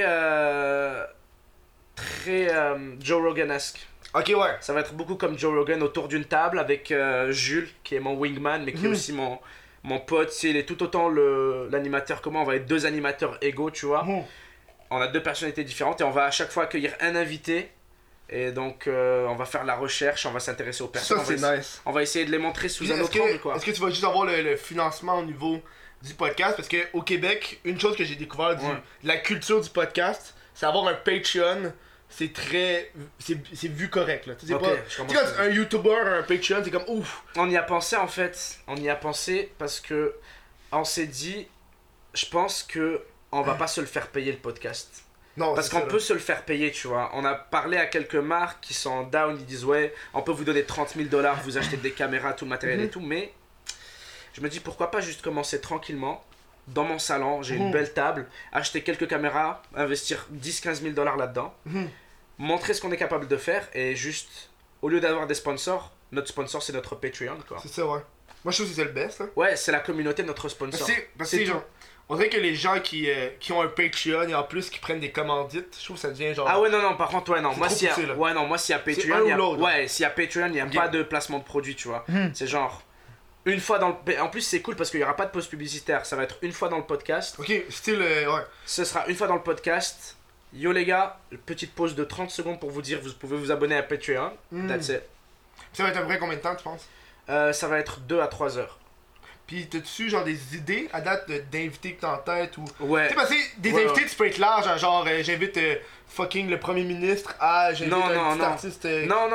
Joe Rogan-esque. Ok, ouais. Ça va être beaucoup comme Joe Rogan autour d'une table avec Jules, qui est mon wingman, mais qui est aussi mon pote. Il est tout autant l'animateur que moi. On va être deux animateurs égaux, tu vois. On a deux personnalités différentes et on va à chaque fois accueillir un invité. Et donc, on va faire la recherche, on va s'intéresser aux personnes. Ça, c'est nice. On va essayer de les montrer sous un autre angle, quoi. Est-ce que tu vas juste avoir le financement au niveau du podcast? Parce qu'au Québec, une chose que j'ai découvert de la culture du podcast, c'est avoir un Patreon. C'est très. C'est vu correct, là. Tu sais, quand un YouTuber a un Patreon, c'est comme ouf. On y a pensé, en fait. On y a pensé parce que on s'est dit, je pense que on va pas se le faire payer le podcast. Non, parce qu'on peut se le faire payer, tu vois. On a parlé à quelques marques qui sont down, ils disent ouais, on peut vous donner 30 000 $, vous achetez des caméras, tout le matériel et tout, mais je me dis pourquoi pas juste commencer tranquillement dans mon salon, j'ai une belle table, acheter quelques caméras, investir 10-15 000 $ là-dedans, montrer ce qu'on est capable de faire et juste, au lieu d'avoir des sponsors, notre sponsor c'est notre Patreon, quoi. C'est ça, ouais. Moi je trouve que c'est le best, là. Ouais, c'est la communauté de notre sponsor. C'est genre. On dirait que les gens qui ont un Patreon et en plus qui prennent des commandites, je trouve que ça devient genre. Ah ouais, non, par contre, ouais, non. Moi, s'il y a Patreon, s'il y a Patreon, il n'y a pas de placement de produit, tu vois. C'est genre, une fois dans le. En plus, c'est cool parce qu'il n'y aura pas de pause publicitaire. Ça va être une fois dans le podcast. Ok, style. Ouais. Ce sera une fois dans le podcast. Yo les gars, petite pause de 30 secondes pour vous dire, vous pouvez vous abonner à Patreon. That's it. Ça va être à peu près combien de temps, tu penses? Ça va être 2 à 3 heures. Pis t'as-tu genre des idées à date d'invités que t'as en tête ou. Ouais. Tu sais, parce que des invités, tu peux être large, genre j'invite fucking le premier ministre à. J'invite un petit artiste. Non,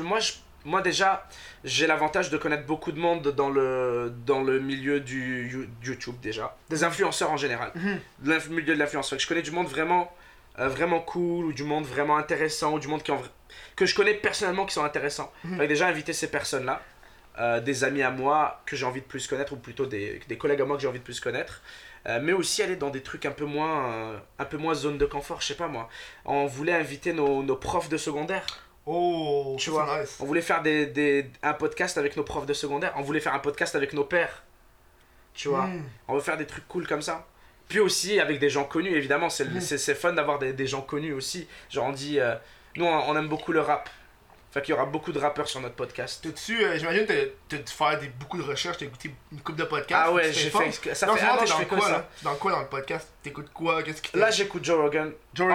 moi déjà, j'ai l'avantage de connaître beaucoup de monde dans le milieu du YouTube déjà. Des influenceurs en général. Le milieu de l'influence. Je connais du monde vraiment cool, ou du monde vraiment intéressant, ou du monde que je connais personnellement qui sont intéressants. Fait que déjà inviter ces personnes-là. Des amis à moi que j'ai envie de plus connaître, ou plutôt des collègues à moi que j'ai envie de plus connaître, mais aussi aller dans des trucs un peu moins zone de confort, je sais pas moi. On voulait inviter nos profs de secondaire. Oh, tu vois, nice. On voulait faire un podcast avec nos profs de secondaire, on voulait faire un podcast avec nos pères, tu vois. On veut faire des trucs cool comme ça. Puis aussi avec des gens connus, évidemment, c'est fun d'avoir des gens connus aussi. Genre on dit, nous on aime beaucoup le rap. Fait qu'il y aura beaucoup de rappeurs sur notre podcast. J'imagine que t'as dû faire beaucoup de recherches, t'as écouté une couple de podcasts. Ah ouais, j'ai fait. Ça fait un an que je fais quoi ça. Dans quoi dans le podcast? T'écoutes quoi? Qu'est-ce qui Là, j'écoute Joe Rogan.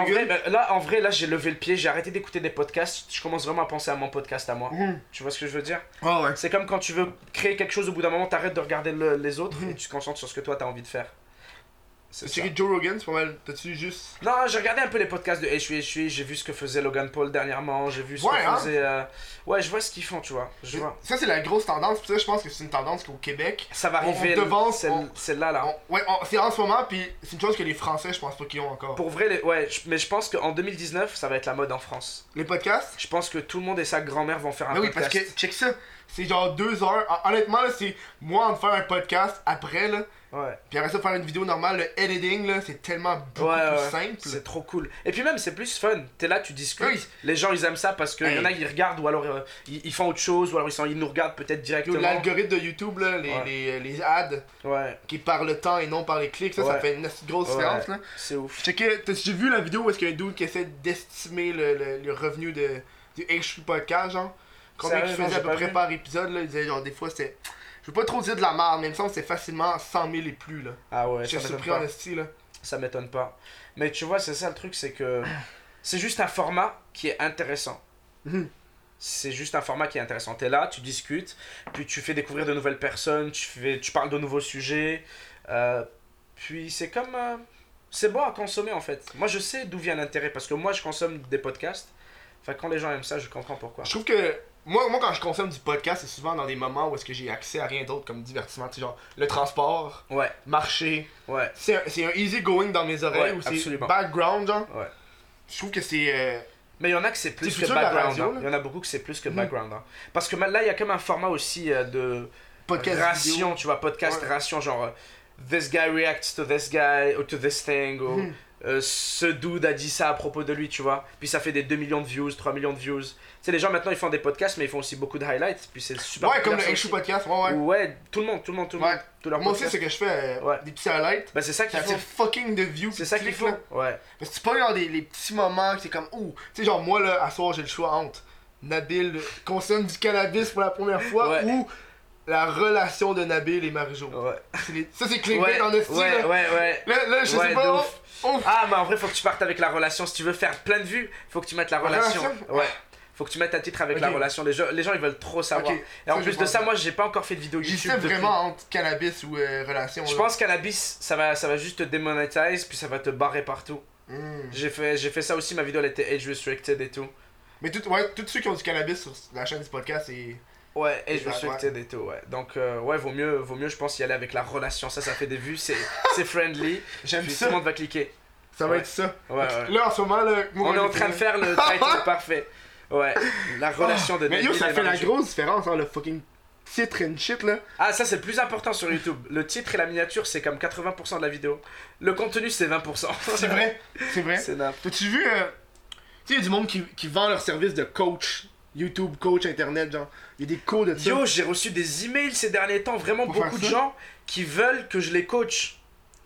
En vrai, là, j'ai levé le pied, j'ai arrêté d'écouter des podcasts. Je commence vraiment à penser à mon podcast à moi. Tu vois ce que je veux dire? Oh, ouais. C'est comme quand tu veux créer quelque chose, au bout d'un moment, t'arrêtes de regarder les autres et tu te concentres sur ce que toi t'as envie de faire. C'est Joe Rogan, c'est pas mal. T'as-tu juste. Non, j'ai regardé un peu les podcasts de Hui, j'ai vu ce que faisait Logan Paul dernièrement, j'ai vu ce que faisait. Ouais, je vois ce qu'ils font, tu vois. Ça, c'est la grosse tendance, puis ça, je pense que c'est une tendance qu'au Québec. Ça va arriver, celle-là, là. Ouais, c'est en ce moment, puis c'est une chose que les Français, je pense pas qu'ils ont encore. Pour vrai, ouais, mais je pense qu'en 2019, ça va être la mode en France. Les podcasts? Je pense que tout le monde et sa grand-mère vont faire un podcast. Oui, parce que, check ça, c'est genre 2 heures. Honnêtement, là, c'est moi en faire un podcast après, là. Ouais. Puis après ça, faire une vidéo normale, le editing, là, c'est tellement beaucoup plus simple. C'est trop cool. Et puis même, c'est plus fun. T'es là, tu discutes. Oui. Les gens, ils aiment ça parce qu'il y en a, ils regardent ou alors ils font autre chose ou alors ils nous regardent peut-être directement. L'algorithme de YouTube, là, les ads, qui par le temps et non par les clics, ça fait une grosse différence. Là. C'est ouf. J'ai vu la vidéo où est-ce qu'il y a un dude qui essaie d'estimer le revenu du H3 Podcast, genre. Combien il faisait à peu près par épisode, là. Il disait, genre, des fois, c'était. Je veux pas trop dire de la merde, mais il me semble que c'est facilement 100 000 et plus, là. Ah ouais, je suis surpris en esti, là. Ça m'étonne pas. Mais tu vois, c'est ça le truc, c'est que c'est juste un format qui est intéressant. C'est juste un format qui est intéressant. T'es là, tu discutes, puis tu fais découvrir de nouvelles personnes, tu parles de nouveaux sujets. Puis c'est comme. C'est bon à consommer en fait. Moi je sais d'où vient l'intérêt parce que moi je consomme des podcasts. Enfin, quand les gens aiment ça, je comprends pourquoi. Je trouve que. Moi, quand je consomme du podcast, c'est souvent dans des moments où est-ce que j'ai accès à rien d'autre comme divertissement. Tu sais, genre le transport, marcher. Ouais. C'est un easy going dans mes oreilles ou c'est background, genre. Ouais. Je trouve que c'est. Mais il y en a que c'est plus que background. Il y en a beaucoup que c'est plus que background. Parce que là, il y a comme un format aussi de podcast ration, vidéo. Tu vois, podcast ration, genre this guy reacts to this guy or to this thing. Ou ce dude a dit ça à propos de lui, tu vois. Puis ça fait des 2 millions de views, 3 millions de views. Tu sais, les gens maintenant ils font des podcasts, mais ils font aussi beaucoup de highlights. Puis c'est super Ouais, comme le populaire, ça H2 aussi. podcast, ouais. Ouais, tout le monde. Ouais. Tous leurs Moi aussi, podcasts. c'est que je fais Ouais. des petits highlights. Bah, c'est ça qu'il Ça faut. attire fucking de views. C'est ça qu'il faut. Ouais. Parce que tu pognes dans les petits moments que c'est comme, ouh. Tu sais, genre, moi, là, à soir, j'ai le choix entre Nabil consomme du cannabis pour la première fois Ouais. ou la relation de Nabil et Marjo. Ouais. Ça, c'est clickbait Ouais, dans le style. ouais, là. ouais. Là, je Ouais, sais de pas. ouf. Ouf. Ah, mais en vrai, faut que tu partes avec la relation. Si tu veux faire plein de vues, faut que tu mettes la relation. relation? Ouais. Faut que tu mettes un titre avec Ok. la relation. Les gens, ils veulent trop savoir. Ok. Et en Ça, plus je de ça, pense. moi, j'ai pas encore fait de vidéo YouTube. J'hésitais depuis. vraiment entre cannabis ou relation. Je là. pense cannabis, ça va juste te démonétiser, puis ça va te barrer partout. J'ai fait ça aussi, ma vidéo elle était age restricted et tout. Mais tous ceux qui ont du cannabis sur la chaîne du podcast, c'est. Ouais, age Ouais, restricted et tout, ouais. Donc, ouais, vaut mieux, je pense, y aller avec la relation. Ça fait des vues, c'est friendly. J'aime Puis tout ça. le monde va cliquer. Ça va Ouais. être ça. Ouais, ouais. Là, en ce moment, là. moi, On est en train de faire le title parfait. Ouais, la relation de Mais yo, Nabil ça et fait la Marjo. grosse différence, hein, le fucking titre and shit, là. Ah, ça c'est le plus important sur YouTube. Le titre et la miniature, c'est comme 80% de la vidéo. Le contenu, c'est 20%. C'est vrai, c'est vrai. C'est nappe. T'as-tu vu, tu sais, il y a du monde qui vend leur service de coach, YouTube, coach internet, genre. Il y a des cours de ça. Yo, j'ai reçu des emails ces derniers temps, vraiment Pour beaucoup faire de ça? gens qui veulent que je les coach.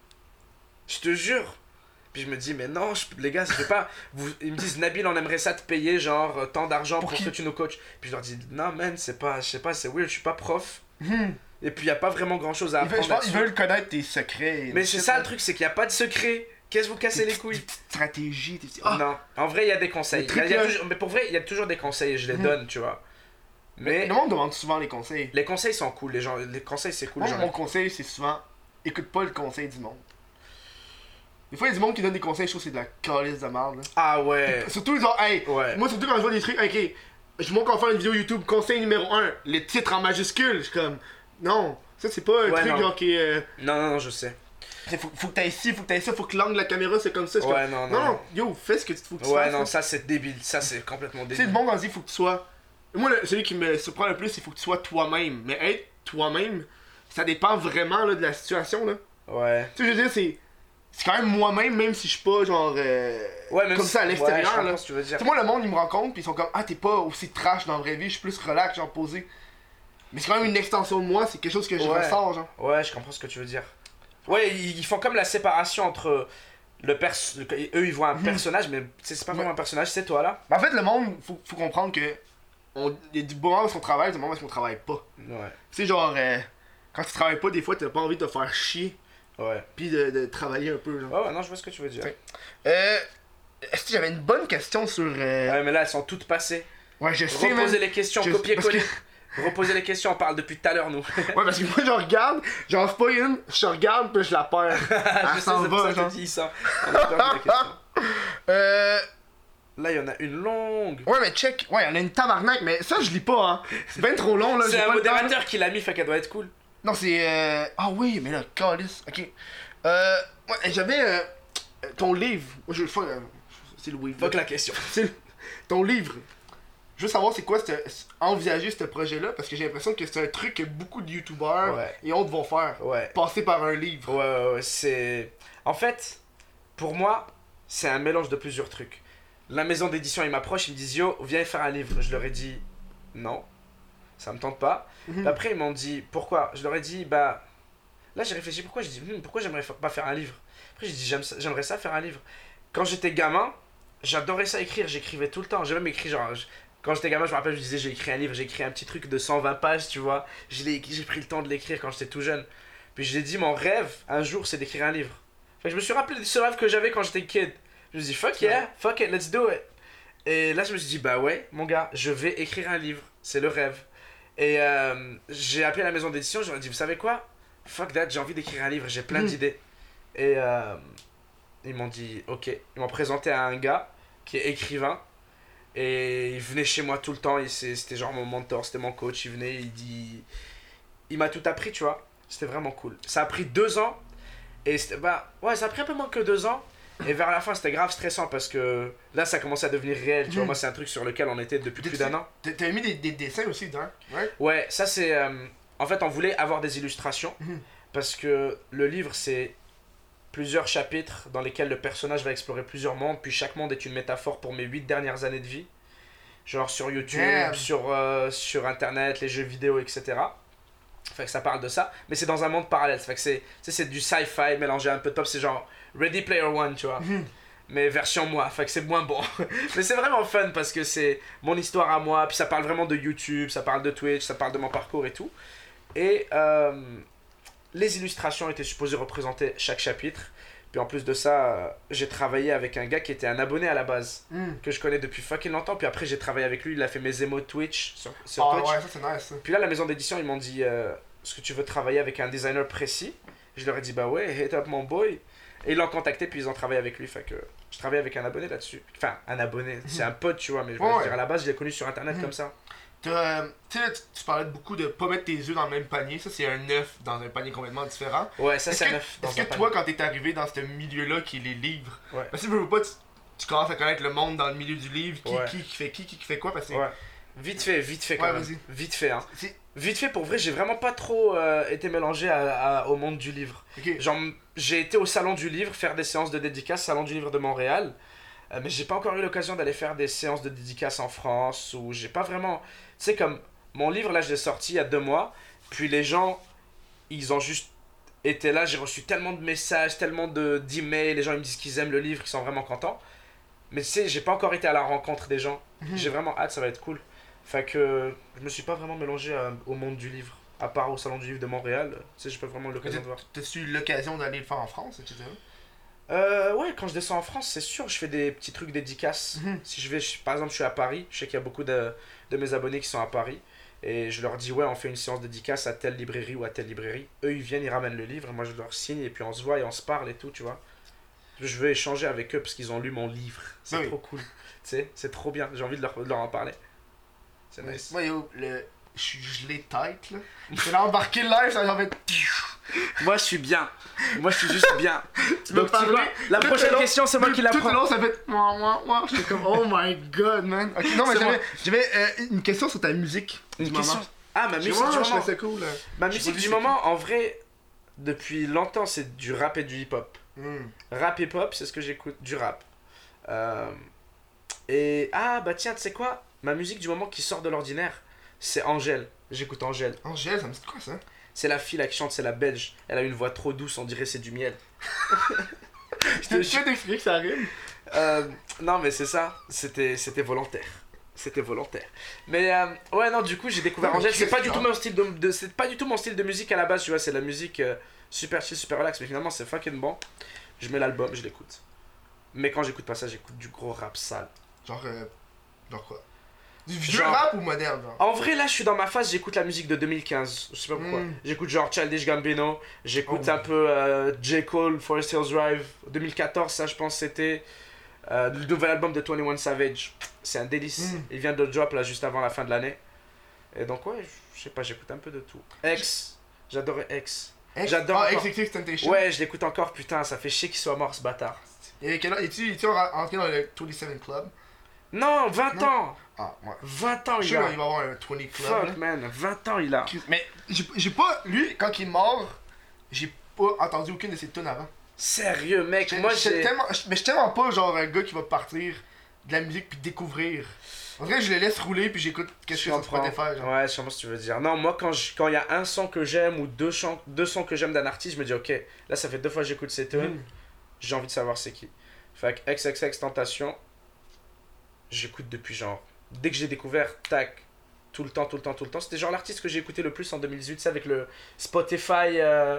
Je te jure. Puis je me dis, mais non, les gars, je vais pas. Ils me disent, Nabil, on aimerait ça te payer, genre, tant d'argent pour qui? que tu nous coaches. Puis je leur dis, non, man, c'est pas, je sais pas, c'est weird, je suis pas prof. Hmm. Et puis y a pas vraiment grand chose à Je apprendre. pense qu'ils là-dessus. veulent connaître tes secrets. Mais c'est ça le truc, c'est qu'il y a pas de secret. Qu'est-ce que vous cassez les Des couilles? petites stratégies, des petits. Ah! Non, en vrai, il y a des conseils. Le truc, Il y a là- toujours- mais pour vrai, il y a toujours des conseils et je les Mhm. donne, tu vois. Mais Le monde demande souvent les conseils. les conseils sont cool, les conseils c'est cool. Moi, j'en ai- mon conseil, c'est souvent écoute pas le conseil du monde. Des fois, il y a du monde qui donne des conseils, je trouve que c'est de la calice de merde. Là. Ah ouais. Surtout, genre, hey, Ouais. moi, surtout quand je vois des trucs, ok, je montre qu'on va faire une vidéo YouTube, conseil numéro 1, les titres en majuscules, je suis comme, non, ça c'est pas un Ouais, truc non. genre qui est. Non, je sais. Faut que t'ailles ci, faut que t'ailles ça, faut que l'angle de la caméra c'est comme ça. Je suis Ouais, comme, non. non, yo, fais ce que tu faut que tu Ouais, fasses. non, là. ça c'est débile. Ça c'est complètement Tu sais, le débile. bon quand il dit, faut que tu sois. Moi, celui qui me surprend le plus, c'est faut que tu sois toi-même. Mais être toi-même, ça dépend vraiment là, de la situation. Là. Ouais. Tu sais, je veux dire, c'est quand même moi-même, même si je suis pas genre. Ouais, même comme si- ça à ouais, l'extérieur. je comprends là. ce que tu veux dire. Tu sais, moi, le monde, ils me rencontrent, puis ils sont comme, ah, t'es pas aussi trash dans la vraie vie, je suis plus relax, genre posé. Mais c'est quand même une extension de moi, c'est quelque chose que je Ouais. ressens, genre. Ouais, je comprends ce que tu veux dire. Ouais, ils font comme la séparation entre eux ils voient un personnage, mais tu sais, c'est pas vraiment un personnage, c'est toi là. Mais en fait, le monde, faut comprendre que. Il y a du bon moment où on travaille, du moment où on travaille pas. Ouais. Tu sais, genre, quand tu travailles pas, des fois, t'as pas envie de te faire chier, Ouais. puis de travailler un peu, genre. Ouais, non, je vois ce que tu veux dire. Ouais. Est-ce que j'avais une bonne question sur. Ouais, mais là elles sont toutes passées. Ouais, je sais, man. Reposez les questions, Je- copier-coller. parce Reposez les questions, on parle depuis tout à l'heure nous. Ouais, parce que moi, je regarde, j'en fais pas une, je regarde, puis je la perds. Je Elle sais, s'en c'est pour ça va, que je genre. te dis ça. On a perdu la question. Euh. Là, il y en a une longue. Ouais, mais check. Ouais, on a une tabarnak, mais ça, je lis pas, hein. C'est ben trop long, là. C'est j'ai un pas le temps. modérateur qui l'a mis, fait qu'elle doit être cool. Non, c'est. Ah oui, mais là, calice. Ok. Ouais, j'avais. Ton livre. Moi, je veux le faire. C'est le livre. Fuck la question. C'est ton livre. Je veux savoir c'est quoi envisager ce projet-là, parce que j'ai l'impression que c'est un truc que beaucoup de youtubeurs Ouais. et autres vont faire. Ouais. Passer par un livre. Ouais, c'est. En fait, pour moi, c'est un mélange de plusieurs trucs. La maison d'édition, ils m'approchent, ils me disent Yo, viens faire un livre. Je leur ai dit non, ça me tente pas. Mhm. Puis après, ils m'ont dit pourquoi. Je leur ai dit bah. Là, j'ai réfléchi pourquoi. J'ai dit pourquoi j'aimerais pas faire un livre. Après, j'ai dit j'aimerais ça faire un livre. Quand j'étais gamin, j'adorais ça écrire, j'écrivais tout le temps. J'ai même écrit genre. Quand j'étais gamin, je me rappelle, je disais j'ai écrit un livre, j'ai écrit un petit truc de 120 pages, tu vois. J'ai pris le temps de l'écrire quand j'étais tout jeune. Puis je l'ai dit, mon rêve, un jour, c'est d'écrire un livre. Fait que je me suis rappelé de ce rêve que j'avais quand j'étais kid. Je me suis dit, fuck yeah, fuck it, let's do it. Et là, je me suis dit, bah ouais, mon gars, je vais écrire un livre. C'est le rêve. Et j'ai appelé la maison d'édition, je leur ai dit, vous savez quoi? Fuck that, j'ai envie d'écrire un livre, j'ai plein d'idées. Et ils m'ont dit, ok. Ils m'ont présenté à un gars qui est écrivain. Et il venait chez moi tout le temps, c'était genre mon mentor, c'était mon coach, il venait, il m'a tout appris, tu vois, c'était vraiment cool. Ça a pris 2 ans, et c'était, ouais, ça a pris un peu moins que 2 ans, et vers la fin c'était grave stressant parce que là ça commençait à devenir réel, tu vois, moi c'est un truc sur lequel on était depuis plus d'1 an. T'avais mis des dessins aussi dedans, ouais? Ouais, ça c'est, en fait on voulait avoir des illustrations, parce que le livre c'est plusieurs chapitres dans lesquels le personnage va explorer plusieurs mondes, puis chaque monde est une métaphore pour mes 8 dernières années de vie. Genre sur YouTube, Damn. sur internet, les jeux vidéo, etc. Fait que ça parle de ça, mais c'est dans un monde parallèle. Fait que c'est du sci-fi mélangé à un peu de pop, c'est genre Ready Player One, tu vois. Mais version moi, fait que c'est moins bon. Mais c'est vraiment fun parce que c'est mon histoire à moi, puis ça parle vraiment de YouTube, ça parle de Twitch, ça parle de mon parcours et tout. Et les illustrations étaient supposées représenter chaque chapitre. Puis en plus de ça, j'ai travaillé avec un gars qui était un abonné à la base, que je connais depuis fucking longtemps. Puis après, j'ai travaillé avec lui, il a fait mes émotes Twitch sur Ah Twitch. ouais, ça c'est nice. Ça. Puis là, la maison d'édition, ils m'ont dit est-ce que tu veux travailler avec un designer précis? Je leur ai dit bah ouais, hit up mon boy. Et ils l'ont contacté, puis ils ont travaillé avec lui. Fait que je travaille avec un abonné là-dessus. Enfin, un abonné, c'est un pote, tu vois, mais je veux Ouais. dire, à la base, je l'ai connu sur internet comme ça. Tu sais, tu parlais beaucoup de pas mettre tes œufs dans le même panier. Ça, c'est un œuf dans un panier complètement différent. Ouais, ça Est-ce c'est que, un œuf dans est-ce un que panier. toi, quand t'es arrivé dans ce milieu-là qui est les livres, Ouais. parce que tu veux pas, tu commences à connaître le monde dans le milieu du livre, Ouais. qui fait quoi, parce que Ouais. Vite fait quand Ouais, même. vas-y. Vite fait, hein. c'est... Vite fait, pour vrai, j'ai vraiment pas trop été mélangé au monde du livre. Ok. Genre, j'ai été au salon du livre faire des séances de dédicaces, salon du livre de Montréal. Mais j'ai pas encore eu l'occasion d'aller faire des séances de dédicaces en France, ou j'ai pas vraiment... Tu sais, comme mon livre, là, je l'ai sorti il y a 2 mois, puis les gens, ils ont juste été là, j'ai reçu tellement de messages, tellement d'emails, les gens ils me disent qu'ils aiment le livre, qu'ils sont vraiment contents. Mais tu sais, j'ai pas encore été à la rencontre des gens. J'ai vraiment hâte, ça va être cool. Fait que je me suis pas vraiment mélangé au monde du livre, à part au salon du livre de Montréal. Tu sais, j'ai pas vraiment eu l'occasion de voir. T'as-tu eu l'occasion d'aller le faire en France, etc.? Ouais, quand je descends en France, c'est sûr, je fais des petits trucs dédicaces. Si je vais, par exemple, je suis à Paris, je sais qu'il y a beaucoup de mes abonnés qui sont à Paris. Et je leur dis, ouais, on fait une séance dédicace à telle librairie ou à telle librairie. Eux, ils viennent, ils ramènent le livre, moi je leur signe, et puis on se voit et on se parle et tout, tu vois. Je veux échanger avec eux parce qu'ils ont lu mon livre. C'est Oui. trop cool. Tu sais, c'est trop bien. J'ai envie de leur en parler. C'est nice. Moi, yo, je suis gelé tête, là. J'ai embarqué le live, ça m'a fait... Moi, je suis bien. Moi, je suis juste bien. Tu me Donc, tu parlais, vois, la tout prochaine le long- question, c'est moi qui la Tout le prends. long, ça fait... Moi. J'étais comme, oh my god, man. Ok, non, mais C'est moi. j'avais une question sur ta musique Une du question. moment. Ah, ma musique Je du moment. trouvais ça cool, là. Ma Je musique sais du pas, moment, en vrai, depuis longtemps, c'est du rap et du hip-hop. Rap hip-hop, c'est ce que j'écoute, du rap. Et ah bah tiens, tu sais quoi? Ma musique du moment qui sort de l'ordinaire, c'est Angèle. J'écoute Angèle. Angèle, ça me dit quoi, ça? C'est la fille là qui chante, c'est la belge. Elle a une voix trop douce, on dirait c'est du miel. Je te suis d'expliquer que ça arrive. Non mais c'est ça, c'était volontaire. C'était volontaire. Mais ouais non, du coup j'ai découvert Ouais, mais Angèle. C'est qu'est-ce pas que du tu tout mon style c'est pas du tout mon style de musique à la base, tu vois. C'est la musique super chill, super relax. Mais finalement c'est fucking bon. Je mets l'album, je l'écoute. Mais quand j'écoute pas ça, j'écoute du gros rap sale. Genre quoi? Du vieux Genre- rap ou moderne, genre? En vrai, là, je suis dans ma phase, j'écoute la musique de 2015. Je sais pas pourquoi. J'écoute genre Childish Gambino, j'écoute Oh. un peu J. Cole, Forest Hills Drive. 2014, ça, je pense, c'était le nouvel album de 21 Savage. C'est un délice. Il vient de drop là juste avant la fin de l'année. Et donc, ouais, je sais pas, j'écoute un peu de tout. X, j'adorais X. J'adore Ah, encore. XXX Temptation. Ouais, je l'écoute encore, putain, ça fait chier qu'il soit mort ce bâtard. Et es-tu rentré dans le 27 Club? Non, 20 Non. ans! Ah, ouais. 20 ans Je il sais a. qu'il va y avoir un 20 Club. Fuck là. man, 20 ans il a. Mais j'ai pas. Lui, quand il est mort, j'ai pas entendu aucune de ses tunes avant. Sérieux, mec, J'étais- moi j'étais j'ai. tellement, mais je suis tellement pas genre un gars qui va partir de la musique puis découvrir. En vrai, je le laisse rouler puis j'écoute qu'est-ce que ça comprends. pourrait faire. Genre. Ouais, je comprends ce que tu veux dire. Non, moi, quand il y a un son que j'aime ou deux sons que j'aime d'un artiste, je me dis, ok, là, ça fait 2 fois que j'écoute ces tunes, j'ai envie de savoir c'est qui. Fait que XXX Tentation, j'écoute depuis genre. Dès que j'ai découvert, tac, tout le temps. C'était genre l'artiste que j'ai écouté le plus en 2018, c'est avec le Spotify.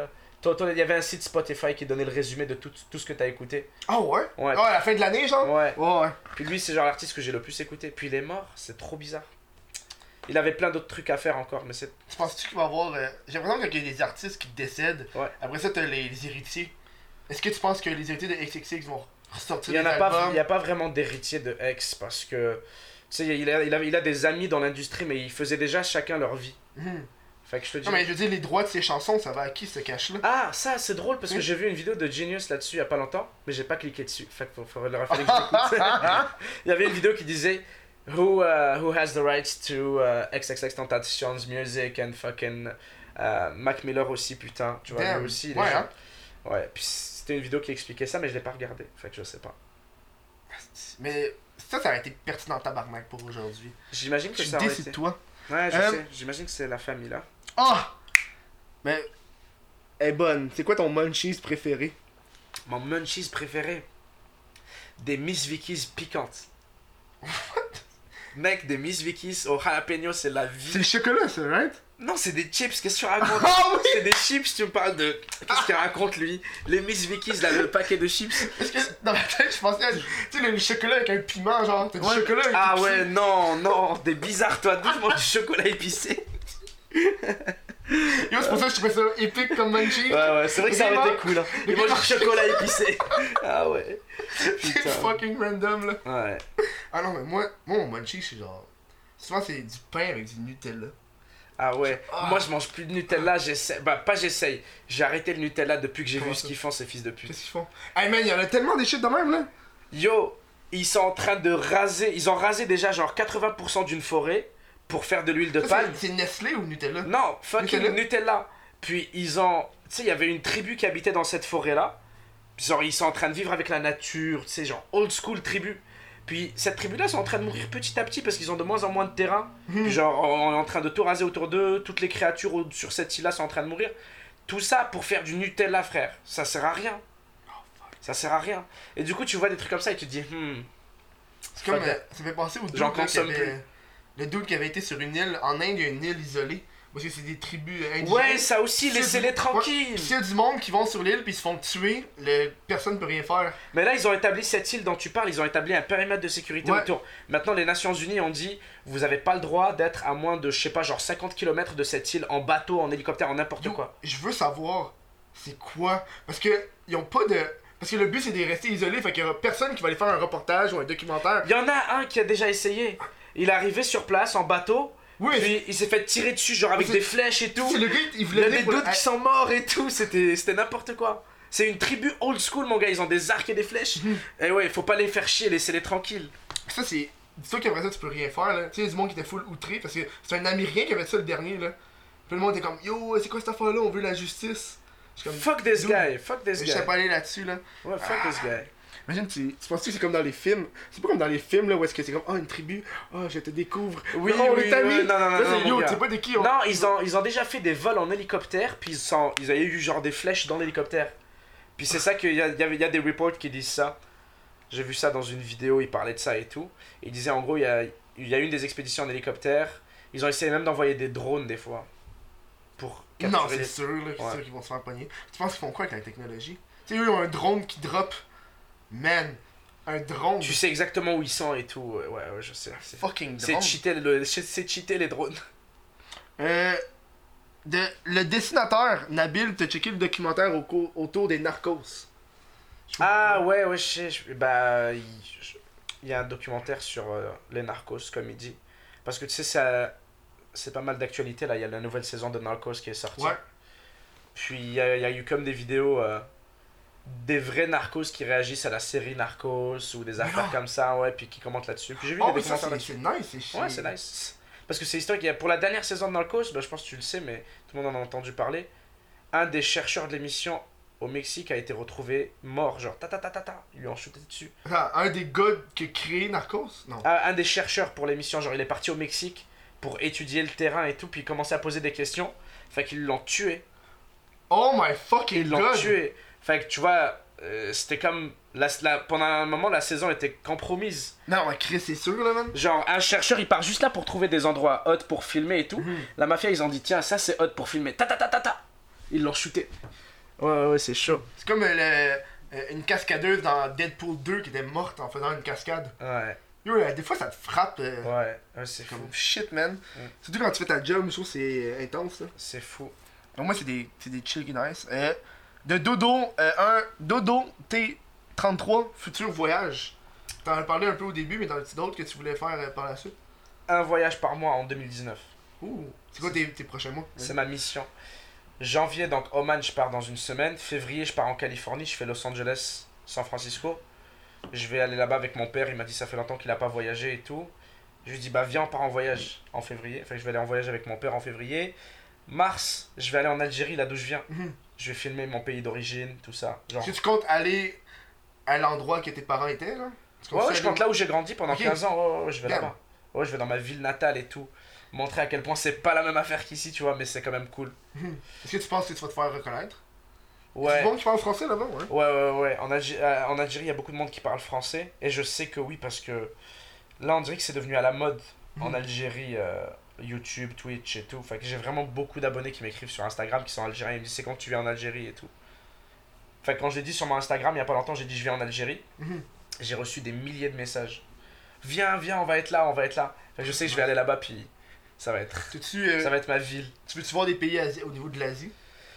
Il y avait un site Spotify qui donnait le résumé de tout ce que t'as écouté. Ah ouais? Ouais. Ah, à la fin de l'année, genre? Ouais. Ouais. Puis lui, c'est genre l'artiste que j'ai le plus écouté. Puis il est mort, c'est trop bizarre. Il avait plein d'autres trucs à faire encore, mais c'est. Tu penses-tu qu'il va y avoir. J'ai l'impression qu'il y a des artistes qui décèdent. Ouais. Après ça, t'as les héritiers. Est-ce que tu penses que les héritiers de XXX vont ressortir Il y des en a pas, albums? il y a pas vraiment d'héritier de X parce que. Tu sais, il a des amis dans l'industrie, mais ils faisaient déjà chacun leur vie. Mhm. Fait que je te dis. Non, mais je veux dire, les droits de ces chansons, ça va à qui ce cache-là? Ah, ça, c'est drôle parce que Oui. j'ai vu une vidéo de Genius là-dessus il y a pas longtemps, mais j'ai pas cliqué dessus. Fait qu'il il aurait fallu que je l'écoute. Il y avait une vidéo qui disait Who has the rights to XXX Tentation's music and fucking Mac Miller aussi, putain. Tu vois, Damn. lui aussi, il est Ouais, genre- hein? Ouais, puis c'était une vidéo qui expliquait ça, mais je l'ai pas regardée. Fait que je sais pas. Mais ça aurait été pertinent tabarnak pour aujourd'hui. J'imagine que Je suis ça aurait déçu de été. toi. Ouais, je sais. J'imagine que c'est la famille là. Ah! Mais. Elle est bonne. C'est quoi ton munchies préféré? Mon munchies préféré. Des Miss Vicky's piquantes. Mec, des Miss Vicky's au jalapeno, c'est la C'est vie. le chocolat, ça, right? Non, c'est des chips, qu'est-ce que tu racontes? Ah oui! C'est des chips, tu me parles de. Qu'est-ce qu'il raconte lui? Les Miss Vicky's, là, le paquet de chips. Parce que dans ma tête, je pensais à. Tu sais, le chocolat avec un piment, genre. T'as du chocolat avec Ah épicé. ouais, non, des bizarres, toi, d'où je mange du chocolat épicé? Yo, c'est pour ça que je trouvais ça épique comme munchies. Ouais, c'est vrai que ça aurait été cool. Hein. Le Il mange gars- du chocolat épicé. Ah ouais. C'est Putain. fucking random, là. Ouais. Ah non, mais moi mon munchies, c'est genre. Souvent, c'est du pain avec du Nutella. Ah ouais. Ah. Moi, je mange plus de Nutella, j'essaie. Bah, pas j'essaye. J'ai arrêté le Nutella depuis que j'ai Comment vu ce ça? qu'ils font, ces fils de pute. Qu'est-ce qu'ils font? Hey man, y'en a tellement des shit de même, là. Yo, ils sont en train de raser. Ils ont rasé déjà genre 80% d'une forêt pour faire de l'huile de Ça, palme. c'est Nestlé ou Nutella? Non, fucking Nutella? Nutella. Puis ils ont. Tu sais, il y avait une tribu qui habitait dans cette forêt-là. Genre, ils sont en train de vivre avec la nature, tu sais, genre old school tribu. Puis cette tribu-là, sont en train de mourir petit à petit parce qu'ils ont de moins en moins de terrain. Puis genre, on est en train de tout raser autour d'eux. Toutes les créatures sur cette île-là sont en train de mourir. Tout ça pour faire du Nutella, frère. Ça sert à rien. Ça sert à rien. Et du coup, tu vois des trucs comme ça et tu te dis, C'est comme. Fuck that. Ça fait penser au dude J'en là, qui consomme avait. Le dude qui avait été sur une île. En Inde, il y a une île isolée. Parce que c'est des tribus indigènes. ouais, ça aussi, S'il y a laissez-les du- tranquilles. Ouais, s'il y a du monde qui vont sur l'île puis ils se font tuer, personne peut rien faire. Mais là, ils ont établi cette île dont tu parles, ils ont établi un périmètre de sécurité Ouais. autour. Maintenant, les Nations Unies ont dit, vous n'avez pas le droit d'être à moins de, je sais pas, genre 50 km de cette île en bateau, en hélicoptère, en n'importe Yo, quoi. je veux savoir c'est quoi. Parce que ils ont pas de. Parce que le but c'est de rester isolé, fait qu'il y aura personne qui va aller faire un reportage ou un documentaire. Il y en a un qui a déjà essayé. Il est arrivé sur place en bateau, Oui, puis il s'est fait tirer dessus, genre avec C'est- des flèches et tout. c'est le gars, il Il y voulait a venir des pour- doutes qui sont morts et tout, c'était n'importe quoi. C'est une tribu old school, mon gars, ils ont des arcs et des flèches. Et ouais, faut pas les faire chier, laissez-les tranquilles. Ça c'est. Dis-toi qu'après ça tu peux rien faire là. Tu sais, il y a du monde qui était full outré parce que c'est un Américain qui avait ça le dernier là. Puis le monde était comme yo, c'est quoi cette affaire là, on veut la justice. Je suis comme. Fuck this Dude, guy, fuck this Je guy. sais pas aller là-dessus là. Ouais, fuck this guy. Imagine, tu penses que c'est comme dans les films? C'est pas comme dans les films là où est-ce que c'est comme oh une tribu, oh je te découvre. Oui, oh, on oui, est amis. ouais, non, non, Là, non, c'est mon yo, gars. tu sais pas de qui on. Non, ils ont déjà fait des vols en hélicoptère, puis ils avaient eu genre des flèches dans l'hélicoptère. Puis c'est ça qu'il y a des reports qui disent ça. J'ai vu ça dans une vidéo, ils parlaient de ça et tout. Et ils disaient en gros, il y a eu des expéditions en hélicoptère. Ils ont essayé même d'envoyer des drones des fois. Pour Non, capturer c'est les- sûr là, c'est Ouais. sûr qu'ils vont se faire pogner. Tu penses qu'ils font quoi avec la technologie? Tu sais, eux ils ont un drone qui drop. Man, un drone. Tu sais exactement où ils sont et tout. Ouais, je sais. Fucking C'est drone. cheater les drones. Le dessinateur Nabil, t'as checké le documentaire autour des narcos. Ah ouais, je sais. Bah, il y a un documentaire sur les narcos, comme il dit. Parce que tu sais, c'est pas mal d'actualité là. Il y a la nouvelle saison de Narcos qui est sortie. Ouais. Puis il y a eu comme des vidéos des vrais narcos qui réagissent à la série Narcos ou des affaires non. comme ça, ouais, puis qui commentent là-dessus. Puis j'ai vu Oh, des mais ça commentaires c'est là-dessus. c'est nice, Ouais, c'est nice. Parce que c'est historique. Pour la dernière saison de Narcos, bah, je pense que tu le sais, mais tout le monde en a entendu parler. Un des chercheurs de l'émission au Mexique a été retrouvé mort, genre ils lui ont shooté dessus. Attends, un des gars qui a créé Narcos? Non. Un des chercheurs pour l'émission, genre il est parti au Mexique pour étudier le terrain et tout, puis il commençait à poser des questions. Fait qu'ils l'ont tué. Oh my fucking Ils l'ont god! tué. Fait que tu vois, c'était comme. Pendant un moment, la saison était compromise. Non, mais Chris, c'est sûr là, man. Genre, un chercheur, il part juste là pour trouver des endroits hot pour filmer et tout. La mafia, ils ont dit, tiens, ça c'est hot pour filmer. Ils l'ont shooté. Ouais, c'est chaud. C'est comme une cascadeuse dans Deadpool 2 qui était morte en faisant une cascade. Ouais, Yo, des fois ça te frappe ouais, c'est fou. comme shit, man. Mm. Surtout quand tu fais ta job, je trouve que c'est intense là. C'est fou. Donc, moi, c'est des chill qui nice. De Dodo, un Dodo T33, futur voyage. T'en as parlé un peu au début, mais t'en as-tu d'autres que tu voulais faire par la suite? Un voyage par mois en 2019. Ouh, c'est quoi tes prochains mois? C'est ma mission. Janvier, donc Oman, je pars dans une semaine. Février, je pars en Californie. Je fais Los Angeles, San Francisco. Je vais aller là-bas avec mon père. Il m'a dit ça fait longtemps qu'il n'a pas voyagé et tout. Je lui dis bah viens, on part en voyage en février. Enfin, je vais aller en voyage avec mon père en février. Mars, je vais aller en Algérie, là d'où je viens. Mhm. Je vais filmer mon pays d'origine, tout ça. Genre... Est-ce que tu comptes aller à l'endroit que tes parents étaient, là? Ouais, je compte là où j'ai grandi pendant Ok. 15 ans. Ouais, je vais Damn. là-bas. Ouais, je vais dans ma ville natale et tout. Montrer à quel point c'est pas la même affaire qu'ici, tu vois, mais c'est quand même cool. Est-ce que tu penses que tu vas te faire reconnaître? Ouais. C'est bon qui parle français là-bas, ouais. Ouais. En Algérie, il y a beaucoup de monde qui parle français. Et je sais que oui, parce que là, on dirait que c'est devenu à la mode en Algérie, YouTube, Twitch et tout. Fait que j'ai vraiment beaucoup d'abonnés qui m'écrivent sur Instagram qui sont algériens. Ils me disent c'est quand tu viens en Algérie et tout. Fait que quand j'ai dit sur mon Instagram, il y a pas longtemps, j'ai dit je viens en Algérie. J'ai reçu des milliers de messages. Viens, on va être là, on va être là. Fait que je sais que je vais aller là-bas, puis ça va être ça va être ma ville. Tu veux-tu voir des pays au niveau de l'Asie?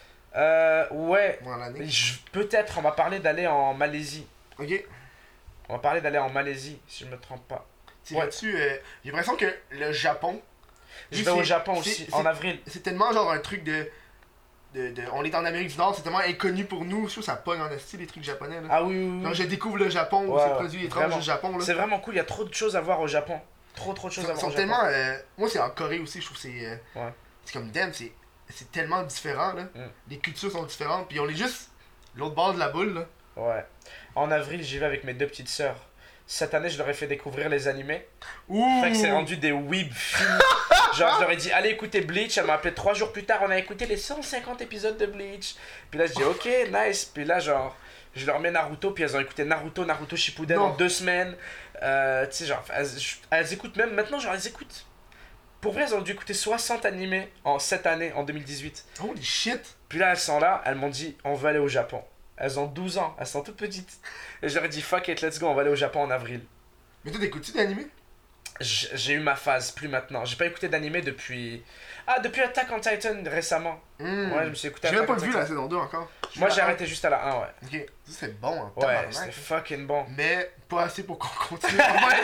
Ouais. Dans l'année? Peut-être, on m'a parlé d'aller en Malaisie. Ok. On m'a parlé d'aller en Malaisie, si je me trompe pas. T'irais-tu, j'ai l'impression que le Japon... Je Oui, vais au c'est- Japon c'est- aussi, c'est- en avril. C'est tellement genre un truc de... On est en Amérique du Nord, c'est tellement inconnu pour nous. Je trouve que ça pogne en esti les trucs japonais, là. Ah oui, oui, Genre oui. je découvre le Japon, Ouais, ces ouais, produits étranges vraiment. du Japon, là. C'est vraiment cool, il y a trop de choses à voir au Japon. Trop de choses à Ils voir sont au Japon. tellement... moi, c'est en Corée aussi, je trouve que c'est... Ouais. C'est comme, damn, c'est tellement différent, là. Mm. Les cultures sont différentes, puis on est juste l'autre bord de la boule, là. Ouais. En avril, j'y vais avec mes 2 petites sœurs. Cette année, je leur ai fait découvrir les animés. Ouh! Fait que c'est rendu des weebs finis. Genre, je leur ai dit, allez écouter Bleach. Elle m'a appelé 3 jours plus tard, on a écouté les 150 épisodes de Bleach. Puis là, je dis, ok, nice. Puis là, genre, je leur mets Naruto. Puis elles ont écouté Naruto Shippuden Non. en 2 semaines. Tu sais, genre, elles écoutent même, maintenant, genre, elles écoutent. Pour vrai, elles ont dû écouter 60 animés en cette année, en 2018. Holy shit! Puis là, elles sont là, elles m'ont dit, on veut aller au Japon. Elles ont 12 ans, elles sont toutes petites. Et je leur ai dit, fuck it, let's go, on va aller au Japon en avril. Mais toi, t'écoutes-tu d'animé? J'ai eu ma phase, plus maintenant. J'ai pas écouté d'animé depuis... Ah, depuis Attack on Titan récemment. Ouais, je me suis écouté J'ai même Attack pas on vu Titan. la saison 2 encore. Moi, j'ai la arrêté juste à la 1, ouais. 1. Ok, ça c'est bon, hein. Ouais, tabarnak. c'était fucking bon. Mais pas assez pour qu'on continue.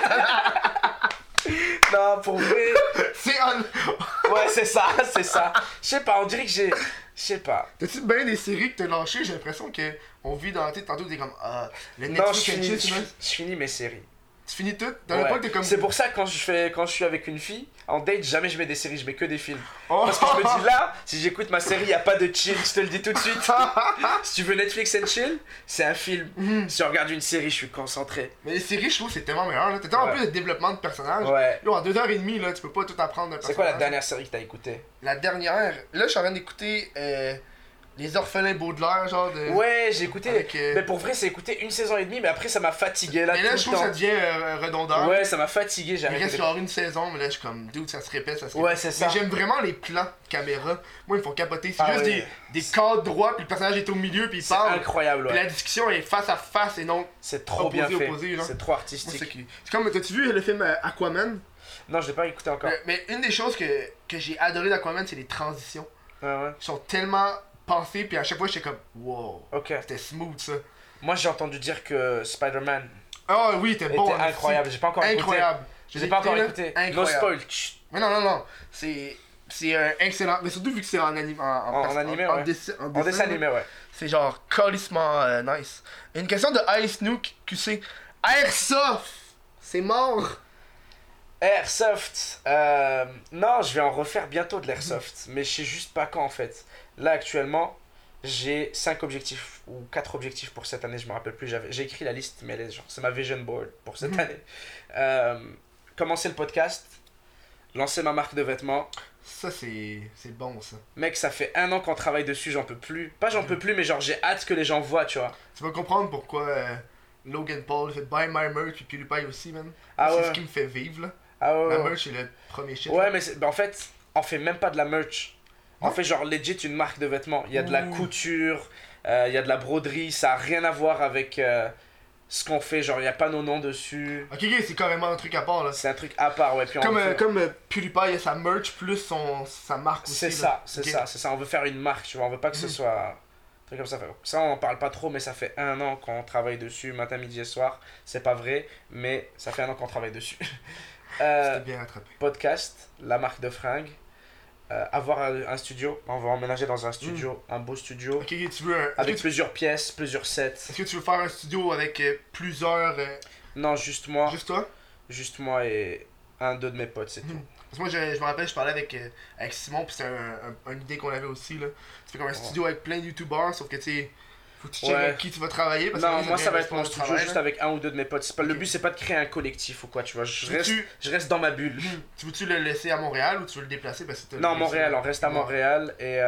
Non, pour vrai... C'est un... Ouais, c'est ça. Je sais pas, on dirait que j'ai... Je sais pas. T'as-tu bien des séries que t'as lâchées? J'ai l'impression que on vit dans la tête. Tantôt, t'es comme, le Non, Netflix je and chill, finis, tu vois. je finis mes séries. Tu finis tout? Dans le Ouais. point que t'es comme... C'est pour ça que quand je suis avec une fille, en date, jamais je mets des séries, je mets que des films. Oh. Parce que je me dis là, si j'écoute ma série, y a pas de chill, je te le dis tout de suite. Si tu veux Netflix and chill, c'est un film. Si je regarde une série, je suis concentré. Mais les séries, je trouve, c'est tellement meilleur. Là. T'as tellement Ouais. plus de développement de personnages. Ouais. Yo, en 2h30, là, tu peux pas tout apprendre d'un C'est personnage. quoi la dernière série que t'as écoutée? La dernière, là, je suis en train d'écouter Les Orphelins Baudelaire, genre de... Ouais, j'ai écouté. Avec, Mais pour vrai, c'est écouté 1 saison et demie, mais après ça m'a fatigué là Mais tout là, le je trouve que temps. ça devient redondant. Ouais, ça m'a fatigué, j'ai Il arrêté. reste genre une saison, mais là, je suis comme, dude, ça se répète, ça se répète. Ouais, c'est ça. Mais j'aime vraiment les plans de caméra. Moi, ils me font capoter. C'est Ah juste ouais. des cadres droits, puis le personnage est au milieu, puis il C'est parle. incroyable, Puis ouais. la discussion est face à face et non. C'est trop bien fait. opposé, genre. C'est trop Moi, c'est artistique. c'est comme, t'as-tu vu le film Aquaman? Non, je l'ai pas écouté encore. Mais une des choses que j'ai adoré d'Aquaman, c'est les transitions. Ouais, ouais. Ils sont tellement pensés, puis à chaque fois, j'étais comme, wow. Ok. C'était smooth, ça. Moi, j'ai entendu dire que Spider-Man Ah oui, t'es bon. était hein, incroyable. J'ai pas encore écouté. Incroyable. Je l'ai pas encore là, écouté. No Incroyable. spoil. Chut. Mais non. C'est excellent. Mais surtout vu que c'est en anime. En animé, en ouais. dessin, En dessin là. animé, ouais. C'est genre colissement nice. Une question de Ice Nook QC. Airsoft! C'est mort! Airsoft. Non, je vais en refaire bientôt de l'airsoft. Mais je sais juste pas quand en fait. Là, actuellement, j'ai 5 objectifs ou 4 objectifs pour cette année. Je me rappelle plus. J'ai écrit la liste, mais genre, c'est ma vision board pour cette année. Commencer le podcast. Lancer ma marque de vêtements. Ça, c'est bon, ça. Mec, ça fait 1 an qu'on travaille dessus, j'en peux plus. Pas j'en peux plus, mais genre j'ai hâte que les gens voient, tu vois. Tu vas comprendre pourquoi Logan Paul fait Buy My Merch puis PewDiePie aussi, man. Ah C'est ouais. ce qui me fait vivre, là. Ah ouais, La ouais. merch, c'est le premier shit. Ouais, là. mais en fait, on fait même pas de la merch. On Non? fait genre legit une marque de vêtements. Il y a de la Ouh. couture, il y a de la broderie, ça a rien à voir avec ce qu'on fait. Genre, il y a pas nos noms dessus. Ok, c'est carrément un truc à part, là. C'est un truc à part, ouais. Puis on Comme, fait- PewDiePie, il y a sa merch plus sa marque aussi. C'est là. ça, c'est Ok. ça, c'est ça. On veut faire une marque, tu vois. On veut pas que ce Mhm. soit un truc comme ça. Ça, on en parle pas trop, mais ça fait 1 an qu'on travaille dessus, matin, midi et soir. C'est pas vrai, mais ça fait 1 an qu'on travaille dessus. C'était bien rattrapé. Podcast, la marque de fringues, avoir un studio. On va emménager dans un studio, un beau studio, Ok, tu veux avec plusieurs pièces, plusieurs sets. Est-ce que tu veux faire un studio avec plusieurs. Non, juste moi Juste toi? et 1, 2 de mes potes, c'est tout. Parce que moi, je me rappelle, je parlais avec Simon, puis c'était une idée qu'on avait aussi, là. Tu fais comme un studio avec plein de youtubeurs, sauf que, tu sais, faut que tu checkes avec qui tu vas travailler. Parce Non, que moi ça va être pas mon de studio travail, juste là. avec un ou deux de mes potes. Le Ok. but c'est pas de créer un collectif ou quoi, tu vois. Je Veux-tu- reste dans ma bulle. Tu veux-tu le laisser à Montréal ou tu veux le déplacer parce que t'as Non, le- Montréal, on reste à Ouais. Montréal et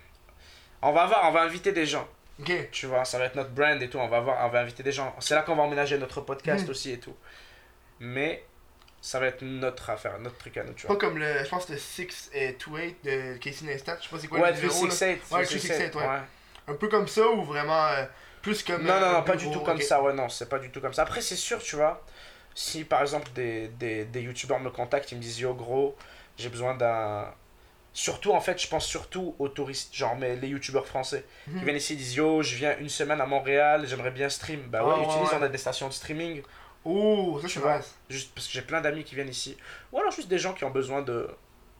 on va inviter des gens. Ok. Tu vois, ça va être notre brand et tout, on va inviter des gens. C'est là qu'on va emménager notre podcast aussi et tout. Mais ça va être notre affaire, notre truc à nous, tu Pas vois. comme le. Je pense que le 628 de Casey Neistat. Je sais pas c'est quoi Ouais, le numéro. là. 368. Ouais, 368, ouais. Un peu comme ça ou vraiment plus comme. Non, un pas bureau, du tout comme ok. ça, ouais, non, c'est pas du tout comme ça. Après, c'est sûr, tu vois, si par exemple des youtubeurs me contactent, ils me disent yo gros, j'ai besoin d'un. Surtout, en fait, je pense surtout aux touristes, genre les youtubeurs français qui Mhm. viennent ici, ils disent yo, je viens une semaine à Montréal, j'aimerais bien stream. Bah ouais, Ah, ouais, utilise, ouais. on a des stations de streaming, Oh, ça tu c'est vois, nice. juste parce que j'ai plein d'amis qui viennent ici. Ou alors juste des gens qui ont besoin de.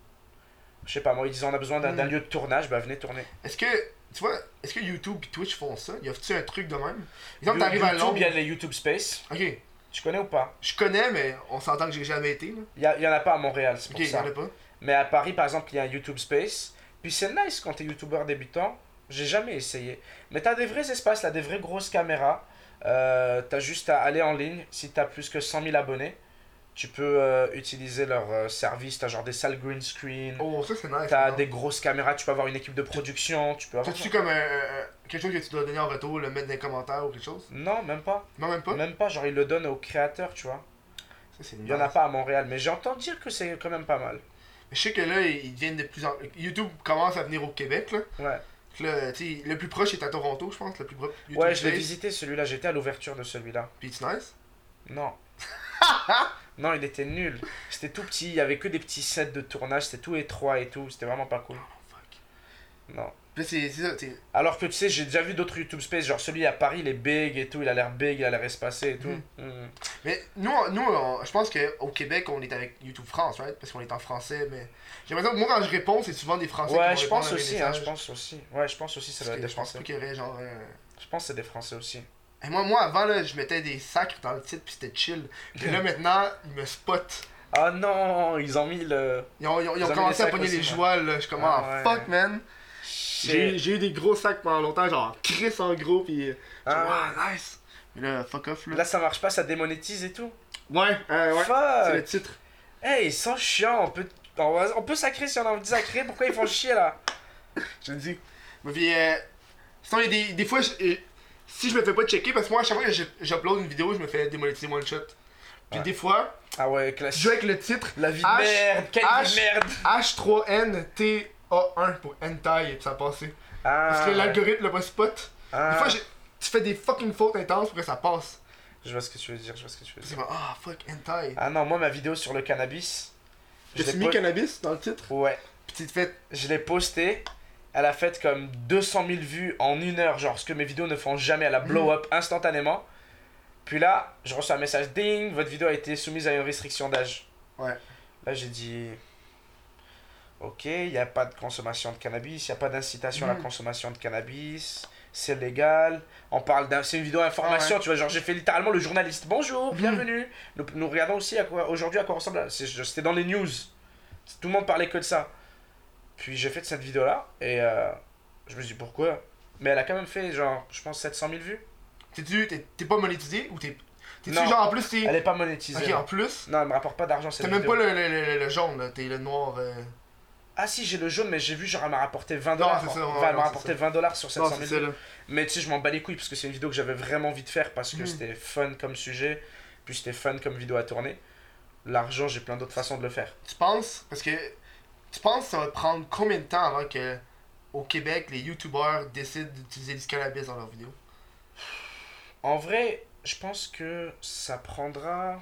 Je sais pas, moi, ils disent on a besoin d'un lieu de tournage, bah venez tourner. Est-ce que. Tu vois, est-ce que YouTube et Twitch font ça? Y a-tu un truc de même? Exemple, t'arrives à YouTube, Londres. il y a les YouTube Space, Ok. tu connais ou pas? Je connais, mais on s'entend que j'ai jamais été, là. Il y en a pas à Montréal, c'est Ok, pour ça. y'en a pas. Mais à Paris, par exemple, il y a un YouTube Space. Puis c'est nice quand t'es youtubeur débutant. J'ai jamais essayé. Mais t'as des vrais espaces, là, des vraies grosses caméras. T'as juste à aller en ligne. Si t'as plus que 100 000 abonnés, tu peux utiliser leur service. T'as genre des salles green screen. Oh, ça c'est nice. T'as non? des grosses caméras. Tu peux avoir une équipe de production. Tu peux avoir. T'as-tu comme quelque chose que tu dois donner en retour, le mettre dans les commentaires ou quelque chose? Non, même pas. Non, même pas? Même pas. Genre, ils le donnent aux créateurs, tu vois. Ça c'est Il y en a pas à Montréal. Mais j'ai entendu dire que c'est quand même pas mal. Je sais que là, ils viennent de plus en. YouTube commence à venir au Québec, là. Ouais. Là, tu sais, le plus proche est à Toronto, je pense, le plus proche. YouTube Ouais, je l'ai Space. visité celui-là. J'étais à l'ouverture de celui-là. Puis it's nice. Non. Non, il était nul. C'était tout petit, il y avait que des petits sets de tournage, c'était tout étroit et tout, c'était vraiment pas cool. Oh, fuck. Non. Puis là, c'est ça, tu sais. Alors que tu sais, j'ai déjà vu d'autres YouTube Space, genre celui à Paris, il est big et tout, il a l'air big, il a l'air espacé et tout. Mais nous, je pense qu'au Québec, on est avec YouTube France, right? Parce qu'on est en français, mais. J'ai l'impression que moi, quand je réponds, c'est souvent des Français qui Ouais, vont je répondre pense à mes aussi, hein, messages. je pense aussi. Ouais, je pense aussi, ça Parce doit être que des je pense Français. pas qu'il y aurait genre. Je pense que c'est des Français aussi. Et moi, avant, là, je mettais des sacres dans le titre, puis c'était chill. Puis là, maintenant, ils me spotent. Ah non, ils ont mis le. Ils ont mis commencé des à sacs pogner aussi, les ouais. jouals, là. Je suis comme, Ah ah, ouais. fuck, man. J'ai eu des gros sacs pendant longtemps, genre Chris en gros, puis. Ah Ah, nice. Mais là, fuck off, là. Là, ça marche pas, ça démonétise et tout. Ouais, c'est le Fuck. titre. Hey, ils sont chiants, on peut sacrer si on a envie de sacrer, pourquoi ils font chier là? Je le dis. Mais puis, sinon, il y a des fois, si je me fais pas checker, parce que moi, à chaque fois que j'upload une vidéo, je me fais démonétiser one shot. Puis Ouais. des fois, Ah ouais, je classique. joue avec le titre La vie de H- merde, quelle vie de merde! H3NTA1 pour hentai, et puis ça a passé. Ah, Parce que ouais. l'algorithme l'a pas spot. Ah. Des fois, tu fais des fucking fautes intenses pour que ça passe. Je vois ce que tu veux dire, je vois ce que tu veux Puis dire. c'est comme, ah, fuck, hentai. Ah non, moi ma vidéo sur le cannabis. je J'ai l'ai mis po- cannabis dans le titre. Ouais, Puis tu te fais. je l'ai posté. Elle a fait comme 200 000 vues en une heure, genre ce que mes vidéos ne font jamais. Elle a blow up instantanément. Puis là, je reçois un message ding, votre vidéo a été soumise à une restriction d'âge. Ouais. Là, j'ai dit. Ok, il n'y a pas de consommation de cannabis, il n'y a pas d'incitation à la consommation de cannabis, c'est légal. On parle d'un. C'est une vidéo information, Ah ouais. tu vois. Genre, j'ai fait littéralement le journaliste. Bonjour, bienvenue. Nous regardons aussi aujourd'hui à quoi ressemble. C'était dans les news. Tout le monde parlait que de ça. Puis j'ai fait cette vidéo là et je me suis dit pourquoi. Mais elle a quand même fait genre, je pense 700 000 vues. T'es pas monétisé ou t'es. T'es-tu Non. genre en plus, t'es. Elle est pas monétisée. Ok, non. en plus. Non, elle me rapporte pas d'argent cette T'as même vidéo. pas le jaune, là. T'es le noir. Ah si, j'ai le jaune, mais j'ai vu genre elle m'a rapporté 20 Non, dollars. c'est ça, ouais, Enfin, elle non, m'a c'est rapporté ça. 20 $ sur 700 Non, 000 c'est ça, vues. là. Mais tu sais, je m'en bats les couilles parce que c'est une vidéo que j'avais vraiment envie de faire parce que c'était fun comme sujet, puis c'était fun comme vidéo à tourner. L'argent, j'ai plein d'autres façons de le faire. Tu penses. Parce que. Tu penses que ça va prendre combien de temps avant que. Au Québec, les youtubeurs décident d'utiliser du cannabis dans leurs vidéos? En vrai, je pense que ça prendra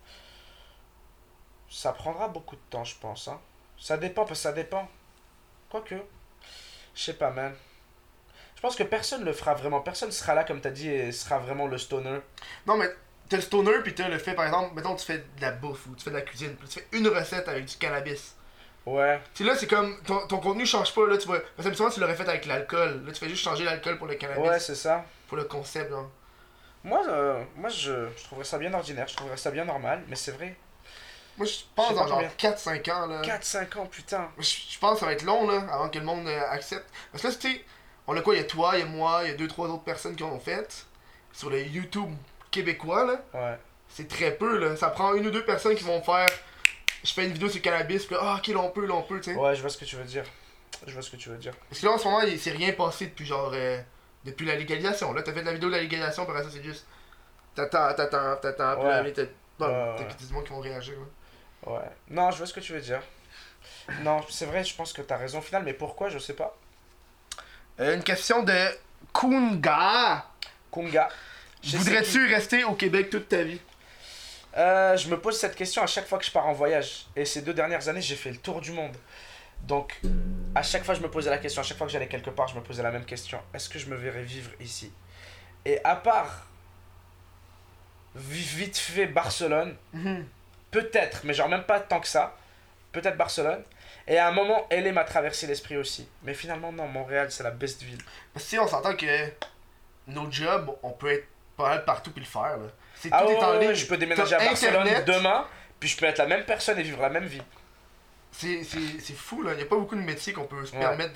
beaucoup de temps, je pense. Hein. Ça dépend, parce que ça dépend. Quoique, je sais pas, man. Je pense que personne le fera vraiment. Personne sera là, comme t'as dit, et sera vraiment le stoner. Non, mais t'as le stoner, puis t'as le fait, par exemple, mettons, tu fais de la bouffe ou tu fais de la cuisine, puis tu fais une recette avec du cannabis. Ouais. Tu sais, là, c'est comme. Ton contenu change pas, là, tu vois. Parce que souvent, tu l'aurais fait avec l'alcool. Là, tu fais juste changer l'alcool pour le cannabis. Ouais, c'est ça. Pour le concept, hein. Moi je trouverais ça bien ordinaire, je trouverais ça bien normal, mais c'est vrai. Moi, je pense Je sais dans pas genre combien. 4-5 ans, là. 4-5 ans, putain. Je pense que ça va être long, là, avant que le monde accepte. Parce que là, tu sais, on a quoi? Il y a toi, il y a moi, il y a 2-3 autres personnes qui en ont fait. Sur le YouTube québécois, là. Ouais. C'est très peu, là. Ça prend 1 ou 2 personnes qui vont faire. Je fais une vidéo sur le cannabis, puis là, ah, ok, là, on peut, tu sais. Ouais, je vois ce que tu veux dire. Je vois ce que tu veux dire. Parce que là, en ce moment, il s'est rien passé depuis genre. Depuis la légalisation. Là, t'as fait la vidéo de la légalisation, puis après ça, c'est juste. T'attends, puis là, Ouais. bon, Ouais, t'as ouais. des gens qui vont réagir, là. Ouais. Non, je vois ce que tu veux dire. Non, c'est vrai, je pense que t'as raison au final, mais pourquoi, je sais pas. Une question de Kunga. Kunga. Je sais Voudrais-tu rester au Québec toute ta vie? Je me pose cette question à chaque fois que je pars en voyage. Et ces 2 dernières années, j'ai fait le tour du monde. Donc, à chaque fois, je me posais la question. À chaque fois que j'allais quelque part, je me posais la même question. Est-ce que je me verrais vivre ici? Et à part vite fait Barcelone, peut-être, mais genre même pas tant que ça. Peut-être Barcelone. Et à un moment, LA m'a traversé l'esprit aussi. Mais finalement, non, Montréal, c'est la best ville. Parce que si on s'entend que nos jobs, on peut être pas mal partout puis le faire, là. C'est Ah tout ouais, est en ouais, ligne. ouais, je peux déménager à T'as Barcelone Internet. demain, puis je peux être la même personne et vivre la même vie. C'est fou, là. Il n'y a pas beaucoup de métiers qu'on peut se Ouais. permettre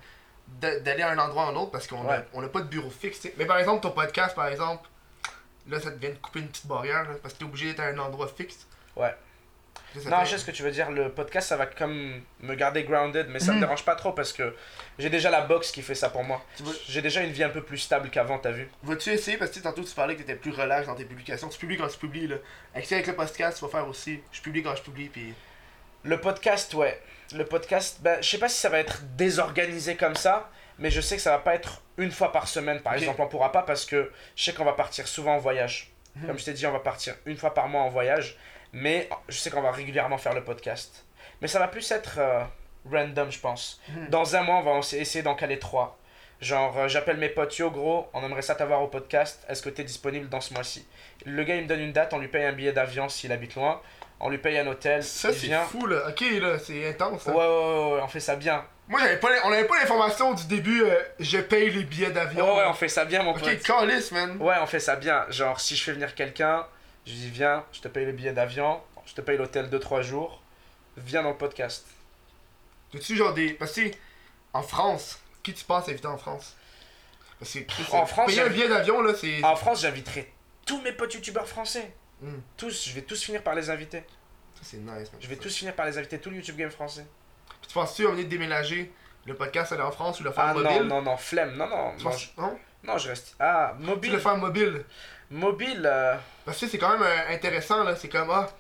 d'aller à un endroit ou un autre parce qu'on Ouais. on a pas de bureau fixe, tu sais. Mais par exemple, ton podcast, par exemple, là, ça te vient de couper une petite barrière, là, parce que t'es obligé d'être à un endroit fixe. Ouais. Là, ça Non, fait- je sais ce que tu veux dire. Le podcast, ça va comme me garder grounded, mais ça me Mhm. dérange pas trop parce que j'ai déjà la boxe qui fait ça pour moi. Tu vois- J'ai déjà une vie un peu plus stable qu'avant, t'as vu? Vas-tu essayer, parce que tu sais, tantôt tu parlais que t'étais plus relax dans tes publications. Tu publies quand tu publies, là. Avec le podcast, tu vas faire aussi. Je publie quand je publie, puis. Le podcast, ouais. Le podcast, ben, je sais pas si ça va être désorganisé comme ça, mais je sais que ça va pas être une fois par semaine, par Ok. exemple. On pourra pas parce que je sais qu'on va partir souvent en voyage. Mhm. Comme je t'ai dit, on va partir une fois par mois en voyage, mais je sais qu'on va régulièrement faire le podcast. Mais ça va plus être random, je pense. Mhm. Dans un mois, on va essayer d'en caler 3. Genre, j'appelle mes potes, yo gros, on aimerait ça t'avoir au podcast, est-ce que t'es disponible dans ce mois-ci? Le gars, il me donne une date, on lui paye un billet d'avion s'il habite loin, on lui paye un hôtel, Ça, il c'est vient. fou, là. Ok, là, c'est intense, Ouais, là. ouais, ouais, on fait ça bien. Moi, on avait pas l'information du début, je paye les billets Ouais, d'avion. ouais, là. on fait ça bien, mon Ok, pote. calice, man. Ouais, on fait ça bien. Genre, si je fais venir quelqu'un, je dis viens, je te paye le billet d'avion, je te paye l'hôtel 2-3 jours, viens dans le podcast. T'as-tu genre des. Parce que, tu sais, en France, qui tu penses inviter en France? Parce que, En France, payer un j'invite- billet d'avion, là, c'est. En France, j'inviterai tous mes potes youtubeurs français. Hmm. Tous, je vais tous finir par les inviter. Ça, c'est nice, man. Je vais tous finir par les inviter, tout le YouTube Game français. Puis tu penses-tu à venir déménager le podcast aller en France ou le faire Ah mobile? non, non, non, flemme, non, non, Tu non, penses- non? non, je reste. Ah, Tu mobile, le faire mobile. mobile, Parce que c'est quand même intéressant, là. C'est comme, ah,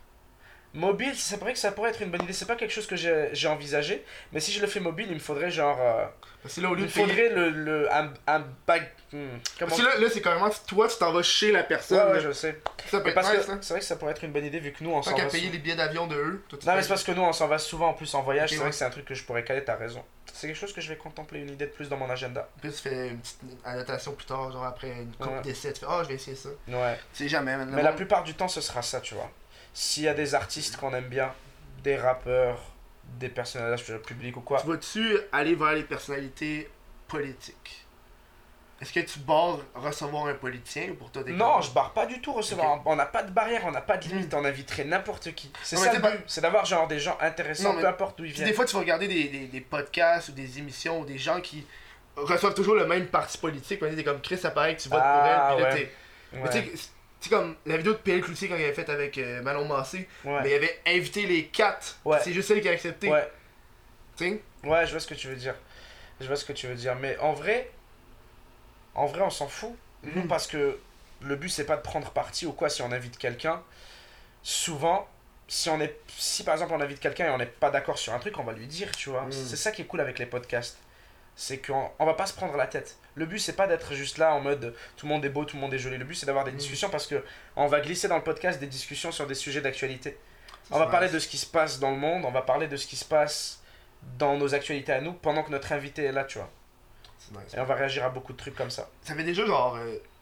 mobile, c'est vrai que ça pourrait être une bonne idée. C'est pas quelque chose que j'ai envisagé, mais si je le fais mobile, il me faudrait genre. parce que là, au lieu Il de payer. faudrait un bag. Comment Parce que là, c'est carrément, toi, tu t'en vas chez la personne. Ouais, ouais, là. je sais. Ça peut Mais être parce nice, que hein. c'est vrai que ça pourrait être une bonne idée vu que nous on Tant s'en qu'à va. payer les billets d'avion de eux. Toi, tu Non, mais payes- c'est parce que nous on s'en va souvent en plus en voyage. Ok, C'est vrai ouais. que c'est un truc que je pourrais caler, t'as raison. C'est quelque chose que je vais contempler, une idée de plus dans mon agenda. Puis tu fais une petite annotation plus tard, genre après une couple Ouais. d'essais. Tu fais, ah, je vais essayer ça. Ouais. C'est jamais, man. Le Mais la monde- plupart du temps, ce sera ça, tu vois. S'il y a des artistes qu'on aime bien, des rappeurs, des personnages publics ou quoi. Tu vas-tu aller vers les personnalités politiques? Est-ce que tu barres recevoir un politicien ou pour toi t'es Non, comme- je barre pas du tout recevoir. On n'a pas de barrière, on n'a pas de limite, on inviterait n'importe qui. C'est Non, mais ça t'es le pas- but, c'est d'avoir genre des gens intéressants, Non, mais- peu importe d'où ils Tu sais, viennent. des fois, tu vas regarder des podcasts ou des émissions ou des gens qui reçoivent toujours le même parti politique. On est comme Chris, ça paraît que tu votes Ah, pour elle. Puis là, ouais. Mais Ouais. tu sais, comme la vidéo de PL Cloutier quand il avait fait avec Manon Massé, Ouais. mais il avait invité les 4. Ouais. C'est juste elle qui a accepté. Ouais. Tu sais? Ouais, je vois ce que tu veux dire. Je vois ce que tu veux dire. Mais en vrai, on s'en fout. Nous, Mhm. parce que le but, c'est pas de prendre parti ou quoi si on invite quelqu'un. Souvent, si par exemple on invite quelqu'un et on n'est pas d'accord sur un truc, on va lui dire, tu vois. Mhm. C'est ça qui est cool avec les podcasts. C'est qu'on va pas se prendre la tête. Le but, c'est pas d'être juste là en mode tout le monde est beau, tout le monde est joli. Le but, c'est d'avoir des Mhm. discussions parce que on va glisser dans le podcast des discussions sur des sujets d'actualité. Ça, On va c'est parler nice. de ce qui se passe dans le monde, on va parler de ce qui se passe dans nos actualités à nous pendant que notre invité est là, tu vois. C'est nice. Et on va réagir à beaucoup de trucs comme ça. Ça fait déjà genre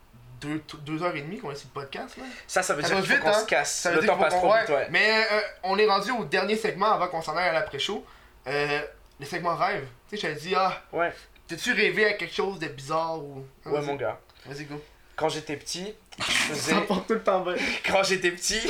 2h30 qu'on a essayé le podcast. Là. Ça veut Ça dire va qu'il faut vite, qu'on hein? se casse. Ça veut Le dire temps qu'il faut passe qu'on- trop ouais. vite, ouais. Mais on est rendu au dernier segment avant qu'on s'en aille à l'après-show. Le segment rêve. Tu sais, je te dis, ah, Ouais, t'as-tu rêvé à quelque chose de bizarre ou. ouais, mon gars. Vas-y, go. Quand j'étais petit, faisais... Ça porte tout le temps bien. Quand j'étais petit,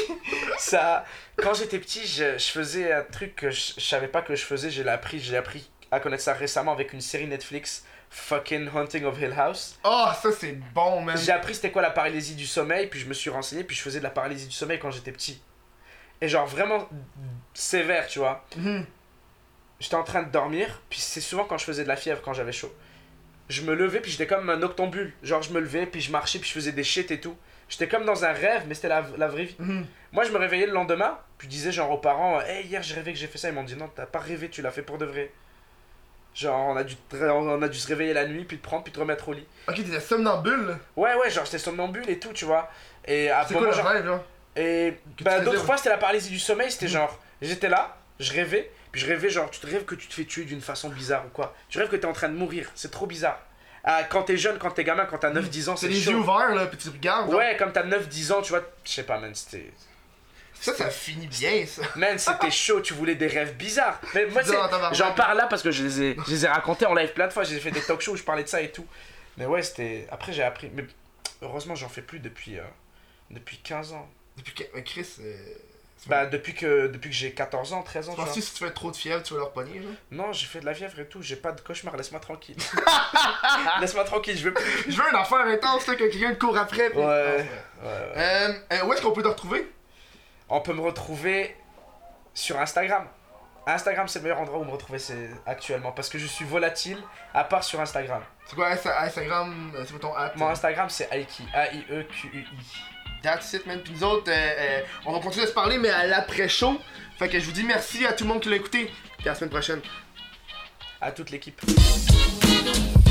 je faisais un truc que je savais pas que je faisais, j'ai appris à connaître ça récemment avec une série Netflix, fucking Haunting of Hill House. Oh, ça c'est bon, man. J'ai appris c'était quoi la paralysie du sommeil, puis je me suis renseigné, puis je faisais de la paralysie du sommeil quand j'étais petit. Et genre vraiment sévère, tu vois. J'étais en train de dormir, puis c'est souvent quand je faisais de la fièvre, quand j'avais chaud. Je me levais, puis j'étais comme un octambule. Genre je me levais, puis je marchais, puis je faisais des shit et tout. J'étais comme dans un rêve, mais c'était la vraie vie. Moi, je me réveillais le lendemain, puis je disais genre aux parents, hey, hier j'ai rêvé que j'ai fait ça. Ils m'ont dit non, t'as pas rêvé, tu l'as fait pour de vrai. Genre, on a dû se réveiller la nuit, puis te prendre, puis te remettre au lit. Ok, t'étais somnambule là. Ouais, genre j'étais somnambule et tout, tu vois. Et à C'est quoi le genre, rêve, là? et tu bah, faisais, d'autres ouais. fois, c'était la paralysie du sommeil, c'était genre, j'étais là, je rêvais, puis je rêvais genre, tu te rêves que tu te fais tuer d'une façon bizarre ou quoi. Tu rêves que t'es en train de mourir, c'est trop bizarre. Ah, quand t'es jeune, quand t'es gamin, quand t'as 9-10 ans, C'est c'est les yeux chaud. ouverts là, puis tu regardes. genre. Ouais, comme t'as 9-10 ans, tu vois, je sais pas, man, Ça finit bien, ça. Man, c'était chaud, tu voulais des rêves bizarres. Mais moi, Bizarre, tabarnak. j'en parle là parce que je les ai racontés en live plein de fois. J'ai fait des talk shows où je parlais de ça et tout. Mais ouais, c'était. Après, j'ai appris. Mais heureusement, j'en fais plus depuis 15 ans. Depuis que. Chris, Bah, depuis que j'ai 14 ans, 13 ans. tu tu penses vois. que si tu fais trop de fièvre, tu vas leur pogner, là? Non, j'ai fait de la fièvre et tout. J'ai pas de cauchemar, laisse-moi tranquille. Laisse-moi tranquille, je veux plus. Je veux une affaire intense, là, que quelqu'un te court après. Puis... Ouais. Où est-ce qu'on peut te retrouver? On peut me retrouver sur Instagram. Instagram, c'est le meilleur endroit où me retrouver actuellement parce que je suis volatile, à part sur Instagram. C'est quoi Instagram? C'est quoi ton app? Mon Instagram, c'est Aiki, A-I-E-Q-U-I. That's it, man. Puis nous autres, on va continuer à se parler, mais à l'après-show. Fait que je vous dis merci à tout le monde qui l'a écouté. Puis à la semaine prochaine. À toute l'équipe.